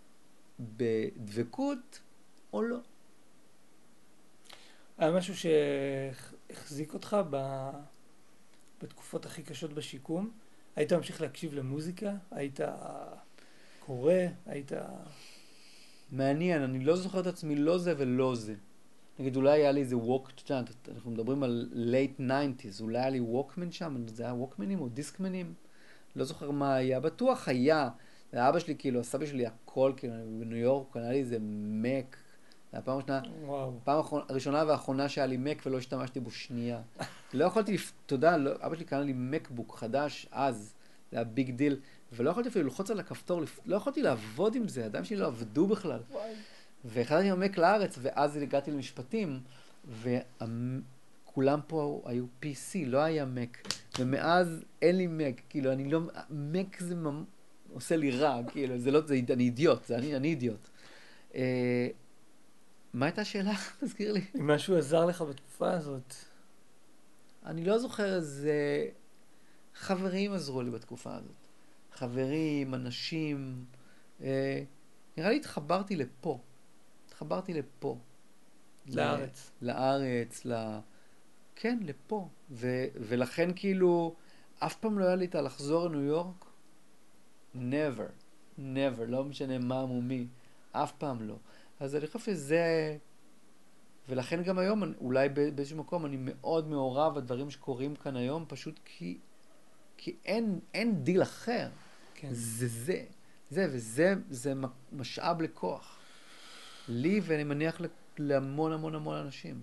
S2: בדבקות או לא.
S3: היה משהו שהחזיק אותך ב... בתקופות הכי קשות בשיקום? היית ממשיך להקשיב למוזיקה? היית קורא? היית...
S2: מעניין, אני לא זוכר את עצמי לא זה ולא זה. נגיד, אולי היה לי איזה ווק, אנחנו מדברים על late nineties, אולי היה לי ווקמן שם, זה היה ווקמנים או דיסקמנים? לא זוכר מה היה, בטוח היה. ואבא שלי, כאילו, הסבא שלי, הכל, כאילו, בניו יורק, קנה לי איזה מק. זה הפעם הראשונה, פעם הראשונה והאחרונה שהיה לי מק ולא השתמשתי בו שנייה. לא יכולתי, תודה, לא, אבא שלי קנה לי מקבוק חדש אז, זה היה ביג דיל, ולא יכולתי אפילו ללחוץ על הכפתור, לא יכולתי לעבוד עם זה, הידיים שלי לא עבדו בכלל. והחלטתי עם המק לארץ, ואז הגעתי למשפטים, וכולם פה היו פי סי, לא היה מק, ומאז אין לי מק, כאילו, אני לא, מק זה ממש, עושה לי רע, כאילו, זה לא, זה, אני אידיוט, זה אני, אני אידיוט. אה, מה הייתה השאלה? תזכיר לי.
S3: אם משהו עזר לך בתקופה הזאת?
S2: אני לא זוכר איזה חברים עזרו לי בתקופה הזאת. חברים, אנשים, אה, נראה לי התחברתי לפה. התחברתי לפה.
S3: לארץ.
S2: ל, לארץ, ל... כן, לפה. ו, ולכן כאילו, אף פעם לא היה לי את הלחזור לניו יורק. never, never, לא משנה מה מומי, אף פעם לא. אז אני חושב שזה, ולכן גם היום, אולי באיזשהו מקום, אני מאוד מעורב בדברים שקורים כאן היום, פשוט כי, כי אין, אין דיל אחר.
S3: כן.
S2: זה זה, זה, וזה, זה משאב לכוח. לי, ואני מניח להמון המון המון אנשים.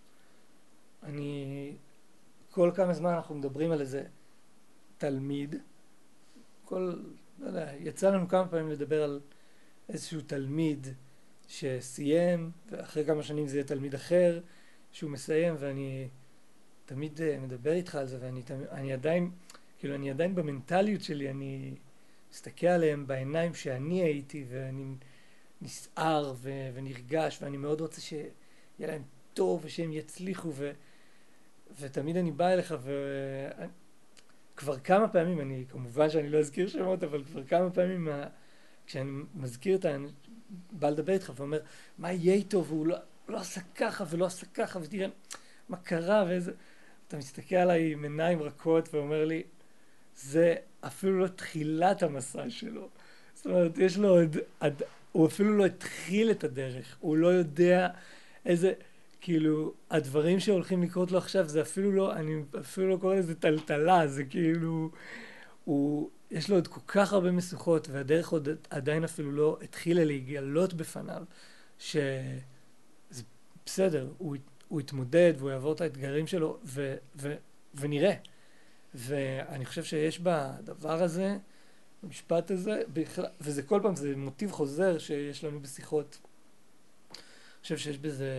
S3: אני, כל כמה זמן אנחנו מדברים על איזה תלמיד, כל, לא יודע, יצא לנו כמה פעמים לדבר על איזשהו תלמיד שסיים, ואחרי כמה שנים זה יהיה תלמיד אחר שהוא מסיים, ואני תמיד מדבר איתך על זה, ואני אני עדיין, כאילו, אני עדיין במנטליות שלי, אני מסתכל עליהם בעיניים שאני הייתי, ואני נסער ו- ונרגש, ואני מאוד רוצה שיהיה להם טוב, ושהם יצליחו, ו- ותמיד אני בא אליך, ו... כבר כמה פעמים, אני, כמובן שאני לא אזכיר שמות, אבל כבר כמה פעמים, מה, כשאני מזכיר את האנשים, בא לדבר איתך ואומר, מה יהיה איתו, והוא לא, לא עשה ככה ולא עשה ככה, ותראה מה קרה, ואיזה... אתה מסתכל עליי עם עיניים רכות ואומר לי, זה אפילו לא תחילת המסע שלו. זאת אומרת, יש לו עוד, עד, הוא אפילו לא התחיל את הדרך, הוא לא יודע איזה, כאילו, הדברים שהולכים לקרות לו עכשיו, זה אפילו לא, אני אפילו לא קורא לזה טלטלה, זה כאילו, הוא, יש לו עוד כל כך הרבה משוכות, והדרך עוד עדיין אפילו לא התחילה להיגלות בפניו, שזה בסדר, הוא, הוא יתמודד והוא יעבור את האתגרים שלו, ו, ו, ונראה. ואני חושב שיש בדבר הזה, במשפט הזה, וזה כל פעם, זה מוטיב חוזר שיש לנו בשיחות. אני חושב שיש בזה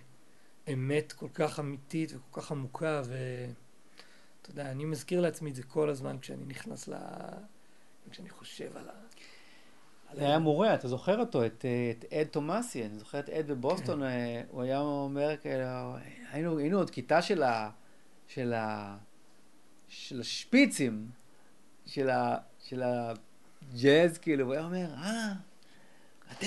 S3: אמת כל כך אמיתית וכל כך עמוקה, ואתה יודע, אני מזכיר לעצמי את זה כל הזמן כשאני נכנס ל... כשאני חושב על ה...
S2: זה היה מורה, אתה זוכר אותו, את, את אד תומאסי, אני זוכר את אד בבוסטון, כן. הוא היה אומר, כאילו, היינו, היינו עוד כיתה של ה... של ה... של השפיצים, של ה... של הג'אז, כאילו, הוא היה אומר, אה, אתם,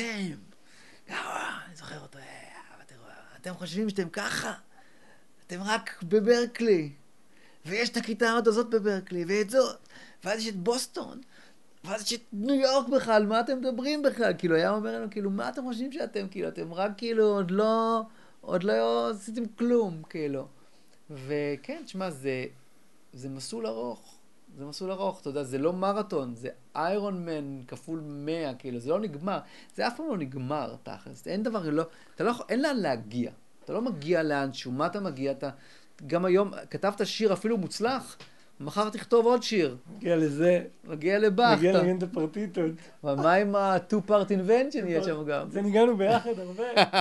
S2: אני זוכר אותו, אתם חושבים שאתם ככה? אתם רק בברקלי, ויש את הכיתה עוד הזאת בברקלי, ואת זאת, ואז יש את בוסטון, ואז יש את ניו יורק בכלל, מה אתם מדברים בכלל? כאילו, היה אומר לנו, כאילו, מה אתם חושבים שאתם, כאילו, אתם רק, כאילו, עוד לא, עוד לא עשיתם כלום, כאילו. וכן, תשמע, זה, זה מסלול ארוך. זה מסלול ארוך, אתה יודע, זה לא מרתון, זה איירון מן כפול מאה, כאילו, זה לא נגמר. זה אף פעם לא נגמר, תכלס. אין דבר, לא, אתה לא, אין לאן להגיע. אתה לא מגיע לאנשהו, מה אתה מגיע? אתה, גם היום, כתבת שיר אפילו מוצלח, מחר תכתוב עוד שיר.
S3: מגיע לזה.
S2: מגיע לבחת.
S3: מגיע לנגן את הפרטיטות.
S2: ומה עם ה-two part invention יש שם גם?
S3: זה ניגענו ביחד הרבה.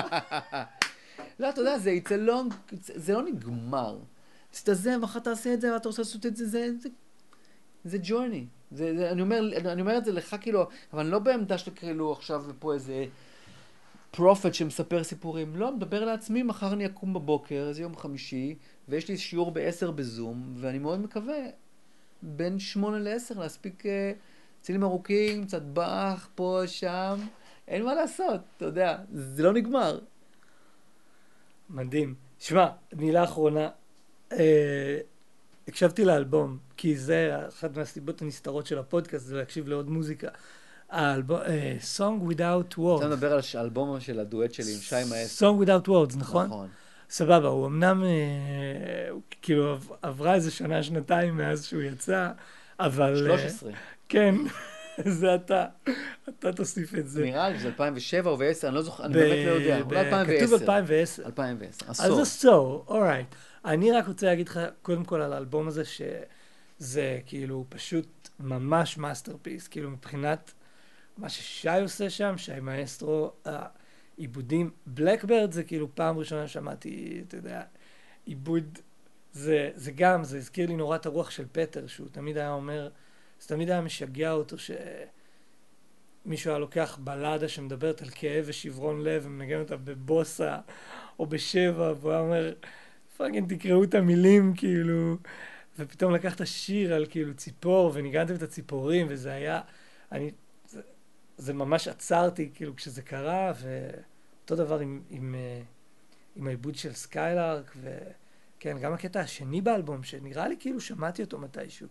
S2: לא, אתה יודע, זה, זה לא, זה לא נגמר. אז אתה זה, מחר תעשה את זה, ואתה רוצה לעשות את זה, זה, זה, זה ג'ורני. זה, זה, אני אומר, אני אומר את זה לך כאילו, אבל אני לא בעמדה של כאילו עכשיו פה איזה פרופט שמספר סיפורים. לא, מדבר לעצמי, מחר אני אקום בבוקר, איזה יום חמישי, ויש לי שיעור בעשר בזום, ואני מאוד מקווה בין שמונה לעשר להספיק uh, צילים ארוכים, קצת בח, פה, שם. אין מה לעשות, אתה יודע, זה לא נגמר.
S3: מדהים. שמע, מילה אחרונה. אה, הקשבתי לאלבום, כי זה אחת מהסיבות הנסתרות של הפודקאסט, זה להקשיב לעוד מוזיקה. האלבום, אה, Song Without Words.
S2: אתה מדבר על האלבום של הדואט שלי עם שי מאסטרו.
S3: Song Without Words, נכון?
S2: נכון.
S3: סבבה, הוא אמנם, אה, כאילו עברה איזה שנה, שנתיים מאז שהוא יצא, אבל...
S2: שלוש עשרה.
S3: כן, זה אתה, אתה תוסיף את זה.
S2: נראה לי, זה אלפיים ושבע או עשר, אני לא זוכר, אני באמת לא יודע. אולי אלפיים ועשר.
S3: כתוב אלפיים ועשר.
S2: אלפיים ועשר,
S3: עשור. אז עשור, אורייט. אני רק רוצה להגיד לך, קודם כל על האלבום הזה, שזה כאילו פשוט ממש מאסטרפיס, כאילו מבחינת מה ששי עושה שם, שי מאסטרו, העיבודים, בלקברד זה כאילו פעם ראשונה שמעתי, אתה יודע, עיבוד, זה, זה גם, זה הזכיר לי נורא את הרוח של פטר, שהוא תמיד היה אומר, זה תמיד היה משגע אותו שמישהו היה לוקח בלדה שמדברת על כאב ושברון לב ומנגן אותה בבוסה או בשבע, והוא היה אומר, פאקינג תקראו את המילים, כאילו, ופתאום לקח את השיר על כאילו ציפור וניגנתם את הציפורים, וזה היה, אני, זה, זה ממש עצרתי כאילו כשזה קרה, ואותו דבר עם, עם, עם העיבוד של סקיילארק, וכן, גם הקטע השני באלבום, שנראה לי כאילו שמעתי אותו מתישהו,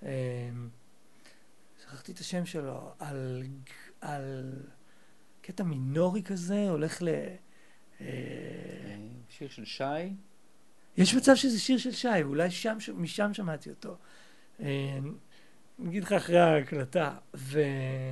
S3: שכחתי את השם שלו, על, על קטע מינורי כזה, הולך ל...
S2: שיר של שי?
S3: יש מצב שזה שיר של שי, אולי שם, משם שמעתי אותו. נגיד לך אחרי ההקלטה. ו...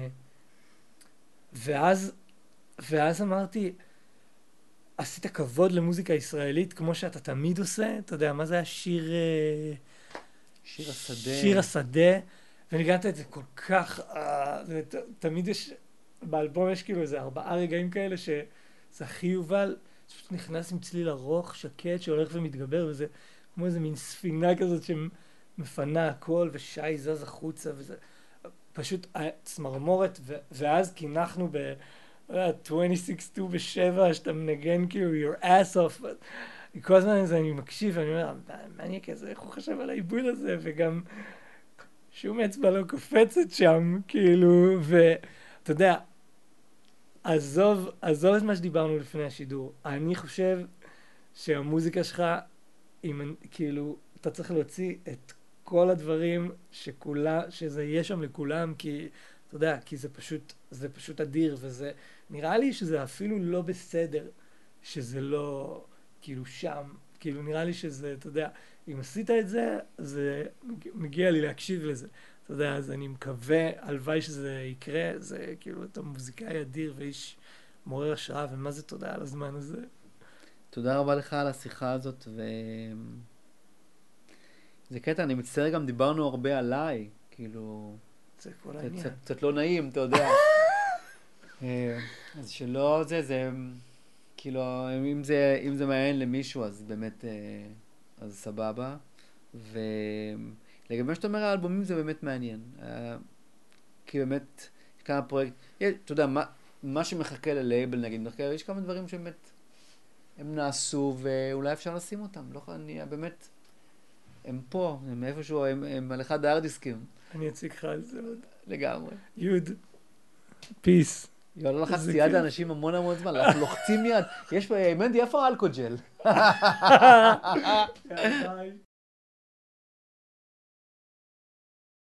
S3: ואז, ואז אמרתי, עשית כבוד למוזיקה ישראלית, כמו שאתה תמיד עושה. אתה יודע, מה זה היה שיר...
S2: שיר השדה.
S3: שיר השדה. וניגנת את זה כל כך... זה, תמיד יש... באלבום יש כאילו איזה ארבעה רגעים כאלה שזה הכי יובל... פשוט נכנס עם צליל ארוך, שקט, שהולך ומתגבר, וזה כמו איזה מין ספינה כזאת שמפנה הכל, ושי זז החוצה, וזה פשוט צמרמורת, ו- ואז כינחנו ב-עשרים ושש בשבע, שאתה מנגן כאילו your ass off, כל הזמן הזה אני מקשיב, ואני אומר, מעניין כזה, איך הוא חשב על העיבוד הזה, וגם שום אצבע לא קופצת שם, כאילו, ואתה יודע, עזוב, עזוב את מה שדיברנו לפני השידור. אני חושב שהמוזיקה שלך, אם, כאילו, אתה צריך להוציא את כל הדברים שכולה, שזה יהיה שם לכולם, כי, אתה יודע, כי זה פשוט, זה פשוט אדיר, וזה, נראה לי שזה אפילו לא בסדר, שזה לא, כאילו שם, כאילו נראה לי שזה, אתה יודע, אם עשית את זה, זה מגיע לי להקשיב לזה. אתה יודע, אז אני מקווה, הלוואי שזה יקרה, זה כאילו, אתה מוזיקאי אדיר ואיש מעורר השראה, ומה זה תודה על הזמן הזה.
S2: תודה רבה לך על השיחה הזאת, ו... זה קטע, אני מצטער, גם דיברנו הרבה עליי, כאילו...
S3: זה כל
S2: קצת-
S3: העניין.
S2: קצת- קצת לא נעים, אתה יודע. אה, אז שלא זה, זה... כאילו, אם זה, אם זה מעניין למישהו, אז באמת, אה, אז סבבה. ולגבי מה שאתה אומר, האלבומים זה באמת מעניין. אה, כי באמת, יש כמה פרויקט... יש, אתה יודע, מה, מה שמחכה ללייבל, נגיד, מחכה, יש כמה דברים שבאמת הם נעשו, ואולי אפשר לשים אותם. לא, אני באמת... הם פה, הם איפשהו, הם, הם על אחד הארדיסקים.
S3: אני אציג לך על זה עוד.
S2: לגמרי.
S3: יוד. פיס.
S2: יואל, לא לחצתי
S3: איזה
S2: יד
S3: כיף.
S2: לאנשים המון המון זמן, אנחנו לוחצים יד. יש פה, מנדי, איפה האלכוג'ל?
S3: יאללה, ביי.